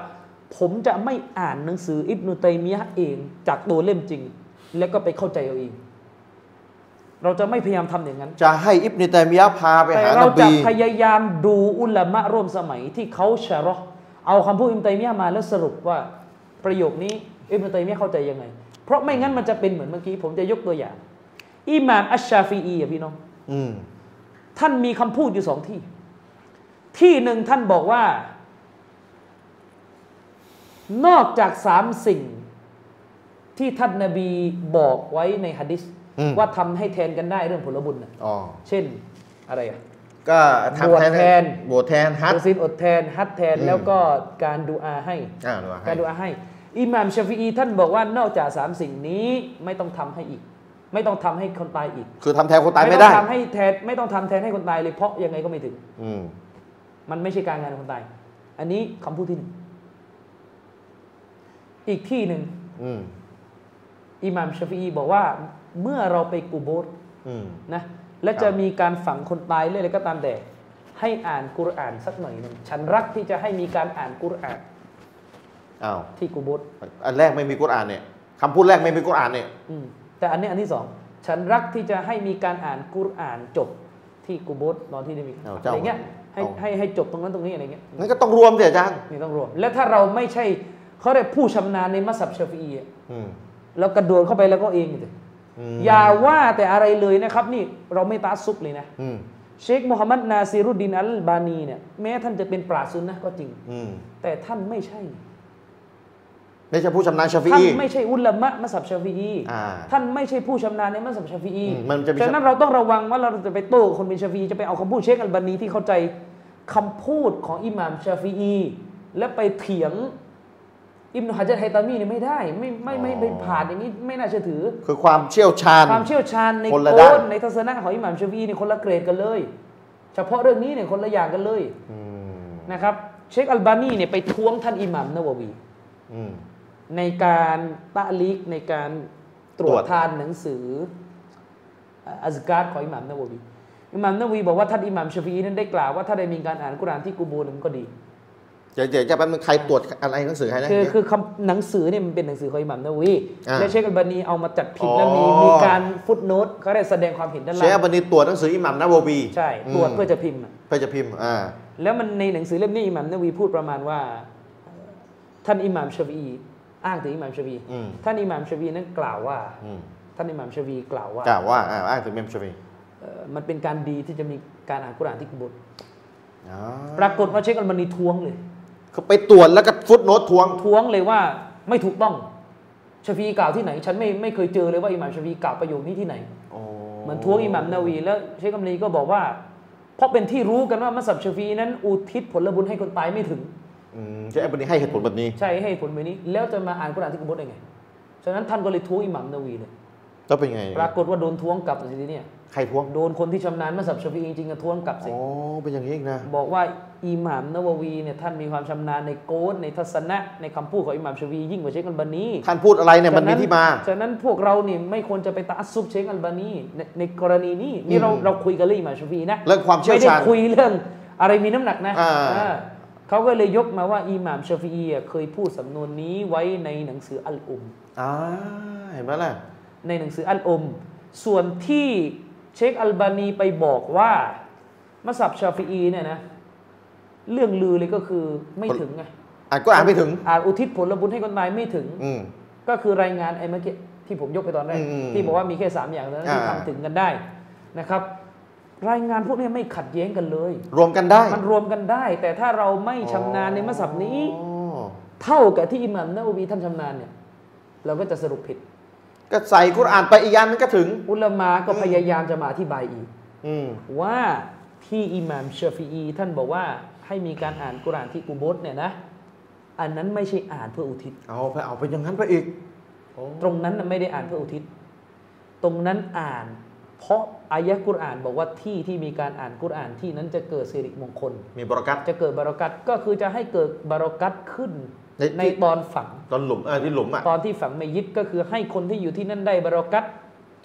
ผมจะไม่อ่านหนังสืออิบนุตัยมียะห์เองจากตัวเล่มจริงแล้วก็ไปเข้าใจเอาเองเราจะไม่พยายามทำอย่างนั้นจะให้อิบนุตัยมียะห์พาไปหานบีแต่เราจะพยายามดูอุลามะร่วมสมัยที่เขาชะเราะห์เอาคำพูดอิบนุตัยมียะห์มาแล้วสรุปว่าประโยคนี้อิบนุตัยมียะห์เข้าใจยังไงเพราะไม่งั้นมันจะเป็นเหมือนเมื่อกี้ผมจะยกตัวอย่างอิหม่ามอัชชาฟีอีอ่ะพี่น้องท่านมีคำพูดอยู่สองที่ที่หนึ่งท่านบอกว่านอกจากสามสิ่งที่ท่านนบีบอกไว้ในหะดีษว่าทำให้แทนกันได้เรื่องผลบุญนะเช่นอะไรอ่ะก็บวชแทนบวชแทนฮัจญ์ศีลอดแทนฮัจญ์แทนแล้วก็การดูอาให้การดูอาให้อิหม่ามชาฟีอีท่านบอกว่านอกจากสามสิ่งนี้ไม่ต้องทำให้อีกไม่ต้องทำให้คนตายอีกคือทำแทนคนตายไม่ได้ไม่ต้องทำให้แทนไม่ต้องทำแทนให้คนตายเลยเพราะยังไงก็ไม่ถึงมันไม่ใช่การงานคนตายอันนี้คำพูดที่หนึ่งอีกที่หนึ่งอิหม่ามชาฟีอีบอกว่าเมื่อเราไปกูโบร์นะและจะมีการฝังคนตายเลยอะไรก็ตามแต่ให้อ่านกุรอานสักหน่อยหนึ่งฉันรักที่จะให้มีการอ่านกุรอานอ้าวที่กูโบร์อันแรกไม่มีกุรอานเนี่ยคำพูดแรกไม่มีกุรอานเนี่ยแต่อันนี้อันที่สองฉันรักที่จะให้มีการอ่านกุรอานจบที่กูโบร์ตอนที่ได้มีอะไรเงี้ยให้ให้ให้จบตรงนั้นตรงนี้อะไรเงี้ยงั้นก็ต้องรวมสิอาจารย์นี่ต้องรวมและถ้าเราไม่ใช่เขาได้ผู้ชำนาญในมัสยิดชาฟีอีแล้วกระโดดเข้าไปแล้วก็เองเลยอย่าว่าแต่อะไรเลยนะครับนี่เราไม่ตาซุบเลยนะเชคมูฮัมหมัดนาซีรุดดินอัลบานีเนี่ยแม้ท่านจะเป็นปราชญ์ซุนนะห์ก็จริงแต่ท่านไม่ใช่ไม่ใช่ผู้ชำนาญชาฟีอีท่านไม่ใช่อุลามะมัสยิดชาฟีอีท่านไม่ใช่ผู้ชำนาญในมัสยิดชาฟีอีฉะนั้นเราต้องระวังว่าเราจะไปโต้คนเป็นชาฟีอีจะไปเอาคำพูดเชคอัลบานีที่เข้าใจคำพูดของอิหม่ามชาฟีอีและไปเถียงอิบนุฮะญัรไฮตามีเนี่ยไม่ได้ไม่ไม่ไม่ไปผ่านอย่างนี้ไม่น่าเชื่อถือคือความเชี่ยวชาญความเชี่ยวชาญในโกนในทัศนะของอิหม่ามชาฟีอีเนี่ยคนละเกรดกันเลยเฉพาะเรื่องนี้เนี่ยคนละอย่างกันเลยนะครับเชคอัลบานีเนี่ยไปท้วงท่านอิหม่ามนะวะวีในการตะลีกในการตรวจทานหนังสืออัซการ์ของอิหม่ามนะวะวีอิหม่ามนะวะวีบอกว่าท่านอิหม่ามชาฟีอีนั้นได้กล่าวว่าถ้าได้มีการอ่านกุรอานที่กูโบร์มันก็ดีเดี๋ยวจะแป๊บนึงใครตรวจอะไรหนังสือใครนะคือคือคำหนังสือเนี่ยมันเป็นหนังสือของอิหม่ามนะวะวีและเชคอัลบานีเอามาจัดพิมพ์แล้วมีมีการฟุตโนตเขาได้แสดงความเห็นด้านล่างเชคอัลบานีตรวจหนังสืออิหม่ามนะวะวีใช่ตรวจเพื่อจะพิมพ์เพื่อจะพิมพ์อ่าแล้วมันในหนังสือเล่มนี้อิหม่ามนะวะวีพูดประมาณว่าท่านอิหม่ามชาฟีอีอ้างถึงอิหม่ามชาฟีอีท่านอิหม่ามชาฟีอีนั้นกล่าวว่าท่านอิหม่ามชาฟีอีกล่าวว่ากล่าวว่าอ้างถึงอิหม่ามชาฟีอีมันเป็นการดีที่จะมีการอ่านกุรอานที่กุโบร์ปรากฏว่าเชคอัลบานีท้วงเลยเขาไปตรวจแล้วก็ฟุตโนตทวงทวงเลยว่าไม่ถูกต้องชาฟีอีกล่าวที่ไหนฉันไม่ไม่เคยเจอเลยว่าอิหม่ามชาฟีอีกล่าวประโยคนี้ที่ไหนเหมือนทวงอิหม่ามนะวะวีแล้วเชคอัลบานีก็บอกว่าเพราะเป็นที่รู้กันว่ามัสยิดชาฟีอีนั้นอุทิศผลบุญให้คนตายไม่ถึงเชคอัลบานีให้เหตุผลแบบนี้ใช่ให้เหตุผลแบบนี้แล้วจะมาอ่านกุรอานที่กุโบร์ได้ไงฉะนั้นท่านก็เลยทวงอิหม่ามนะวะวีเลยแล้วเป็นไงปรากฏว่าโดนทวงกลับสิทีเนี่ยใครทวงโดนคนที่ชำนาญมัสยิดชาฟีอีจริงๆก็ทวงกลับสิอ๋อเป็นอย่างนี้อีกนะบอกว่าอิหม่ามนะวะวีเนี่ยท่านมีความชำนาญในโกฎในทัศนะในคำพูดของอิหม่ามชาฟีอียิ่งกว่าเชคอัลบานีท่านพูดอะไรเนี่ยมันมีที่มาฉะนั้นพวกเราเนี่ยไม่ควรจะไปตะอัสซุบเชคอัลบานีในในกรณีนี้นี่เราเราคุยกันเรื่องอิหม่ามชาฟีอีนะเรื่องความเชี่ยวชาญไม่ได้คุยเรื่องอะไรมีน้ำหนักนะเขาก็เลยยกมาว่าอิหม่ามชาฟีอีเคยพูดสำนวนนี้ไว้ในหนังสืออัลอุมอ่าเห็นไหมล่ะในหนังสืออัลอุมส่วนที่เชคอัลบานีไปบอกว่ามัสยิดชาฟีอีเนี่ยนะเรื่องลือเลยก็คือไม่ถึงไงอ่านก็อ่านไม่ถึงอ่านอุทิศผลบุญให้คนตายไม่ถึงก็คือรายงานไอ้เมื่อกี้ที่ผมยกไปตอนแรกที่บอกว่ามีแค่สามอย่างเท่านั้นที่ทำถึงกันได้นะครับรายงานพวกนี้ไม่ขัดแย้งกันเลยรวมกันได้มันรวมกันได้แต่ถ้าเราไม่ชำนาญในมัสยิดนี้เท่ากับที่อิหม่ามนะวะวีท่านชำนาญเนี่ยเราก็จะสรุปผิดก็ใส่กุรอานไปอีกอย่างนึงก็ถึงอุลามะก็พยายามจะมาอธิบายอีกว่าที่อิหม่ามชาฟีอีท่านบอกว่าให้มีการอ่านกุรอานที่กุโบร์เนี่ยนะอันนั้นไม่ใช่อ่านเพื่ออุทิศเอาไปเอาไปอย่างนั้นไปอีกตรงนั้นไม่ได้อ่านเพื่ออุทิศตรงนั้นอ่านเพราะอายะห์กุรอานบอกว่าที่ที่มีการอ่านกุรอานที่นั้นจะเกิดสิริมงคลมีบารอกัตจะเกิดบารอกัตก็คือจะให้เกิดบารอกัตขึ้นในตอนฝังตอนหลุมเออที่หลุมอ่ะตอนที่ฝังมัยยิตก็คือให้คนที่อยู่ที่นั่นได้บารอกัต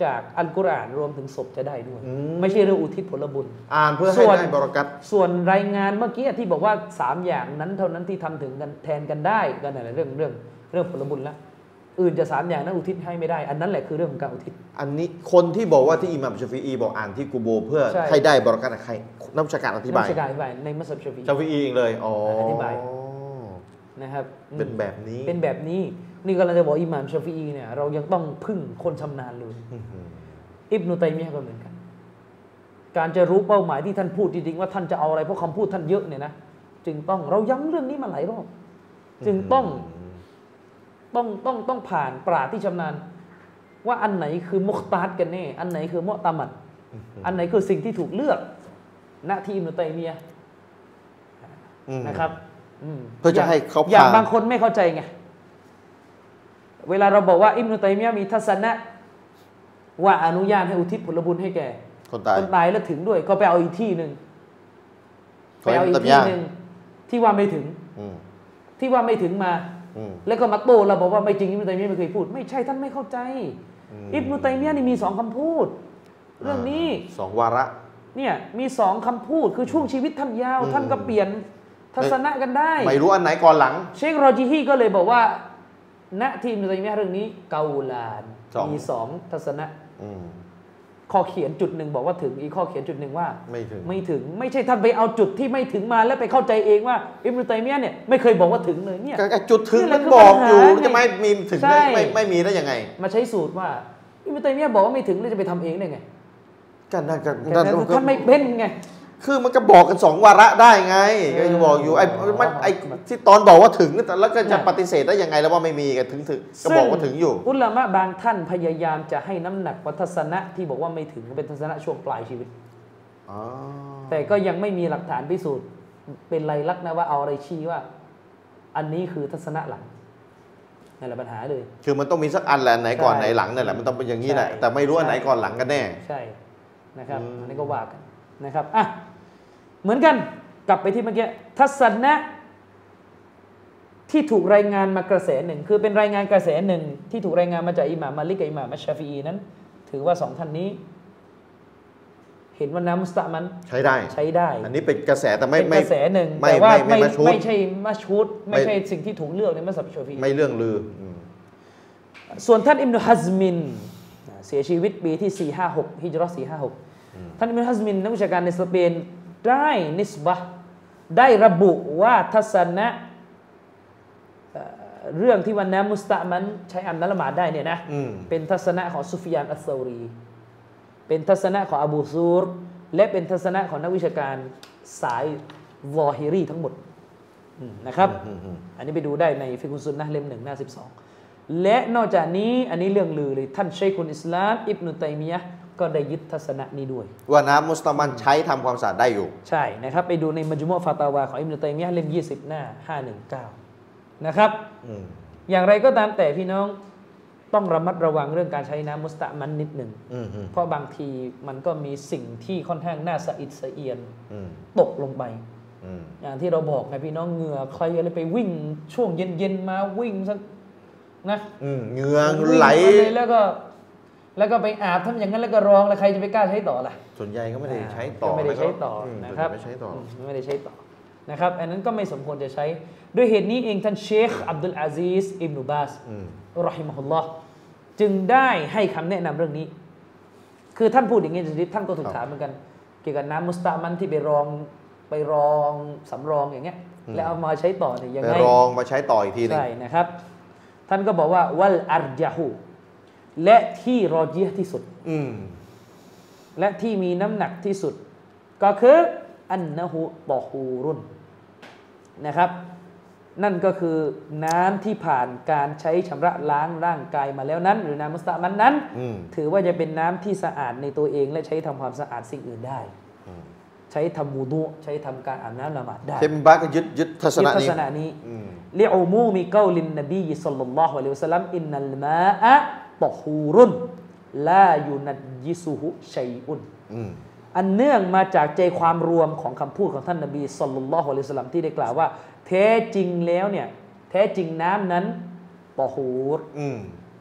จากอัลกุรอานรวมถึงศพจะได้ด้วยไม่ใช่เรื่องอุทิศผลบุญอ่านเพื่อให้ได้บารอกัตส่วนรายงานเมื่อกี้ที่บอกว่าสามอย่างนั้นเท่านั้นที่ทำถึงกันแทนกันได้ก็นั่นแหละเรื่องเรื่องเรื่องผลบุญละอื่นจะสามอย่างนั้นอุทิศให้ไม่ได้อันนั้นแหละคือเรื่องของการอุทิศอันนี้คนที่บอกว่าที่อิหม่ามชาฟิอีบอกอ่านที่กูโบเพื่อให้ได้บารอกัตใครนักวิชาการอธิบายนักวิชาการอธิบายในมัสยิดชาฟิอีชาฟิอีเองเลยอ๋ออธิบายนะครับเป็นแบบนี้เป็นแบบนี้นี่ก็เราจะบอกอิหม่ามชาฟิอีเนี่ยเรายังต้องพึ่งคนชำนาญเลยอิบนุตัยมียะห์ก็เหมือนกันการจะรู้เป้าหมายที่ท่านพูดจริงๆว่าท่านจะเอาอะไรเพราะคำพูดท่านเยอะเนี่ยนะจึงต้องเราย้ำเรื่องนี้มาหลายรอบจึงต้องต้องต้องต้องผ่านปราชญ์ที่ชำนาญว่าอันไหนคือมุคตาดกันแน่อันไหนคือมุอ์ตะมัดอันไหนคือสิ่งที่ถูกเลือกณที่อิบนุตัยมียะห์นะครับเพื่อจะให้เขาอย่างบางคนไม่เข้าใจไงเวลาเราบอกว่าอิบนุตัยมียะห์มีทัศนะว่าอนุญาตให้อุทิศผลบุญให้แก่คนตายคนตายแล้วถึงด้วยก็ไปเอาอีกที่หนึ่งไปเอาอีกที่หนึ่งที่ว่าไม่ถึงที่ว่าไม่ถึงมาแล้วก็มาโต้เราบอกว่าไม่จริงอิบนุตัยมียะห์ไม่เคยพูดไม่ใช่ท่านไม่เข้าใจอิบนุตัยมียะห์นี่มีสองคำพูดเรื่องนี้สองวาระเนี่ยมีสองคำพูดคือช่วงชีวิตท่านยาวท่านก็เปลี่ยนทัศนะกันได้ไม่รู้อันไหนก่อนหลังเชครอจิฮีก็เลยบอกว่าณที่อิบนุตัยมียะห์เรื่องนี้เกาลานมีสองทัศนะข้อเขียนจุดหนึ่งบอกว่าถึงอีกข้อเขียนจุดหนึ่งว่าไม่ถึงไม่ถึงไม่ใช่ท่านไปเอาจุดที่ไม่ถึงมาแล้วไปเข้าใจเองว่าอิบนุตัยมียะห์เนี่ยไม่เคยบอกว่าถึงเลยเนี่ยจุดถึงมันบอกอยู่จะไม่มีถึงได้ไม่ไม่มีได้ยังไงมาใช้สูตรว่าอิบนุตัยมียะห์บอกว่าไม่ถึงแล้วจะไปทำเองได้ไงกันนั่นกันท่านไม่เป็นไงคือมันก็บอกกันสองวาระได้ไงก็จะบอกอยู่ไอ้มันไอ้ที่ตอนบอกว่าถึงแล้วก็จะปฏิเสธได้ยังไงแล้วว่าไม่มีกันถึงถึงก็บอกว่าถึงอยู่อุลามะบางท่านพยายามจะให้น้ำหนักวัฒศนะที่บอกว่าไม่ถึงเป็นทัศนะช่วงปลายชีวิตแต่ก็ยังไม่มีหลักฐานพิสูจน์เป็นลายลักษณ์นะว่าเอาอะไรชี้ว่าอันนี้คือทัศนะหลังนั่นแหละปัญหาเลยคือมันต้องมีสักอันแหละไหนก่อนไหนหลังนั่นแหละมันต้องเป็นอย่างนี้แหละแต่ไม่รู้อันไหนก่อนหลังกันแน่ใช่นะครับอันนี้ก็ว่ากันนะครับอ่ะเหมือนกันกลับไปที่เมื่อกี้ทัศนะที่ถูกรายงานมากระแสหนึ่งคือเป็นรายงานกระแสหนึ่งที่ถูกรายงานมาจากอิหม่ามมาลิกกับอิหม่ามอัชชาฟิอีนั้นถือว่าสองท่านนี้เห็นว่าน้ำมุสตะมันใช้ได้ใช้ได้อันนี้เป็นกระแสแต่ไม่ไม่กระแสหนึ่งแต่ว่าไม่ไม่ใช่มัชฮูดไม่ใช่สิ่งที่ถูกเลือกในมัซฮับชาฟิอีไม่เรื่องลือส่วนท่านอิบนุฮัซมินเสียชีวิตปีที่สี่ร้อยห้าสิบหกฮิจเราะห์สี่ร้อยห้าสิบหกท่านอิบนุฮัซมินนักวิชาการในสเปนได้นิสบะห์ได้ระบุว่าทัศนะเรื่องที่วันน้ำมุสตะมันใช้อาบน้ำละหมาดได้เนี่ยนะเป็นทัศนะของซุฟยานอัสซอรีเป็นทัศนะของอบูซูรและเป็นทัศนะของนักวิชาการสายวอฮิรีทั้งหมดนะครับอันนี้ไปดูได้ในฟิกุซุนนะห์เล่มหนึ่งหน้าสิบสองและนอกจากนี้อันนี้เรื่องลือเลยท่านชัยคุลอิสลามอิบนุตัยมียะห์ก็ได้ยึดทัศนะนี้ด้วยว่าน้ำมุสตะมันใช้ทำความสะอาดได้อยู่ใช่นะครับไปดูในมัจมุอ์ฟาตาวาของอิบนุตัยมียะห์เล่มยี่สิบหน้าห้าร้อยสิบเก้านะครับอย่างไรก็ตามแต่พี่น้องต้องระมัดระวังเรื่องการใช้น้ำมุสตะมันนิดหนึ่งเพราะบางทีมันก็มีสิ่งที่ค่อนข้างน่าสะอิดสะเอียนตกลงไปอย่างที่เราบอกไงพี่น้องเหงื่อใครอะไรไปวิ่งช่วงเย็นๆมาวิ่งสักนะเหงื่อไหลแล้วก็แล้วก็ไปอาบทำอย่างนั้นแล้วก็รองแล้วใครจะไปกล้าใช้ต่อล่ะส่วนใหญ่ก็ไม่ได้ใช้ต่อไม่ได้ใช้ต่อนะครับไม่ใช้ต่อไม่ได้ใช้ต่อนะครับอันนั้นก็ไม่สมควรจะใช้ด้วยเหตุนี้เองท่านเชคอับดุลอาซิซอิบนุบาสรอฮิมะฮุลลอฮ์จึงได้ให้คำแนะนำเรื่องนี้คือท่านพูดอย่างนี้จริงๆท่านก็ถูกถามเหมือนกันเกี่ยวกับน้ำมุสตะมันที่ไปรองไปรองสำรองอย่างเงี้ยแล้วเอามาใช้ต่อเนี่ยยังไงไปรองมาใช้ต่ออีกทีนึงใช่นะครับท่านก็บอกว่าวัลอัรญะฮูและที่รอญิฮ์ที่สุดและที่มีน้ำหนักที่สุดก็คืออันนะฮูตอฮูรุนนะครับนั่นก็คือน้ำที่ผ่านการใช้ชำระล้างร่างกายมาแล้วนั้นหรือน้ำมุสตะมันนั้นถือว่าจะเป็นน้ำที่สะอาดในตัวเองและใช้ทำความสะอาดสิ่งอื่นได้ใช้ทำวูดุใช้ทำการอาบน้ำละหมาดได้เทมบาก็ยึดยึดทัศนะนี้ทัศนะนี้ลิอูมูมิกอลินนบีศ็อลลัลลอฮุอะลัยฮิวะซัลลัมอินนัลมาอะตอฮูรุนลายุนัจญิซุฮุชัยอุนอันเนื่องมาจากใจความรวมของคำพูดของท่านนบีศ็อลลัลลอฮุอะลัยฮิวะซัลลัมที่ได้กล่าวว่าแท้จริงแล้วเนี่ยแท้จริงน้ำนั้นตอฮูรใช้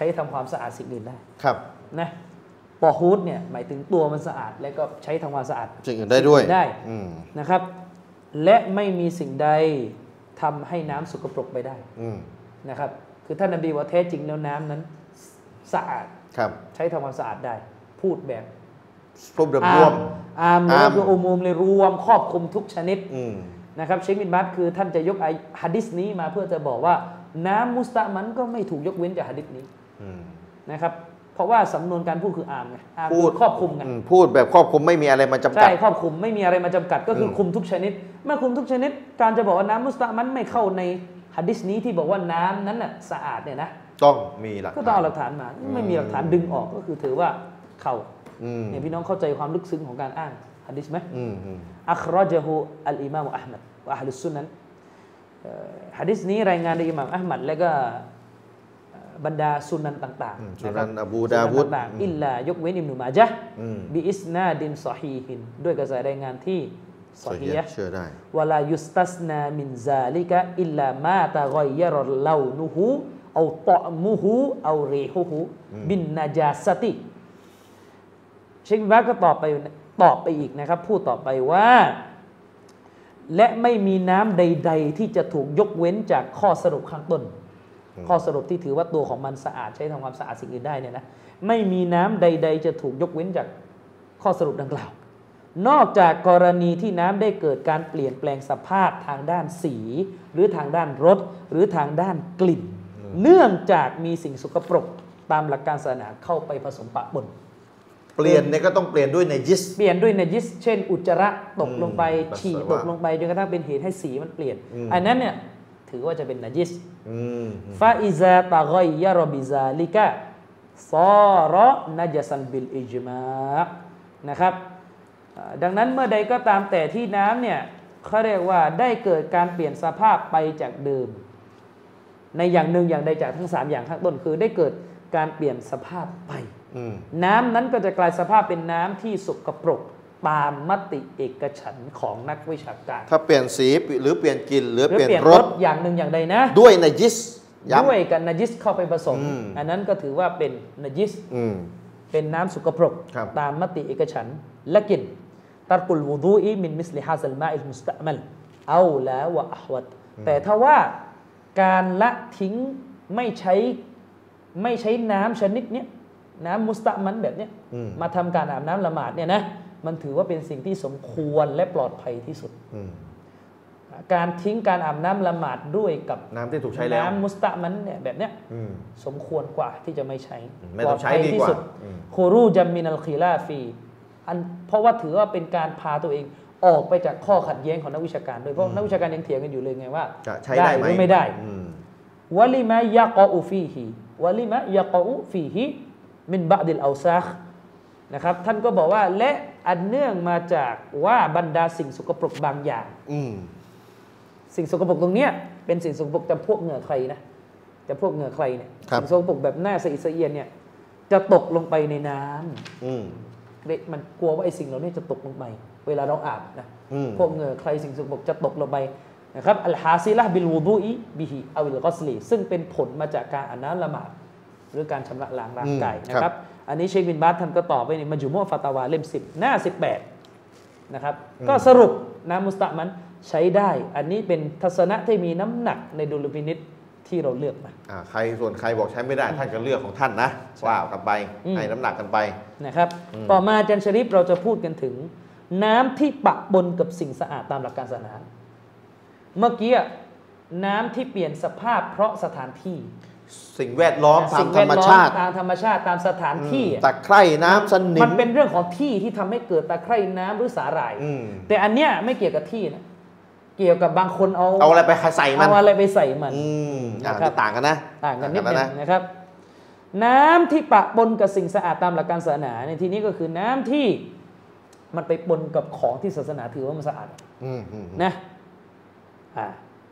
ช้ทำความสะอาดสิ่งอื่นได้ครับนะปอฮูดเนี่ยหมายถึงตัวมันสะอาดแล้วก็ใช้ทำความสะอาดสิ่งอื่นได้ด้วยได้นะครับและไม่มีสิ่งใดทำให้น้ำสกปรกไปได้นะครับคือท่านนบีว่าแท้จริงแล้วน้ำนั้นสะอาดใช้ทำความสะอาดได้พูดแบบพูดแบบรวมอามเลยคืออุมุมเลยรวมครอบคลุมทุกชนิดนะครับเชคบินบัตคือท่านจะยกไอหะดีษนี้มาเพื่อจะบอกว่าน้ำมุสตะมันก็ไม่ถูกยกเว้นจากหะดีษนี้นะครับเพราะว่าสำนวนการพูดคืออามไงอามพูดครอบคลุมไงพูดแบบครอบคลุมไม่มีอะไรมาจำกัดใช่ครอบคลุมไม่มีอะไรมาจำกัดก็คือคุมทุกชนิดเมื่อคุมทุกชนิดการจะบอกว่าน้ำมุสตะมันไม่เข้าในหะดีษนี้ที่บอกว่าน้ำนั้นน่ะสะอาดเนี่ยนะต้องมีหลักฐานก็ต้องเอาหลักฐานมาไม่มีหลักฐานดึงออกก็คือถือว่าเข้าเนี่ยพี่น้องเข้าใจความลึกซึ้งของการอ้างหะดีษไหมอัครอจฮูอัลอิมามอะห์มัดวะอะห์ลุสซุนนะห์หะดีษนี้รายงานโดยอิหม่ามอะห์มัดและก็บรรดาสุนันต่างๆสุนันอบูดาวุดอิลลายกเว้นอิบนุมาญะห์บิอิสนาดินซอฮีฮินด้วยกระแสรายงานที่ซอฮีฮ์เชื่อได้วะลายุสตัสนามินซาลิกะอิลลามาตะฆอยยะรลาวนุฮูเอาตอมุฮูเอารีฮุฮูบินนาจาสติเชคบาก็ตอบไปตอบไปอีกนะครับพูดต่อไปว่าและไม่มีน้ำใดๆที่จะถูกยกเว้นจากข้อสรุปข้างต้นข้อสรุปที่ถือว่าตัวของมันสะอาดใช้ทำความสะอาดสิ่งอื่นได้เนี่ยนะไม่มีน้ำใดๆจะถูกยกเว้นจากข้อสรุปดังกล่าวนอกจากกรณีที่น้ำได้เกิดการเปลี่ยนแปลงสภาพทางด้านสีหรือทางด้านรสหรือทางด้านกลิ่นเนื่องจากมีสิ่งสกปรกตามหลักการศาสนาเข้าไปผสมปะปนเปลี่ยนเนี่ยก็ต้องเปลี่ยนด้วยเนจิสเปลี่ยนด้วยเนจิสเช่นอุจจาระตกลงไปฉี่ตกลงไปจนกระทั่งเป็นเหตุให้สีมันเปลี่ยนอันนั้นเนี่ยถือว่าจะเป็นเนจิสฟาอิซาตะฆอยยะรบิซาลิกะซอระนะญะซันบิลอิจมานะครับดังนั้นเมื่อใดก็ตามแต่ที่น้ำเนี่ยเขาเรียกว่าได้เกิดการเปลี่ยนสภาพไปจากเดิมในอย่างหนึ่งอย่างใดจากทั้งสามอย่างข้างต้นคือได้เกิดการเปลี่ยนสภาพไปน้ำนั้นก็จะกลายสภาพเป็นน้ำที่สกปรกตามมติเอกฉันท์ของนักวิชาการถ้าเปลี่ยนสีหรือเปลี่ยนกลิ่นหรือเปลี่ยนรสอย่างหนึ่งอย่างใดนะด้วยนจิสด้วยกันนจิสเข้าไปผสมอันนั้นก็ถือว่าเป็นนจิสเป็นน้ำสกปรกตามมติเอกฉันท์และกลิ่นตัรกุลวุดูอีมินมิสลิฮาซัลมาอิลมุสตะมัลเอาละวะอะฮวัดแต่ถ้าว่าการละทิ้งไม่ใช้ไม่ใช้น้ำชนิดเนี้ยน้ำมุสตะมันแบบเนี้ยมาทำการอาบน้ำละหมาดเนี่ยนะมันถือว่าเป็นสิ่งที่สมควรและปลอดภัยที่สุดการทิ้งการอาบน้ำละหมาดด้วยกับน้ำที่ถูกใช้แล้วน้ำมุสตะมันเนี่ยแบบเนี้ยสมควรกว่าที่จะไม่ใช้ปลอดภัยที่สุดคูรูจัมมินัลคิลาฟีอันเพราะว่าถือว่าเป็นการพาตัวเองออกไปจากข้อขัดแย้งของนักวิชาการโดยเพราะนักวิชาการยังเถียงกันอยู่เลยไงว่าได้หรือไม่ได้วะลิมะยะกออูฟีฮิวะลิมะยะกออูฟีฮิมินบะดิลเอาซาคนะครับท่านก็บอกว่าและอันเนื่องมาจากว่าบรรดาสิ่งสกปรกบางอย่างสิ่งสกปรกตรงเนี้ยเป็นสิ่งสกปรกจำพวกเหงื่อใครนะจำพวกเหงื่อใครเนี่ยสิ่งสกปรกแบบหน้าสะอิดสะเอียนเนี่ยจะตกลงไปในน้ำเด็กมันกลัวว่าไอ้สิ่งเหล่านี้จะตกลงไปเวลาเราอาบนะพวกเหงื่อใครสิ่งสกปรกจะตกลงไปนะครับอัลฮาซิละบิลวูดูอีบิฮิอาวิลกอสลีซึ่งเป็นผลมาจากการอาบน้ำละหมาดหรือการชำระล้างร่างกายนะครับอันนี้เชคบินบาสท่านก็ตอบไว้ในมัจมุอะฟาตาวาเล่มสิบหน้าสิบแปดนะครับก็สรุปน้ำมุสตะมันใช้ได้อันนี้เป็นทัศนะที่มีน้ำหนักในดุลพินิจที่เราเลือกมาใครส่วนใครบอกใช้ไม่ได้ท่านก็เลือกของท่านนะว่ากันไปให้น้ำหนักกันไปนะครับต่อมาอาจารย์ชริฟเราจะพูดกันถึงน้ำที่ปะปนกับสิ่งสะอาดตามหลักการศาสนาเมื่อกี้น้ำที่เปลี่ยนสภาพเพราะสถานที่สิ่งแวดล้อมตามธรรมชาติตามธรรมชาติตามสถานที่ตะไคร่น้ำสนิมมันเป็นเรื่องของที่ที่ทำให้เกิดตะไคร่น้ำหรือสาหร่ายแต่อันเนี้ยไม่เกี่ยวกับที่นะเกี่ยวกับบางคนเอาเอาอะไรไปใส่มันเอาอะไรไปใส่มันนะครับต่างกันนะต่างกันนิดนึงนะครับน้ำที่ปะปนกับสิ่งสะอาดตามหลักการศาสนาในที่นี้ก็คือน้ำที่มันไปปนกับของที่ศาสนาถือว่ามันสะอาดนะอ่า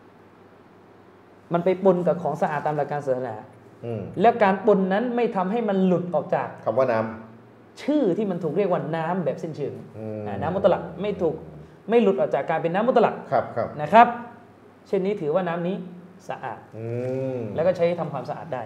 มันไปปนกับของสะอาดตามหลักการศาสนาแล้วการปนนั้นไม่ทำให้มันหลุดออกจากคำว่าน้ำชื่อที่มันถูกเรียกว่าน้ำแบบสิ้นเชิงน้ำมุตลักไม่ถูกไม่หลุดออกจากการเป็นน้ำมุตลักนะครับเช่นนี้ถือว่าน้ำนี้สะอาดแล้วก็ใช้ทำความสะอาดได้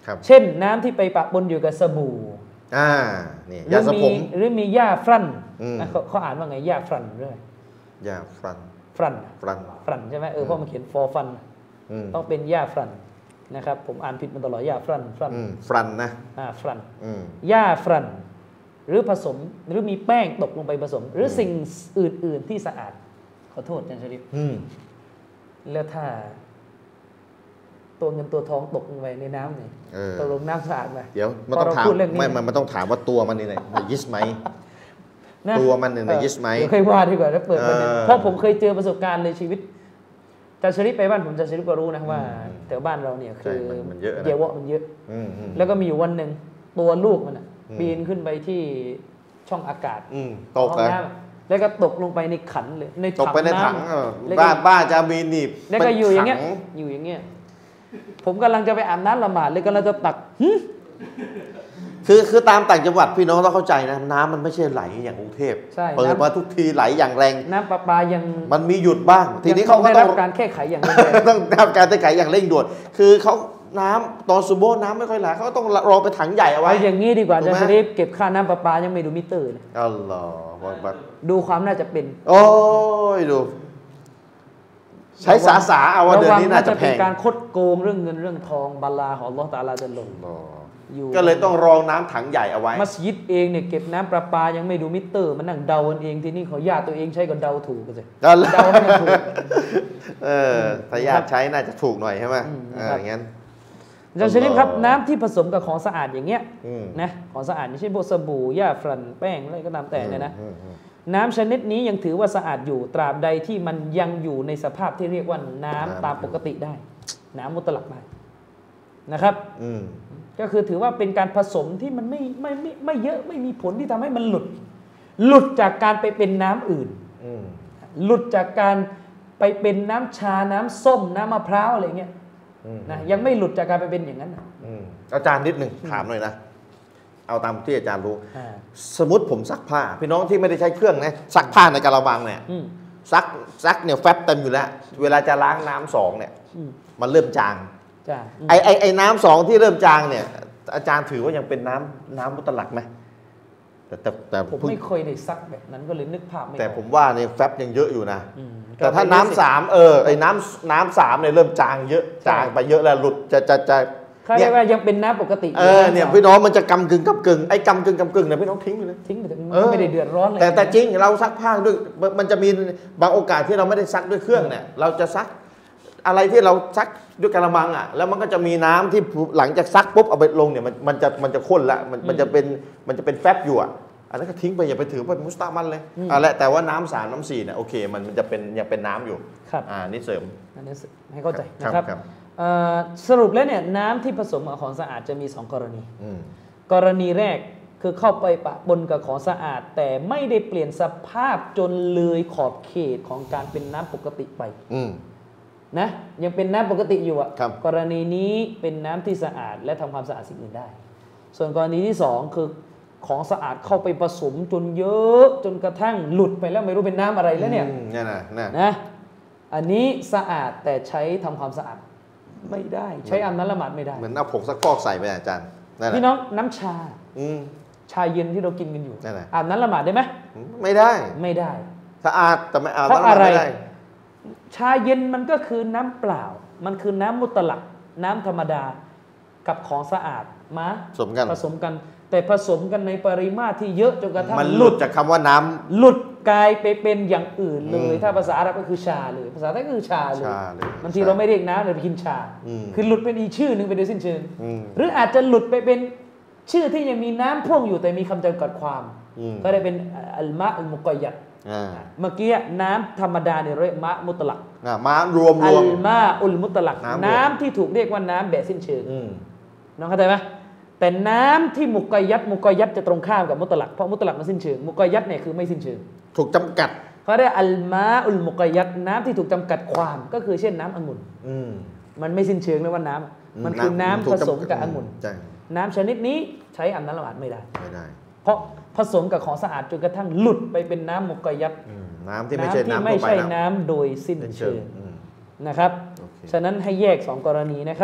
เช่นน้ำที่ไปปะปนอยู่กับสบู่อ่านี่ยาสระผมหรือมีหญ้าฟรันเขาเขาอ่านว่าไงหญ้าฟรันด้วยหญ้าฟรันฟรันฟรันฟรันใช่ไหมเออเพราะมันเขียนฟอฟันต้องเป็นหญ้าฟรันนะครับผมอ่านผิดมาตลอดหญ้าฟรันฟรันฟรันนะอ่าฟรันหญ้าฟรันหรือผสมหรือมีแป้งตกลงไปผสม หรือสิ่งอื่นๆที่สะอาดขอโทษอาจารย์ชริฟแล้วถ้าตัวเงินตัวทองตกลงไปในน้ำเนี่ยตกลงน้ำสะอาดไหมเดี๋ยวมันต้องถามไม่มันต้องถามว่าตัวมันนี่ในยิสไหมตัวมันในยิสไหมเคยว่าดีกว่าแล้วเปิดประเด็นเพราะผมเคยเจอประสบการณ์ในชีวิตอาจารย์ชริฟไปบ้านผมอาจารย์ชริฟก็รู้นะว่าแถวบ้านเราเนี่ยคือเยวะมันเยอะแล้วก็มีอยู่วันหนึ่งตัวลูกมันปีนขึ้นไปที่ช่องอากาศตกเลยแล้วก็ตกลงไปในขันเลยในถังตกไปในถังบ้านบ้านจะมีหนีบแล้วก็อยู่อย่างเงี้ยอยู่อย่างเงี้ยผมกำลังจะไปอาบน้ำละหมาดเลยกำลังจะตักคือคือตามต่างจังหวัดพี่น้องต้องเข้าใจนะน้ำมันไม่ใช่ไหลอย่างกรุงเทพเปิดมาทุกทีไหลอย่างแรงน้ำประปายังมันมีหยุดบ้างทีนี้เขาก็ต้องการแก้ไขอย่างต้องทำการแก้ไขอย่างเร่งด่วนคือเขาน้ำตอนซูโบน้ำไม่ค่อยไหลเขาต้องรอไปถังใหญ่เอาไว้อย่างนี้ดีกว่าจะรีบเก็บค่าน้ำประปายังไม่ดูมิเตอร์เลยอ๋อเหรอดูความน่าจะเป็นโอ้ยดูใช้สาสาเอาว่าเดือนนี้น่าจะแพงเป็นการคดโกงเรื่องเงินเรื่องทองบาลาของอัลเลาะห์ตะอาลาจะลงก็เลยต้องรองน้ำถังใหญ่เอาไว้มัสยิดเองเนี่ยเก็บน้ำประปายังไม่ดูมิเตอร์มันนั่งเดากันเองที่นี่ขอญาติตัวเองใช้ก็เดาถูกกันสิเดาให้มันถูกเออถ้าญาติใช้น่าจะถูกหน่อยใช่ไหมอย่างงั้นอาจารย์ชริฟครับน้ำที่ผสมกับของสะอาดอย่างเงี้ยนะของสะอาดไม่ใช่พวกสบู่หญ้าฟรันแป้งอะไรก็ตามแต่เนี่ยนะน้ำชนิดนี้ยังถือว่าสะอาดอยู่ตราบใดที่มันยังอยู่ในสภาพที่เรียกว่าน้ำตามปกติได้น้ำมุตลักได้นะครับก็คือถือว่าเป็นการผสมที่มันไม่ไม่ไม่ไม่เยอะไม่มีผลที่ทำให้มันหลุดหลุดจากการไปเป็นน้ำอื่นหลุดจากการไปเป็นน้ำชาน้ำส้มน้ำมะพร้าวอะไรเงี้ยนะยังไม่หลุดจากการไปเป็นอย่างนั้นอาจารย์นิดหนึ่งถามหน่อยนะเอาตามที่อาจารย์รู้สมมติผมซักผ้าพี่น้องที่ไม่ได้ใช้เครื่องนะซักผ้าในกระมังเนี่ยซักซักเนี่ยแฟบเต็มอยู่แล้วเวลาจะล้างน้ำสองเนี่ยมันเริ่มจางไอไอไอน้ำสองที่เริ่มจางเนี่ยอาจารย์ถือว่ายังเป็นน้ำน้ำมุตลักไหมแต่แต่แต่ผมไม่เคยได้ซักแบบนั้นก็เลยนึกภาพไม่ออกแต่ผมว่าเนี่ยแฟบยังเยอะอยู่นะแต่ถ้าน้ำสามเออไอน้ำน้ำสามเนี่ยเริ่มจางเยอะจางไปเยอะแล้วหลุดจะจะจะเขาเรียกว่ายังเป็นน้ำปกติเออเนี่ยพี่น้องมันจะกำกึ่งกำกึ่งไอ้กำกึ่งกำกึ่งเนี่ยพี่น้องทิ้งไปเลยทิ้งไปเลยไม่ได้เดือดร้อนเลยแต่แต่จริงเราซักผ้าด้วยมันจะมีบางโอกาสที่เราไม่ได้ซักด้วยเครื่องเนี่ยเราจะซักอะไรที่เราซักด้วยกระมังอ่ะแล้วมันก็จะมีน้ำที่หลังจากซักปุ๊บเอาไปลงเนี่ยมันมันจะมันจะข้นละมันมันจะเป็นมันจะเป็นแฟบอยู่อ่ะอันนั้นก็ทิ้งไปอย่าไปถือว่ามุสตามันเลยอ่าและแต่ว่าน้ำสามน้ำสี่เนี่ยโอเคมันมันจะเป็นยังเป็นน้ำอยู่ครับอ่านี่เสริมอันนี้ให้เข้าใจนะครับสรุปแล้วเนี่ยน้ำที่ผสมกับของสะอาดจะมีสองกรณีกรณีแรกคือเข้าไปปะปนกับของสะอาดแต่ไม่ได้เปลี่ยนสภาพจนเลยขอบเขตของการเป็นน้ำปกติไปนะยังเป็นน้ำปกติอยู่อ่ะกรณีนี้เป็นน้ำที่สะอาดและทำความสะอาดสิ่งอื่นได้ส่วนกรณีที่สองคือของสะอาดเข้าไปผสมจนเยอะจนกระทั่งหลุดไปแล้วไม่รู้เป็นน้ำอะไรแล้วเนี่ยนี่นะนะอันนี้สะอาดแต่ใช้ทำความสะอาดไม่ได้ใช้อาบน้ำละหมาดไม่ได้เหมือนเอาผงซักฟอกใส่ไปอาจารย์พี่น้องน้ำชาชาเย็นที่เรากินกันอยู่อาบน้ำละหมาดได้ไหมไม่ได้ไม่ได้สะอาดแต่ไม่อาบน้ำละหมาดไม่ได้ชาเย็นมันก็คือน้ำเปล่ามันคือน้ำมุตลักน้ำธรรมดากับของสะอาดมาผสมกันผสมกันแต่ผสมกันในปริมาตรที่เยอะจนกระทั่งมันหลุดจากคำว่าน้ำหลุดกลายไปเป็นอย่างอื่นเลยถ้าภาษาอาหรับก็คือชาเลยภาษาไทยก็คือชาเลยบางทีเราไม่เรียกน้ำเลยไปกินชาคือหลุดเป็นอีกชื่อหนึ่งไปโดยสิ้นเชิงหรืออาจจะหลุดไปเป็นชื่อที่ยังมีน้ำพ่วงอยู่แต่มีคำจำกัดความก็ได้เป็นอัลมะอัลมุกอยัดเมื่อกี้น้ำธรรมดาเนี่ยเรียกมะมุตลักมะรวมรวมอัลมะอุลมุตลักน้ำที่ถูกเรียกว่าน้ำแบบสิ้นเชิงน้องเข้าใจไหมแต่น้ำที่มุกอยัดมุกอยัดจะตรงข้ามกับมุตลักเพราะมุตลักมันสิ้นเชิงมุกอยัดเนี่ยคือไม่สิ้นเชิงถูกจำกัดเขาเรียกอัลมาอุลมุกอยัดน้ำที่ถูกจำกัดความก็คือเช่นน้ำองุ่นมันไม่สิ้นเชิงเลยว่าน้ำมันคือน้ำผสมกับองุ่นน้ำชนิดนี้ใช้อาบน้ำละหมาดไม่ได้ไม่ได้เพราะผสมกับของสะอาดจนกระทั่งหลุดไปเป็นน้ำมุกอยัดน้ำที่ไม่ใช่น้ำไม่ใช่น้ำโดยสิ้นเชิงนะครับฉะนั้นให้แยกสองกรณีนะครับ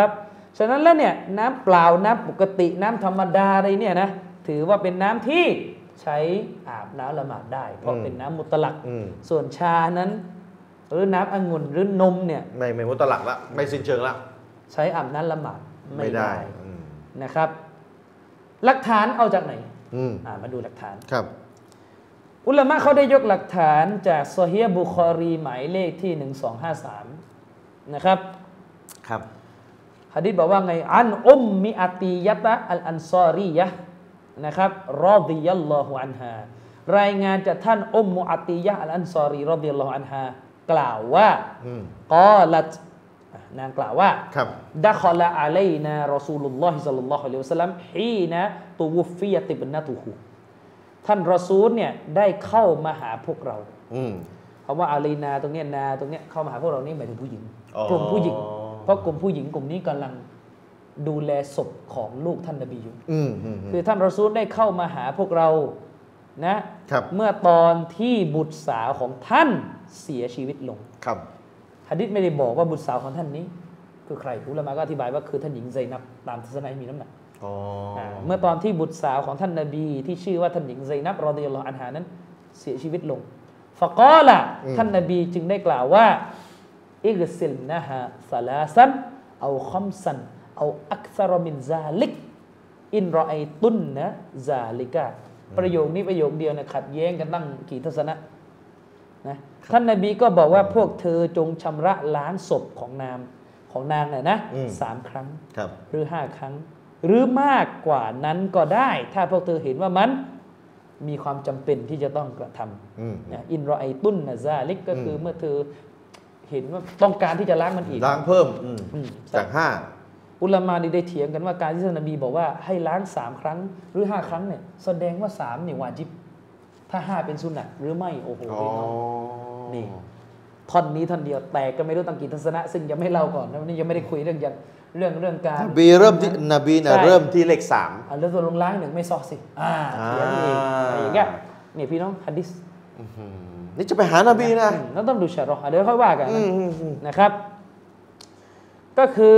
ฉะนั้นแล้วเนี่ยน้ำเปล่าน้ำปกติน้ำธรรมดาอะไรเนี่ยนะถือว่าเป็นน้ำที่ใช้อาบน้ำละหมาดได้เพราะเป็นน้ำมุตลักส่วนชานั้นหรือน้ำองุ่นหรือนมเนี่ยไม่ไม่มุตลักละไม่สิ้นเชิงละใช้อาบน้ำละหมาดไม่ได้นะครับหลักฐานเอาจากไหนมาดูหลักฐานครับอุลามะเขาได้ยกหลักฐานจากซอฮีฮ์บุคอรีหมายเลขที่หนึ่งสองห้าสามนะครับครับหะดีษบอกว่าไงอันอุมมิอาติยะตะอัลอันซอรียะนะครับรอฎิยัลลอฮุอันฮารายงานจากท่านอุมมุอาติยะอัลอันซอรีรอฎิยัลลอฮุอันฮากล่าวว่ากอลัตนางกล่าวว่าดะคอละอะลัยนารอซูลุลลอฮิศ็อลลัลลอฮุอะลัยฮิวะซัลลัมฮีนะตุวุฟฟิยะติบนะตุฮูท่านรอซูลเนี่ยได้เข้ามาหาพวกเราคำว่าอะลัยนาตรงเนี้ยนาตรงเนี้ยเข้ามาหาพวกเรานี่หมายถึงผู้หญิงกลุ่มผู้หญิงเพราะกลุ่มผู้หญิงกลุ่มนี้กำลังดูแลศพของลูกท่านนบีอยู่คือท่านรอซูลได้เข้ามาหาพวกเรานะเมื่อตอนที่บุตรสาวของท่านเสียชีวิตลงครับหะดีษไม่ได้บอกว่าบุตรสาวของท่านนี้คือใครอุลามะก็อธิบายว่าคือท่านหญิงไซนับตามทัศนะที่มีน้ำหนักเมื่อตอนที่บุตรสาวของท่านนบีที่ชื่อว่าท่านหญิงไซนับรอฎิยัลลอฮุอันฮานั้นเสียชีวิตลงฟะกอละท่านนบีจึงได้กล่าวว่าอิกซิลนะฮะซะลาซันเอาคัมซันเอาอักซารมินซาลิกอินรอไอตุนนะซาลิกะประโยคนี้ประโยคเดียวนะขัดแย้งกันตั้งกี่ทัศนะนะท่านนบีก็บอกว่าพวกเธอจงชำระล้างศพของนางของนางน่ะนะสามครั้งหรือห้าครั้งหรือมากกว่านั้นก็ได้ถ้าพวกเธอเห็นว่ามันมีความจำเป็นที่จะต้องกระทำนะอินรอไอตุนนะซาลิกก็คือเมื่อเธอเห็นว่าต้องการที่จะล้างมันอีกล้างเพิ่มจากห้าอุลามะได้เถียงกันว่าการที่ท่านนบีบอกว่าให้ล้างสามครั้งหรือห้าครั้งเนี่ยแสดงว่าสามเนี่ยวาญิบถ้าห้าเป็นสุนนะหรือไม่โอ้โหนี่ท่อนนี้ท่อนเดียวแตกก็ไม่รู้ตั้งกี่ทัศนะซึ่งยังไม่เล่าก่อนนะวันนี้ยังไม่ได้คุยเรื่องยันเรื่องเรื่องการนบีเริ่มที่นบีนะเริ่มที่เลขสามอ่าแล้วตัวลงล้างหนึ่งไม่ซอสิอ่าเขียนเองอะไรอย่างเงี้ยนี่พี่น้องหะดีษนี่จะไปหานบีนะเราต้องดูชะรอเดี๋ยวค่อยว่ากันนะครับก็คือ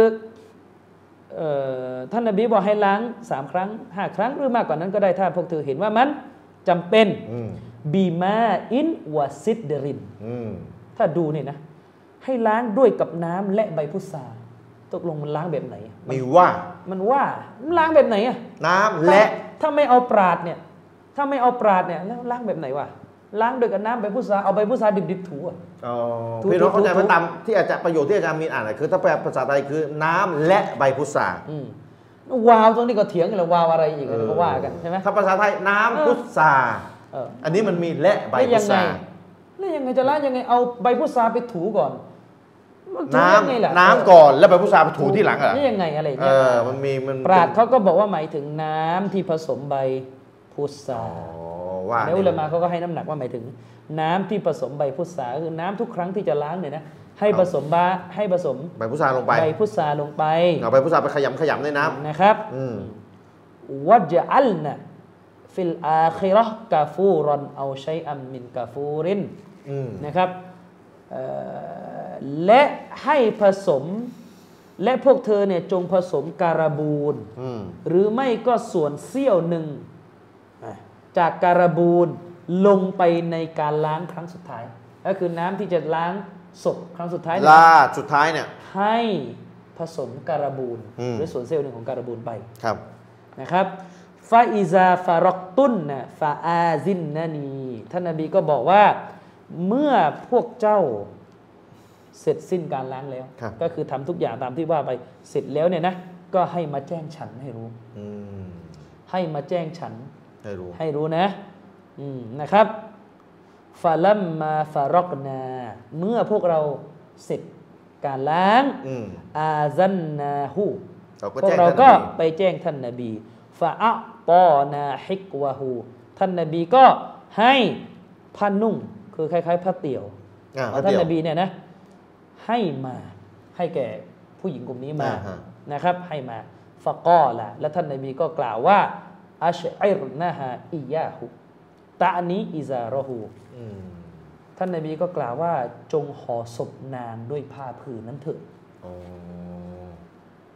ท่านนบีบอกให้ล้างสามครั้งห้าครั้งหรือมากกว่านั้นก็ได้ถ้าพวกเธอเห็นว่ามันจำเป็นบีมาอินวาซิดเดรินถ้าดูนี่นะให้ล้างด้วยกับน้ำและใบพุทราตกลงมันล้างแบบไหนมีว่ามันว่าล้างแบบไหนอะน้ำและถ้าไม่เอาปราดเนี่ยถ้าไม่เอาปราดเนี่ยแล้วล้างแบบไหนวะล้างด้วยกับน้ำใบพุทราเอาใบพุทราดิบๆถูอ่ะพี่น้องเข้าใจไหมตามที่อาจารย์ประโยชน์ที่อาจารย์มีอ่านคือถ้าแปลภาษาไทยคือน้ำและใบพุทราวาวตรงนี้ก็เถียงกันแล้ววาวอะไรอีกก็ว่ากันใช่ไหมถ้าภาษาไทยน้ำพุทราอันนี้มันมีและใบพุทราแล้วยังไงจะล้างยังไงเอาใบพุทราไปถูก่อนน้ำน้ำก่อนแล้วใบพุทราไปถูที่หลังอ่ะนี่ยังไงอะไรเงี้ยมันมีมันปราชญ์เขาก็บอกว่าหมายถึงน้ำที่ผสมใบพุทราแล้วอุลามะเขาก็ให้น้ำหนักว่าหมายถึงน้ำที่ผสมใบพุทราคือน้ำทุกครั้งที่จะล้างเนี่ยนะให้ผสมบาให้ผสมใบพุทราลงไปใบพุทราลงไปเอาใบพุทราไปขยำขยำในน้ำนะครับวัจอัลนะฟิลอาคิเราะห์กาฟูรอนเอาชัยอัมมินกาฟูรินนะครับและให้ผสมและพวกเธอเนี่ยจงผสมการบูนหรือไม่ก็ส่วนเสี้ยวหนึ่งจากการบูนลงไปในการล้างครั้งสุดท้ายก็คือน้ำที่จะล้างศพครั้งสุดท้ายลาสุดท้ายเนี่ยให้ผสมการบูนหรือส่วนเสี้ยวหนึ่งของการบูนไปครับนะครับฟาอิซาฟารอกตุนนะฟาอาซินนานีท่านนบีก็บอกว่าเมื่อพวกเจ้าเสร็จสิ้นการล้างแล้วก็คือทำทุกอย่างตามที่ว่าไปเสร็จแล้วเนี่ยนะก็ให้มาแจ้งฉันให้รู้ให้มาแจ้งฉันให้รู้ให้รู้นะนะครับฟาลัมมาฟารอกนาเมื่อพวกเราเสร็จการล้างอาซันนาหูพวกเราก็ไปแจ้งท่านนบีฟาอัตอนาฮิกวะฮูท่านนบีก็ให้ผ้านุ่งคือคล้ายๆผ้าเตี่ยวท่านนบีเนี่ยนะให้มาให้แก่ผู้หญิงกลุ่มนี้มานะครับให้มาฟะกอละและท่านนบีก็กล่าวว่าอัชอิรนะฮาอิยาฮุตะนีอิซารอฮูท่านนบีก็กล่าวว่าจงห่อศพนางด้วยผ้าผืนนั้นเถิด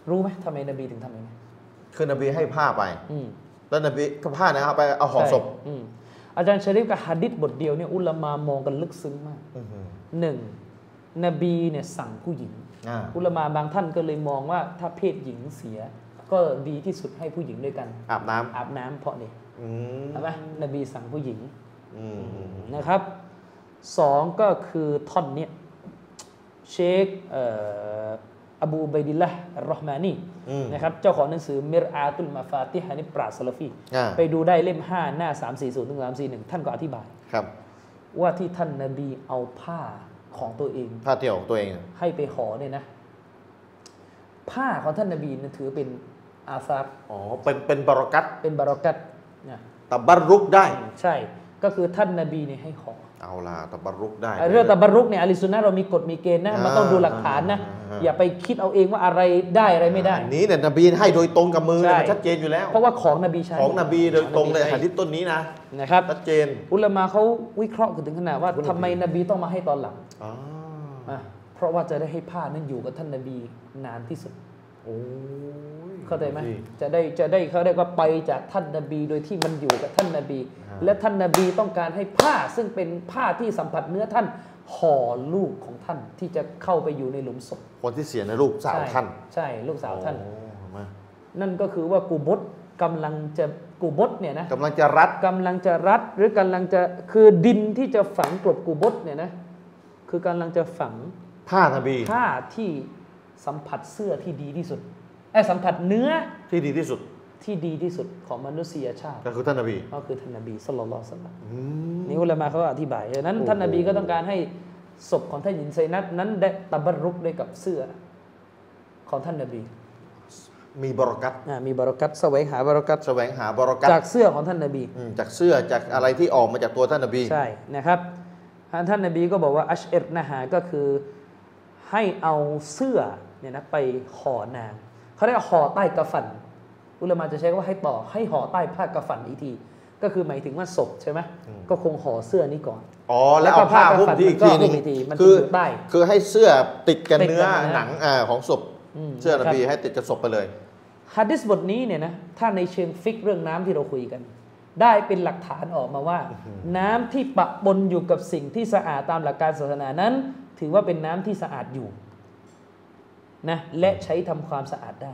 รู้ไหมทำไมนบีถึงทำอย่างนี้คือนบีให้ผ้าไปอืมแล้วนบีก็ผ้านะเอาไปเอาห่อศพอืมอาจารย์ชะรีฟกับหะดีษบทเดียวเนี่ยอุลามามองกันลึกซึ้งมากหนึ่งนบีเนี่ยสั่งผู้หญิงอุลามาบางท่านก็เลยมองว่าถ้าเพศหญิงเสียก็ดีที่สุดให้ผู้หญิงด้วยกันอาบน้ำอาบน้ำเพราะนี่ใช่ไหมนบีสั่งผู้หญิงนะครับสองก็คือท่อนเนี้ยเชคอบูบัยดิลละห์อัลรอฮ์มานีนะครับเจ้าของหนังสือมิรอาตุลมาฟาติฮ์นี่ปราชญ์ซะลาฟีไปดูได้เล่มห้าหน้าสามสี่ศูนย์ถึงสามสี่หนึ่งท่านก็อธิบายว่าที่ท่านนบีเอาผ้าของตัวเองผ้าเตี่ยวของตัวเองให้ไปห่อเนี่ยนะผ้าของท่านนบีนั้นถือเป็นอาซาร์อ๋อเป็นเป็นบารอกัตเป็นบารอกัตนะตับบารุกได้ใช่ก็คือท่านนบีเนี่ยให้ห่อเอาล่ะตับบารุกได้เรื่องตับบารุกเนี่ยอะลิซุนนะเรามีกฎมีเกณฑ์นะมันต้องดูหลักฐานนะอย่าไปคิดเอาเองว่าอะไรได้อะไรไม่ได้นี้เนี่ยนบีให้โดยตรงกับมือมันชัดเจนอยู่แล้วเพราะว่าของนบีใช้ของนบีโดยตรงเลยหะดีษต้นนี้นะนะครับชัดเจนอุลามะเขาวิเคราะห์ถึงขนาดว่าทำไมนบีต้องมาให้ตอนหลังอ๋อเพราะว่าจะได้ให้ผ้านั้นอยู่กับท่านนบีนานที่สุดโอ้เข้าใจไหมจะได้จะได้เขาได้ก็ไปจากท่านนบีโดยที่มันอยู่กับท่านนบีและท่านนบีต้องการให้ผ้าซึ่งเป็นผ้าที่สัมผัสเนื้อท่านห่อลูกของท่านที่จะเข้าไปอยู่ในหลุมศพคนที่เสียในลูกสาวท่านใช่ลูกสาวท่านนั่นก็คือว่ากูบดกำลังจะกูบดเนี่ยนะกำลังจะรัดกำลังจะรัดหรือกำลังจะคือดินที่จะฝังกลบกูบดเนี่ยนะคือกำลังจะฝังผ้านบีผ้าที่สัมผัสเสื้อที่ดีที่สุดไอ้สัมผัสเนื้อที่ดีที่สุดที่ดีที่สุดของมนุษยชาติก็คือท่านนบีก็คือท่านนบีศ็อลลัลลอฮุอะลัยฮิวะซัลลัมนี่อุลามะเขาอธิบายดังนั้นท่านนบีก็ต้องการให้ศพของท่านหญิงไซนับนั้นได้ตับบารุกด้วยกับเสื้อของท่านนบีมีบารอกัตมีบารอกัตแสวงหาบารอกัตแสวงหาบารอกัตจากเสื้อของท่านนบีจากเสื้อจากอะไรที่ออกมาจากตัวท่านนบีใช่นะครับท่านนบีก็บอกว่าอัชอิรนะฮะก็คือให้เอาเสื้อเนี่ยนะไปห่อนางเขาเรียกห่อใต้กะฟันอุลามะจะใช้ว่าให้ต่อให้ห่อใต้ผ้ากะฟันอีกทีก็คือหมายถึงว่าศพใช่ไหมก็คงห่อเสื้อนี้ก่อนอ๋อแล้วเอาผ้าหุ้มที่อีกทีนึงคือคือให้เสื้อติดกับเนื้อหนังของศพเสื้อนบีให้ติดกับศพไปเลยหะดีษบทนี้เนี่ยนะถ้าในเชิงฟิกเรื่องน้ำที่เราคุยกันได้เป็นหลักฐานออกมาว่าน้ำที่ปะปนอยู่กับสิ่งที่สะอาดตามหลักการศาสนานั้นถือว่าเป็นน้ำที่สะอาดอยู่นะและใช้ทำความสะอาดได้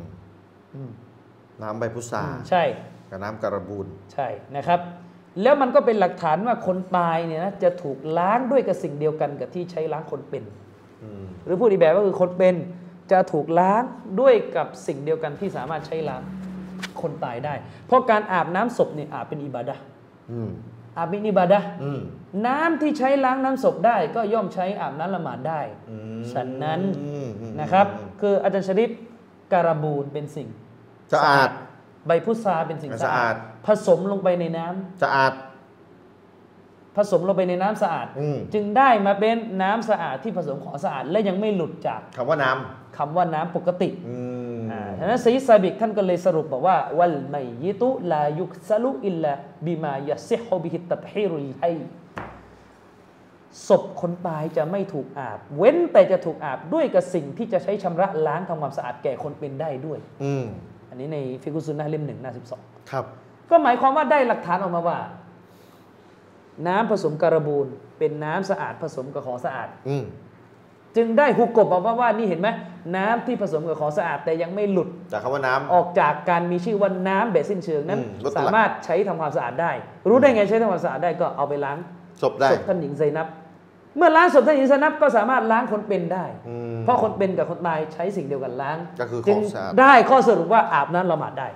น้ำใบพุทราใช่กับน้ำการบูนใช่นะครับแล้วมันก็เป็นหลักฐานว่าคนตายเนี่ยนะจะถูกล้างด้วยกับสิ่งเดียวกันกับที่ใช้ล้างคนเป็นหรือพูดอีกแบบก็คือคนเป็นจะถูกล้างด้วยกับสิ่งเดียวกันที่สามารถใช้ล้างคนตายได้เพราะการอาบน้ำศพเนี่ยอาบเป็นอิบาดะห์อาบเป็นอิบาดะห์น้ำที่ใช้ล้างน้ำศพได้ก็ย่อมใช้อาบน้ำละหมาดได้ฉะนั้นนะครับคืออาจารย์ชะริฟการบูนเป็นสิ่งสะอาดใบพุทราเป็นสิ่งสะอาดผสมลงไปในน้ำสะอาดผสมลงไปในน้ำสะอาดจึงได้มาเป็นน้ำสะอาดที่ผสมของสะอาดและยังไม่หลุดจากคำว่าน้ำคำว่าน้ำปกติฉะนั้นซีซาบิกท่านก็เลยสรุปบอกว่าวัลไมยิตุลายุกซะลุอิลลาบิมายะซิฮุบิฮิตตัตฮีรุลไฮศพคนตายจะไม่ถูกอาบเว้นแต่จะถูกอาบด้วยกับสิ่งที่จะใช้ชำระล้างทำความสะอาดแก่คนเป็นได้ด้วยอันนี้ในฟิกุซุนนะห์เล่มหนึ่งหน้าสิบสองครับก็หมายความว่าได้หลักฐานออกมาว่าน้ำผสมการบูนเป็นน้ำสะอาดผสมกับของสะอาดจึงได้หุกกบออกมาว่านี่เห็นไหมน้ำที่ผสมกับของสะอาดแต่ยังไม่หลุดจากคำว่าน้ำออกจากการมีชื่อว่าน้ำแบบสิ้นเชิงนั้นสามารถใช้ทำความสะอาดได้รู้ได้ไงใช้ทำความสะอาดได้ก็เอาไปล้างศพได้ศพท่านหญิงไซนับเมื่อล้างศพท่านหญิงไซนับก็สามารถล้างคนเป็นได้เพราะคนเป็นกับคนตายใช้สิ่งเดียวกันล้างจึงได้ข้อสรุปว่าอาบน้ำละหมาดได้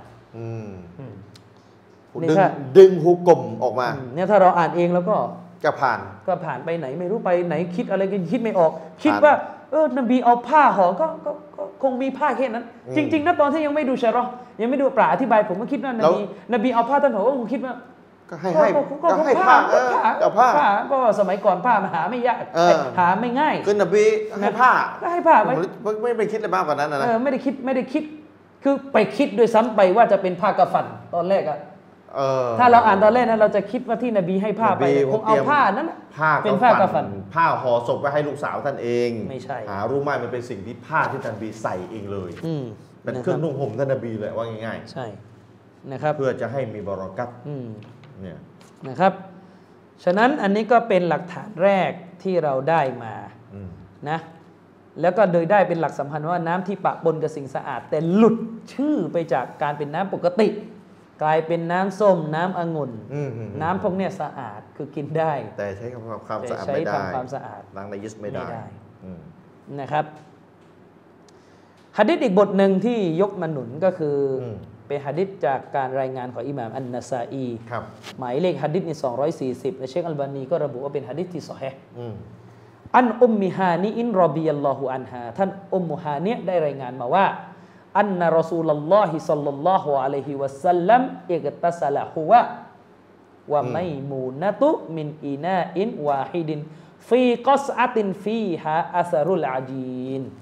ดึงดึงหุกกลมออกมาเนี่ยถ้าเราอ่านเองแล้วก็ก็ผ่านก็ผ่านไปไหนไม่รู้ไปไหนคิดอะไรกันคิดไม่ออกคิดว่าเออนบีเอาผ้าห่อก็ก็คงมีผ้าแค่นั้นจริงๆนะตอนที่ยังไม่ดูชะรอยังไม่ดูปราอธิบายผมก็คิดว่านบีนบีเอาผ้าท่านห่อก็คงคิดว่าก็ให้ให้ก็ให้ผ้าก็ผ้าก็สมัยก่อนผ้ามันหาไม่ยากหาไม่ง่ายคือนบีให้ผ้าก็ให้ผ้าไม่ไม่ไม่คิดอะไรมากกว่านั้นนะไม่ได้คิดไม่ได้คิดคือไปคิดด้วยซ้ำไปว่าจะเป็นผ้ากะฟันตอนแรกอะเออถ้าเราอ่านตอนแรกนั้นเราจะคิดว่าที่นบีให้ผ้าไปคงเอาผ้านั้นผ้าเป็นผ้ากะฟันผ้าห่อศพไว้ให้ลูกสาวท่านเองไม่ใช่หารู้ไหมมันเป็นสิ่งที่ผ้าที่ท่านนบีใส่เองเลยเป็นเครื่องนุ่งห่มท่านนบีเลยว่าง่ายๆใช่นะครับเพื่อจะให้มีบารอกัตเนี่ยนะครับฉะนั้นอันนี้ก็เป็นหลักฐานแรกที่เราได้มานะแล้วก็โดยได้เป็นหลักสำคัญว่าน้ำที่ปะปนกับสิ่งสะอาดแต่หลุดชื่อไปจากการเป็นน้ำปกติกลายเป็นน้ำส้มน้ำองุ่นน้ำพวกนี้สะอาดคือกินได้แต่ใช้ความสะอาดไม่ได้ใช้ความสะอาดล้างในยิสไม่ได้นะครับหะดีษอีกบทหนึ่งที่ยกมาหนุนก็คือเป็นหะดีษจากการรายงานของอิหม่ามอันนาซาอีหมายเลขหะดีษนี่สองร้อยสี่สิบและเชคอัลบานีก็ระบุว่าเป็นหะดีษที่ซอฮีฮ์อันอุมมิฮานีอินรอบิยัลลอฮุอันฮาท่านอุมมุฮานีได้รายงานมาว่าอันนะรอซูลุลลอฮิศ็อลลัลลอฮุอะลัยฮิวะซัลลัมอิกตัสละฮุวะวะไมมูนะตุมินอินาอินวาฮิดินฟีกัสอะตินฟีฮาอัซรุลอาจีน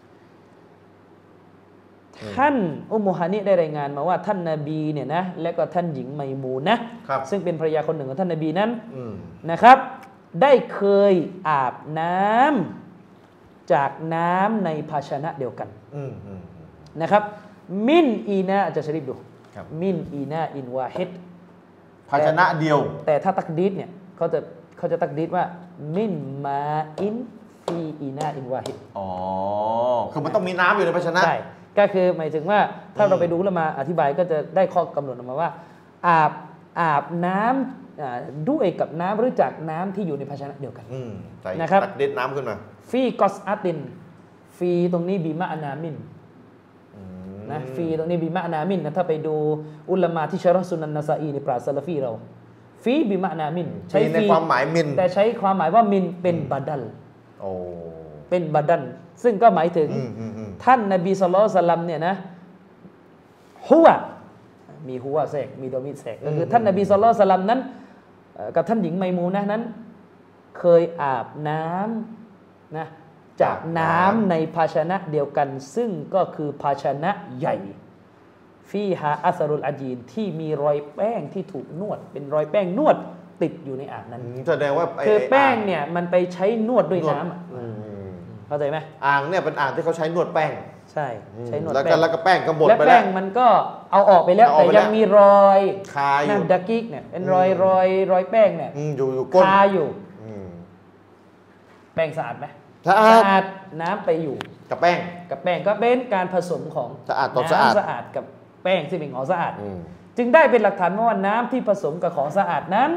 ท่านอุมมุฮานีได้รายงานมาว่าท่านนบีเนี่ยนะและก็ท่านหญิงไมมูนะซึ่งเป็นภรรยาคนหนึ่งของท่านนบีนั้นนะครับได้เคยอาบน้ำจากน้ำในภาชนะเดียวกันนะครับมินอีนาจะชริบดูมินอีนาอินวาฮิดภาชนะเดียวแต่ถ้าตักดีดเนี่ยเขาจะเขาจะตักดีดว่ามินมาอินฟีอีนาอินวาฮิดอ๋อคือมันต้องมีน้ำอยู่ในภาชนะใช่ก็คือหมายถึงว่าถ้าเราไปดูแล้วมาอธิบายก็จะได้ข้อกำหนดออกมาว่าอาบอาบน้ำด้วยกับน้ำหรือจากน้ำที่อยู่ในภาชนะเดียวกันนะครับตักเด็ดน้ำขึ้นมาฟีกอสอัตินฟีตรงนี้บีมะนามินนะฟีตรงนี้บีมะนามินนะถ้าไปดูอุลามะที่ชะรอฮ์ซุนันนะซาอีในปราศซะลาฟีเราฟีบีมะนามินใช้ในความหมายมินแต่ใช้ความหมายว่ามินเป็นบาดัลโอ้เป็นบาดัลซึ่งก็หมายถึงท่านนบีศ็อลลัลลอฮุอะลัยฮิวะซัลลัมเนี่ยนะฮุวะมีฮุวะแทรกมีดอมีรแทรกก็คือท่านนบีศ็อลลัลลอฮุอะลัยฮิวะซัลลัมนั้นกับท่านหญิงไมมูนะนั้นเคยอาบน้ำนะจากน้ำในภาชนะเดียวกันซึ่งก็คือภาชนะใหญ่ฟีฮาอัซรุลอาจีนที่มีรอยแป้งที่ถูกนวดเป็นรอยแป้งนวดติดอยู่ในอ่างนั้นแสดงว่าคือแป้งเนี่ยมันไปใช้นวดด้วยน้ำเข้าใจไหมอ่างเนี่ยเป็นอ่างที่เขาใช้นวดแป้งใช่ใช้นวดแป้งแล้วก็แป้งก็หมดไปแล้วและแป้งมันก็เอาออกไปแล้วแต่ยังมีรอยคาอยู่ดักกิกเนี่ยเป็นรอยรอยรอยแป้งเนี่ยอยู่อยู่ก้นคาอยู่แป้งสะอาดไหมสะอาดน้ำไปอยู่กับแป้งกับแป้งก็เป็นการผสมของสะอาดต่อสะอาดสะอาดกับแป้งที่เป็นของสะอาดจึงได้เป็นหลักฐานว่าน้ำที่ผสมกับของสะอาดนั้น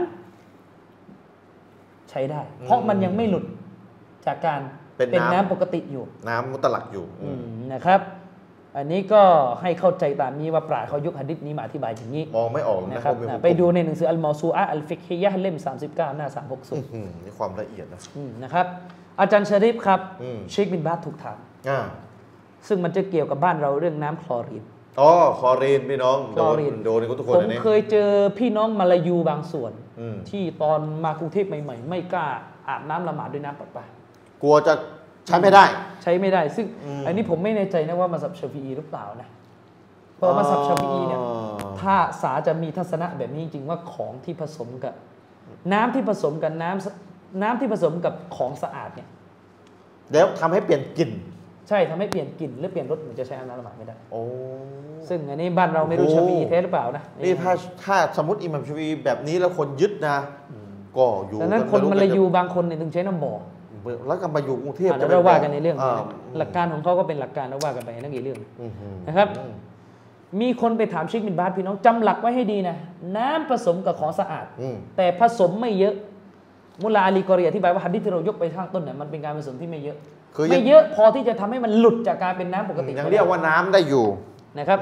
ใช้ได้เพราะมันยังไม่หลุดจากการเป็นน้ำปกติอยู่น้ำมุตลักอยู่นะครับอันนี้ก็ให้เข้าใจตามนี้ว่าปราชญ์เขายกหะดีษนี้มาอธิบายอย่างนี้มองไม่ออกนะครับไปดูในหนังสืออัลมอซูอะอัลฟิกฮียะห์เล่มสามสิบเก้าหน้าสามร้อยหกสิบนี่ความละเอียดนะนะครับอาจารย์ชะรีฟครับเชคบินบาซถูกถามซึ่งมันจะเกี่ยวกับบ้านเราเรื่องน้ำคลอรีนอ๋อคลอรีนพี่น้องโดนโดนทุกคนผมเคยเจอพี่น้องมาลายูบางส่วนที่ตอนมากรุงเทพใหม่ๆไม่กล้าอาบน้ำละหมาดด้วยน้ำประปากลัวจะใช้ไม่ได้ใช้ไม่ได้ซึ่งอันนี้ผมไม่แน่ใจนะว่ามัซฮับชาฟิอีหรือเปล่านะเพราะมัซฮับชาฟิอีเนี่ยถ้าสาจะมีทัศนะแบบนี้จริงๆว่าของที่ผสมกับน้ำที่ผสมกับน้ำน้ำที่ผสมกับของสะอาดเนี่ยแล้วทำให้เปลี่ยนกลิ่นใช่ทำให้เปลี่ยนกลิ่นหรือเปลี่ยนรสมันจะใช้น้ำละหมาดไม่ได้โอ้ซึ่งอันนี้บ้านเราไม่รู้ชาฟิอีแท้หรือเปล่านะนี่ถ้าถ้าสมมติอิหม่ามชาฟิอีแบบนี้แล้วคนยึดนะก็อยู่ดังนั้นคนมาลายูบางคนเนี่ยถึงใช้น้ำบ่อแล้วก็มาอยู่กรุงเทพจะเราว่ากันในเรื่องหลักการของเขาก็เป็นหลักการเราว่ากันไปนั่นอีกเรื่องนะครับมีคนไปถามเชคบินบาซพี่น้องจำหลักไว้ให้ดีนะน้ำผสมกับของสะอาดแต่ผสมไม่เยอะมุลลาอาลีกอรีอธิบายว่าหะดีษที่เรายกไปข้างต้นเนี่ยมันเป็นการผสมที่ไม่เยอะไม่เยอะพอที่จะทำให้มันหลุดจากการเป็นน้ำปกติยังเรียกว่าน้ำได้อยู่นะครับ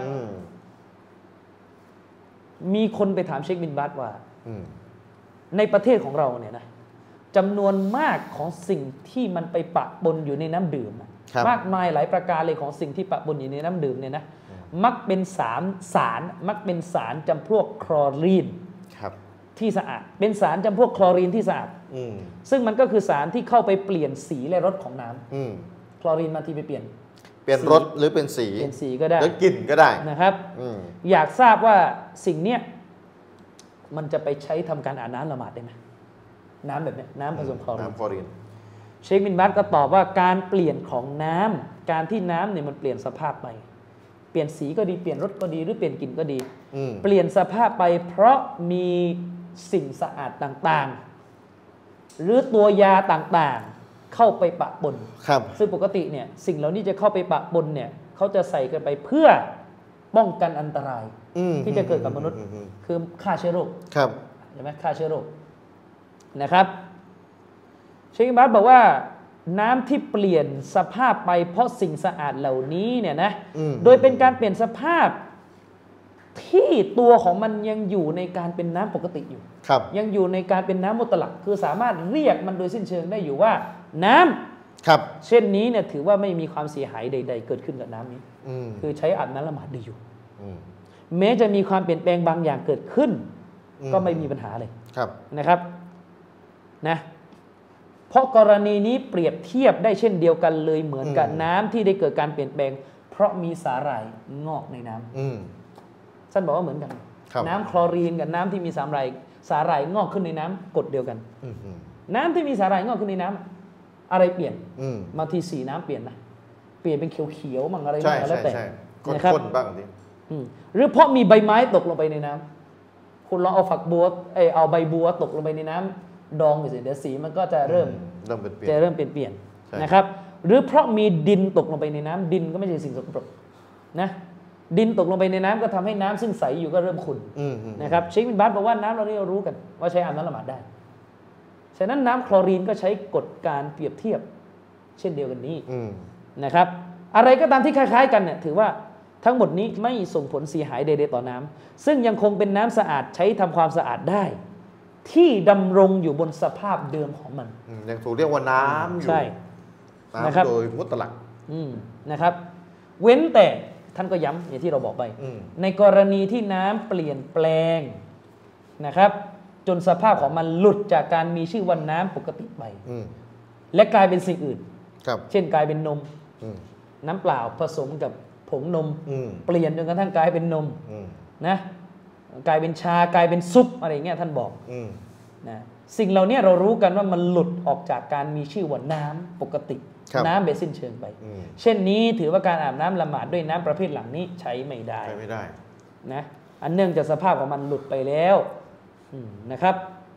มีคนไปถามเชคบินบาซว่าในประเทศของเราเนี่ยนะจำนวนมากของสิ่งที่มันไปปะปนอยู่ในน้ำดื่มมากมายหลายประการเลยของสิ่งที่ปะปนอยู่ในน้ำดื่มเนี่ยนะมักเป็นสารสารมักเป็นสารจำพวกคลอรีนที่สะอาดเป็นสารจำพวกคลอรีนที่สะอาดซึ่งมันก็คือสารที่เข้าไปเปลี่ยนสีและรสของน้ำคลอรีนมาที่ไปเปลี่ยนเปลี่ยนรสหรือเป็นสีเปลี่ยนสีก็ได้หรือกลิ่นก็ได้นะครับอยากทราบว่าสิ่งเนี้ยมันจะไปใช้ทำการอาบน้ำละหมาดได้ไหมน้ำแบบนี้น้ำผสมคลอรีนน้ำคลอรีนเชคบินบัสก็ตอบว่าการเปลี่ยนของน้ำการที่น้ำเนี่ยมันเปลี่ยนสภาพไปเปลี่ยนสีก็ดีเปลี่ยนรสก็ดีหรือเปลี่ยนกลิ่นก็ดีเปลี่ยนสภาพไปเพราะมีสิ่งสะอาดต่างๆหรือตัวยาต่างๆเข้าไปปะปนซึ่งปกติเนี่ยสิ่งเหล่านี้จะเข้าไปปะปนเนี่ยเขาจะใส่กันไปเพื่อป้องกันอันตรายที่จะเกิดกับมนุษย์คือฆ่าเชื้อโรคใช่ไหมฆ่าเชื้อโรคนะครับเชคบินบัสบอกว่าน้ำที่เปลี่ยนสภาพไปเพราะสิ่งสะอาดเหล่านี้เนี่ยนะโดยเป็นการเปลี่ยนสภาพที่ตัวของมันยังอยู่ในการเป็นน้ำปกติอยู่ยังอยู่ในการเป็นน้ำมุตลักคือสามารถเรียกมันโดยสิ้นเชิงได้อยู่ว่าน้ำครับเช่นนี้เนี่ยถือว่าไม่มีความเสียหายใดๆเกิดขึ้นกับน้ำนี้คือใช้อาบน้ำละหมาดได้อยู่แม้จะมีความเปลี่ยนแปลงบางอย่างเกิดขึ้นก็ไม่มีปัญหาเลยนะครับนะเพราะกรณีนี้เปรียบเทียบได้เช่นเดียวกันเลยเหมือนกับน้ำที่ได้เกิดการเปลี่ยนแปลงเพราะมีสาหร่ายงอกในน้ำท่านบอกว่าเหมือนกันน้ำคลอรีนกับน้ำที่มีสาหร่ายสาหร่ายงอกขึ้นในน้ำกฎเดียวกันน้ำที่มีสาหร่ายงอกขึ้นในน้ำอะไรเปลี่ยนบางทีสีน้ำเปลี่ยนนะเปลี่ยนเป็นเขียวๆมั่งอะไรมั่งแล้วแต่นะครับข้นบ้างดิหรือเพราะมีใบไม้ตกลงไปในน้ำคุณลองเอาฝักบัวเออเอาใบบัวตกลงไปในน้ำดองไปสิเดี๋ยวสีมันก็จะเริ่มจะเริ่มเปลี่ยนเปลี่ยนนะครับหรือเพราะมีดินตกลงไปในน้ำดินก็ไม่ใช่สิ่งสกปรกนะดินตกลงไปในน้ำก็ทำให้น้ำซึ่งใสอยู่ก็เริ่มขุ่นนะครับเชคบินบัสบอกว่าน้ำเรานี่เรารู้กันว่าใช้อาบน้ำละหมาดได้ฉะนั้นน้ำคลอรีนก็ใช้กฎการเปรียบเทียบเช่นเดียวกันนี้นะครับอะไรก็ตามที่คล้ายๆกันเนี่ยถือว่าทั้งหมดนี้ไม่ส่งผลเสียหายใดๆต่อน้ำซึ่งยังคงเป็นน้ำสะอาดใช้ทำความสะอาดได้ที่ดำรงอยู่บนสภาพเดิมของมันยังถูกเรียกว่าน้ำอยู่ใช่น้ำโดยมุตลักนะครับเว้นแต่ท่านก็ย้ำอย่างที่เราบอกไปในกรณีที่น้ำเปลี่ยนแปลงนะครับจนสภาพของมันหลุดจากการมีชื่อว่าน้ำปกติไปและกลายเป็นสิ่งอื่นเช่นกลายเป็นนมน้ำเปล่าผสมกับผงนมเปลี่ยนจนกระทั่งกลายเป็นนมนะกลายเป็นชากลายเป็นซุปอะไรเงี้ยท่านบอกนะสิ่งเหล่านี้เรารู้กันว่ามันหลุดออกจากการมีชื่อว่าน้ำปกติน้ำเบสิ้นเชิงไปเช่นนี้ถือว่าการอาบน้ำละหมาดด้วยน้ำประเภทหลังนี้ใช้ไม่ได้ใช้ไม่ได้นะอันเนื่องจากสภาพของมันหลุดไปแล้วนะครับ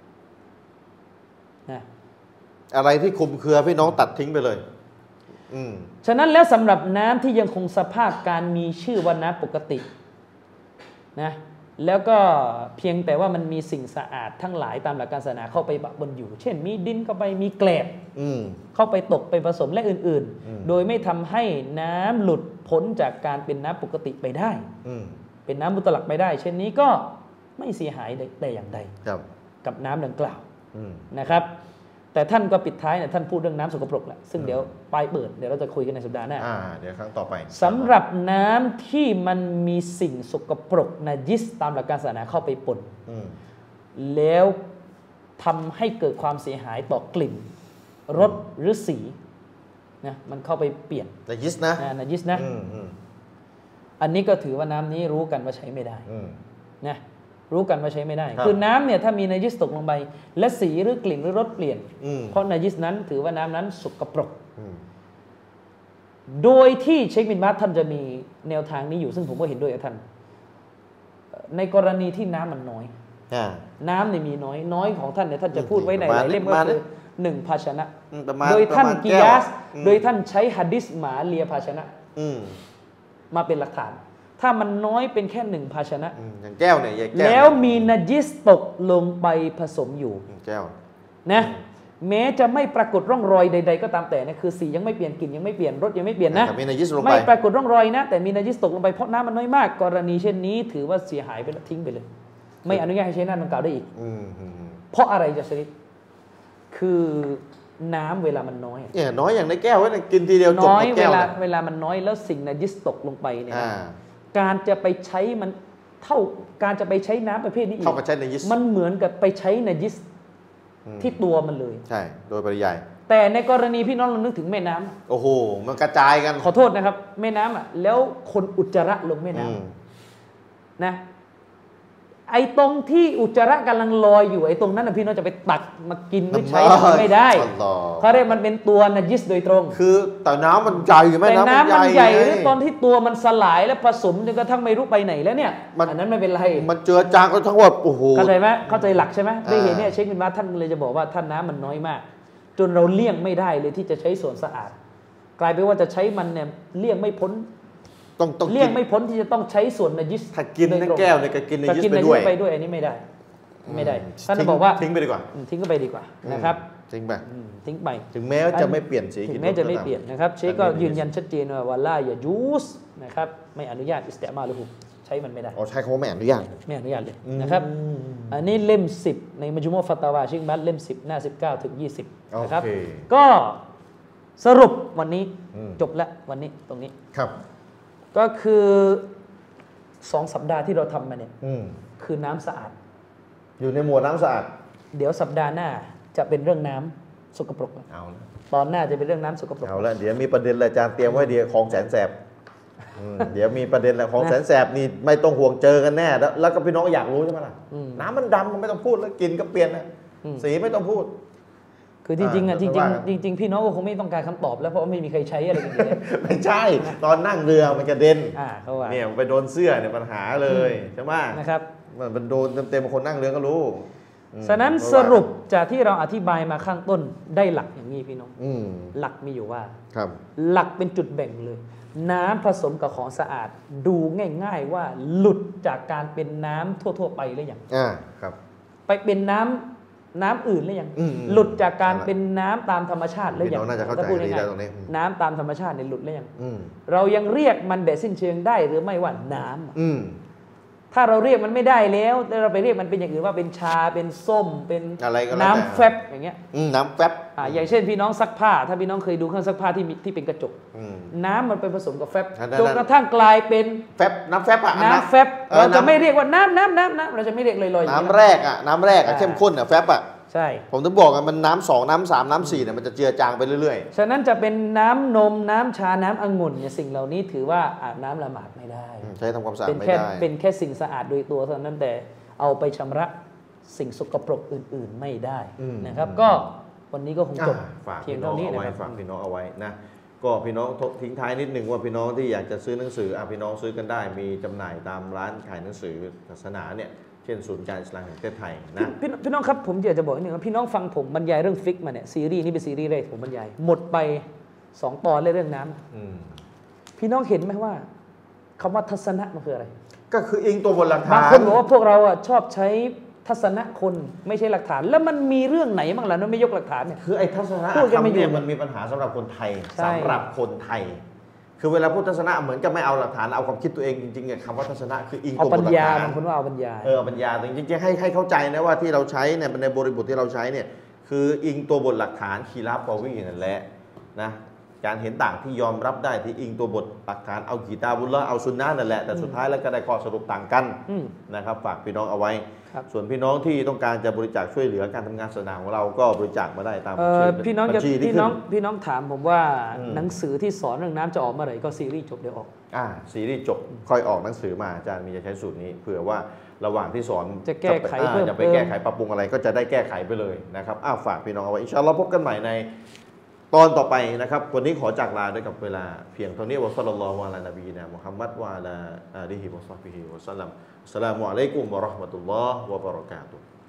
นะอะไรที่คลุมเครือพี่น้องตัดทิ้งไปเลยฉะนั้นแล้วสำหรับน้ำที่ยังคงสภาพการมีชื่อว่าน้ำปกตินะแล้วก็เพียงแต่ว่ามันมีสิ่งสะอาดทั้งหลายตามหลักการศาสนาเข้าไปปะปนอยู่เช่นมีดินเข้าไปมีแกลบเข้าไปตกไปผสมและอื่นๆโดยไม่ทำให้น้ำหลุดพ้นจากการเป็นน้ำปกติไปได้เป็นน้ำมุตลักไปได้เช่นนี้ก็ไม่เสียหายแต่อย่างใดกับน้ำดังกล่าวนะครับแต่ท่านก็ปิดท้ายเนี่ยท่านพูดเรื่องน้ำสกปรกแหละซึ่งเดี๋ยวปลายเปิดเดี๋ยวเราจะคุยกันในสัปดาห์หน้าเดี๋ยวครั้งต่อไปสำหรับน้ำที่มันมีสิ่งสกปรกนะญิสตามหลักการศาสนาเข้าไปปนแล้วทำให้เกิดความเสียหายต่อกลิ่นรสหรือสีนะมันเข้าไปเปลี่ยนนะญิสนะนะญิสนะอันนี้ก็ถือว่าน้ำนี้รู้กันว่าใช้ไม่ได้นะรู้กันว่าใช้ไม่ได้คือน้ำเนี่ยถ้ามีนาญิสตกลงไปและสีหรือกลิ่นหรือรสเปลี่ยนเพราะนาญิสนั้นถือว่าน้ำนั้นสกปรกโดยที่เชคบินบัสท่านจะมีแนวทางนี้อยู่ซึ่งผมก็เห็นด้วยกับท่านในกรณีที่น้ำมันน้อยน้ำเนี่ยมีน้อยน้อยของท่านเนี่ยท่านจะพูดไว้ในหลายเล่มก็คือหนึ่งภาชนะโดยท่านกิยาสโดยท่านใช้หะดีษหมาเลียภาชนะมาเป็นหลักฐานถ้ามันน้อยเป็นแค่หนึ่งภาชนะอย่างแก้วเนี่ยแล้วมีนาญิสตกลงไปผสมอยู่แก้วนะแม้จะไม่ปรากฏร่องรอยใดๆก็ตามแต่นะคือสียังไม่เปลี่ยนกลิ่นยังไม่เปลี่ยนรสยังไม่เปลี่ยนนะไม่ปรากฏร่องรอยนะแต่มีนาญิสตกลงไปเพราะน้ำมันน้อยมากกรณีเช่นนี้ถือว่าเสียหายไปทิ้งไปเลยไม่อนุญาตให้ใช้น้ำดังกล่าวได้อีกเพราะอะไรจะชนิดคือน้ำเวลามันน้อยเนี่ยน้อยอย่างในแก้วว่ากินทีเดียวจบน้อยเวลาเวลามันน้อยแล้วสิ่งนาญิสตกลงไปเนี่ยการจะไปใช้มันเท่าการจะไปใช้น้ำประเภทนี้อีกมันเหมือนกับไปใช้นาญิสที่ตัวมันเลยใช่โดยปริยายแต่ในกรณีพี่น้องเรานึกถึงแม่น้ำโอ้โหมันกระจายกันขอโทษนะครับแม่น้ำอ่ะแล้วคนอุจจาระลงแม่น้ำนะไอ้ตรงที่อุจจาระกำลังลอยอยู่ไอ้ตรงนั้นนะพี่น้องจะไปตักมากินหรือใช้ไม่ได้เพราะเรียกมันเป็นตัวนัจิสโดยตรงคือแต่น้ำมันใหญ่ไหมแต่น้ำมันใหญ่หรือตอนที่ตัวมันสลายและผสมจนกระทั่งไม่รู้ไปไหนแล้วเนี่ยอันนั้นไม่เป็นไรมันเจือจางทั้งหมดโอ้โหเข้าใจไหมเข้าใจหลักใช่ไหมได้เห็นเนี่ยเชคบินบาสท่านเลยจะบอกว่าท่านน้ำมันน้อยมากจนเราเลี่ยงไม่ได้เลยที่จะใช้ส่วนสะอาดกลายเป็นว่าจะใช้มันเนี่ยเลี่ยงไม่พ้นต้องต้องเลี่ยงไม่พ้นที่จะต้องใช้ส่วนนัจิสถ้ากินในแก้วเนี่ยก็กินนัจิสไปด้วยไปด้วยอันนี้ไม่ได้ไม่ได้ท่านจะบอกว่าทิ้งไปดีกว่าทิ้งก็ไปดีกว่านะครับทิ้งไปทิ้งไปถึงแม้จะไม่เปลี่ยนสีถึงแม้จะไม่เปลี่ยนนะครับเชคก็ยืนยันชัดเจนว่าวัลลาอย่ายูสนะครับไม่อนุญาตอิสติมาลุฮุใช้มันไม่ได้อ๋อใช้คำว่าไม่อนุญาตไม่อนุญาตเลยนะครับอันนี้เล่มสิบในมัจมุอะฟัตาวาเชคบัตเล่มสิบหน้าสิบเก้าถึงยี่สิบนะครับก็สรุปวันนี้จบแล้ววันนี้ตรงนี้ครับก็คือสองสัปดาห์ที่เราทำมาเนี่ยคือน้ำสะอาดอยู่ในหมวดน้ำสะอาดเดี๋ยวสัปดาห์หน้าจะเป็นเรื่องน้ำสกปรกเอาตอนหน้าจะเป็นเรื่องน้ำสกปรกเอาละเดี๋ยวมีประเด็นอาจารย์เตรียมไว้เดี๋ยวของแสนแสบเดี๋ยวมีประเด็นอะไรของแสนแสบนี่ไม่ต้องห่วงเจอกันแน่แล้วก็พี่น้องอยากรู้ใช่ไหมล่ะน้ำมันดำมันไม่ต้องพูดแล้วกินก็เปลี่ยนนะสีไม่ต้องพูดคือจริงๆอ่ะจริงๆจริงๆพี่น้องก็คงไม่ต้องการคำตอบแล้วเพราะไม่มีใครใช้อะไรอย่างเงี้ยไม่ใช่ตอนนั่งเรือมันกระเด็นเนี่ยไปโดนเสื้อเนี่ยปัญหาเลยใช่ไหมนะครับมันโดนเต็มๆคนนั่งเรือก็รู้ฉะนั้นสรุปจากที่เราอธิบายมาข้างต้นได้หลักอย่างนี้พี่น้องหลักมีอยู่ว่าหลักเป็นจุดแบ่งเลยน้ำผสมกับของสะอาดดูง่ายๆว่าหลุดจากการเป็นน้ำทั่วๆไปหรือยังอ่าครับไปเป็นน้ำน้ำอื่นหรือยังหลุดจากการเป็นน้ำตามธรรมชาติหรือยังถ้าพูดง่ายๆน้ำตามธรรมชาติเนี่ยหลุดหรือยังเรายังเรียกมันแบบสิ้นเชิงได้หรือไม่ว่าน้ำถ้าเราเรียกมันไม่ได้แล้วเราไปเรียกมันเป็นอย่างอื่นว่าเป็นชาเป็นส้มเป็นน้ำแฟบอย่างเงี้ยน้ำแฟบอ่าอย่างเช่นพี่น้องซักผ้าถ้าพี่น้องเคยดูเครื่องซักผ้าที่ที่เป็นกระจกน้ำมันไปผสมกับแฟบจนกระทั่งกลายเป็นแฟบน้ำแฟบอ่ะน้ำแฟบเราจะไม่เรียกว่าน้ำน้ำน้ำน้ำเราจะไม่เรียกลอยๆน้ำแรกอ่ะน้ำแรกอ่ะเข้มข้นอ่ะแฟบอ่ะใช่ผมถึงบอกกันมันน้ำสองน้ำสามน้ำสี่เนี่ยมันจะเจือจางไปเรื่อยๆฉะนั้นจะเป็นน้ำนมน้ำชาน้ำองุ่นเนี่ยสิ่งเหล่านี้ถือว่าอาบน้ำละหมาดไม่ได้ใช้ทำความสะอาดไม่ได้เป็นแค่สิ่งสะอาดโดยตัวเท่านั้นแต่เอาไปชำระสิ่งสกปรกอื่นๆไม่ได้นะครับก็วันนี้ก็คงจบเพียงเท่านี้นะครับฝากพี่น้องเอาไว้นะก็พี่น้องทิ้งท้ายนิดหนึ่งว่าพี่น้องที่อยากจะซื้อหนังสืออ่ะพี่น้องซื้อกันได้มีจำหน่ายตามร้านขายหนังสือศาสนาเนี่ยเช่นศูนย์การอิสลามแห่งประเทศไทยนะพี่พี่น้องครับผมอยากจะบอกนิดนึงว่าพี่น้องฟังผมบรรยายเรื่องฟิกมาเนี่ยซีรีส์นี้เป็นซีรีส์แรกผมบรรยายหมดไปสองตอนเรื่องน้ำพี่น้องเห็นไหมว่าคำว่าทัศนะมันคืออะไรก็คืออิงตัวบนหลักฐานบางคนบอกว่าพวกเราอ่ะชอบใช้ทัศนะคนไม่ใช่หลักฐานแล้วมันมีเรื่องไหนบ้างล่ะนั่นไม่ยกหลักฐานเนี่ยคือไอ้ทัศนะคำเนี่ยมันมีปัญหาสำหรับคนไทยสำหรับคนไทยคือเวลาพูดทัศนะเหมือนกับไม่เอาหลักฐานเอาความคิดตัวเองจริงๆเนี่ยคำว่าทัศนะคืออิงตัวบนหลักฐานบางคนว่าเอาปัญญาเออปัญญาแต่จริงๆให้ให้เข้าใจนะว่าที่เราใช้เนี่ยในบริบทที่เราใช้เนี่ยคืออิงตัวบทหลักฐานคีราฟกอวีนั่นแหละนะการเห็นต่างที่ยอมรับได้ที่อิงตัวบทหลักฐานเอากีตาบุลละเอาซุนนะนั่นแหละแต่สุดท้ายแล้วก็ได้ข้อสรุปต่างกันนะครับฝากพี่น้องเอาไว้ส่วนพี่น้องที่ต้องการจะบริจาคช่วยเหลือการทำงานศาสนาของเราก็บริจาคมาได้ตามพี่น้องพี่น้องพี่น้องถามผมว่าหนังสือที่สอนเรื่องน้ำจะออกเมื่อไหร่ก็ซีรีส์จบเดี๋ยวออกอ่าซีรีส์จบค่อยออกหนังสือมาอาจารย์มีจะใช้สูตรนี้เผื่อว่าระหว่างที่สอนจะแก้ไขเพิ่มจะไปแก้ไขปรับปรุงอะไรก็จะได้แก้ไขไปเลยนะครับอ้าวฝากพี่น้องเอาไว้อินชาอัลลอฮ์พบกันใหม่ในตอนต่อไปนะครับวันนี้ขอจากลาด้วยกับเวลาเพียงเท่านี้วะซัลลัลลอฮุอะลานบีนะมุฮัมมัดวะอะลาอาลีฮิวะศอฮบิฮิวะซัลลัมอัสสลามุอะลัยกุมวะเราะห์มะตุลลอฮ์วะบะเราะกาตุฮ์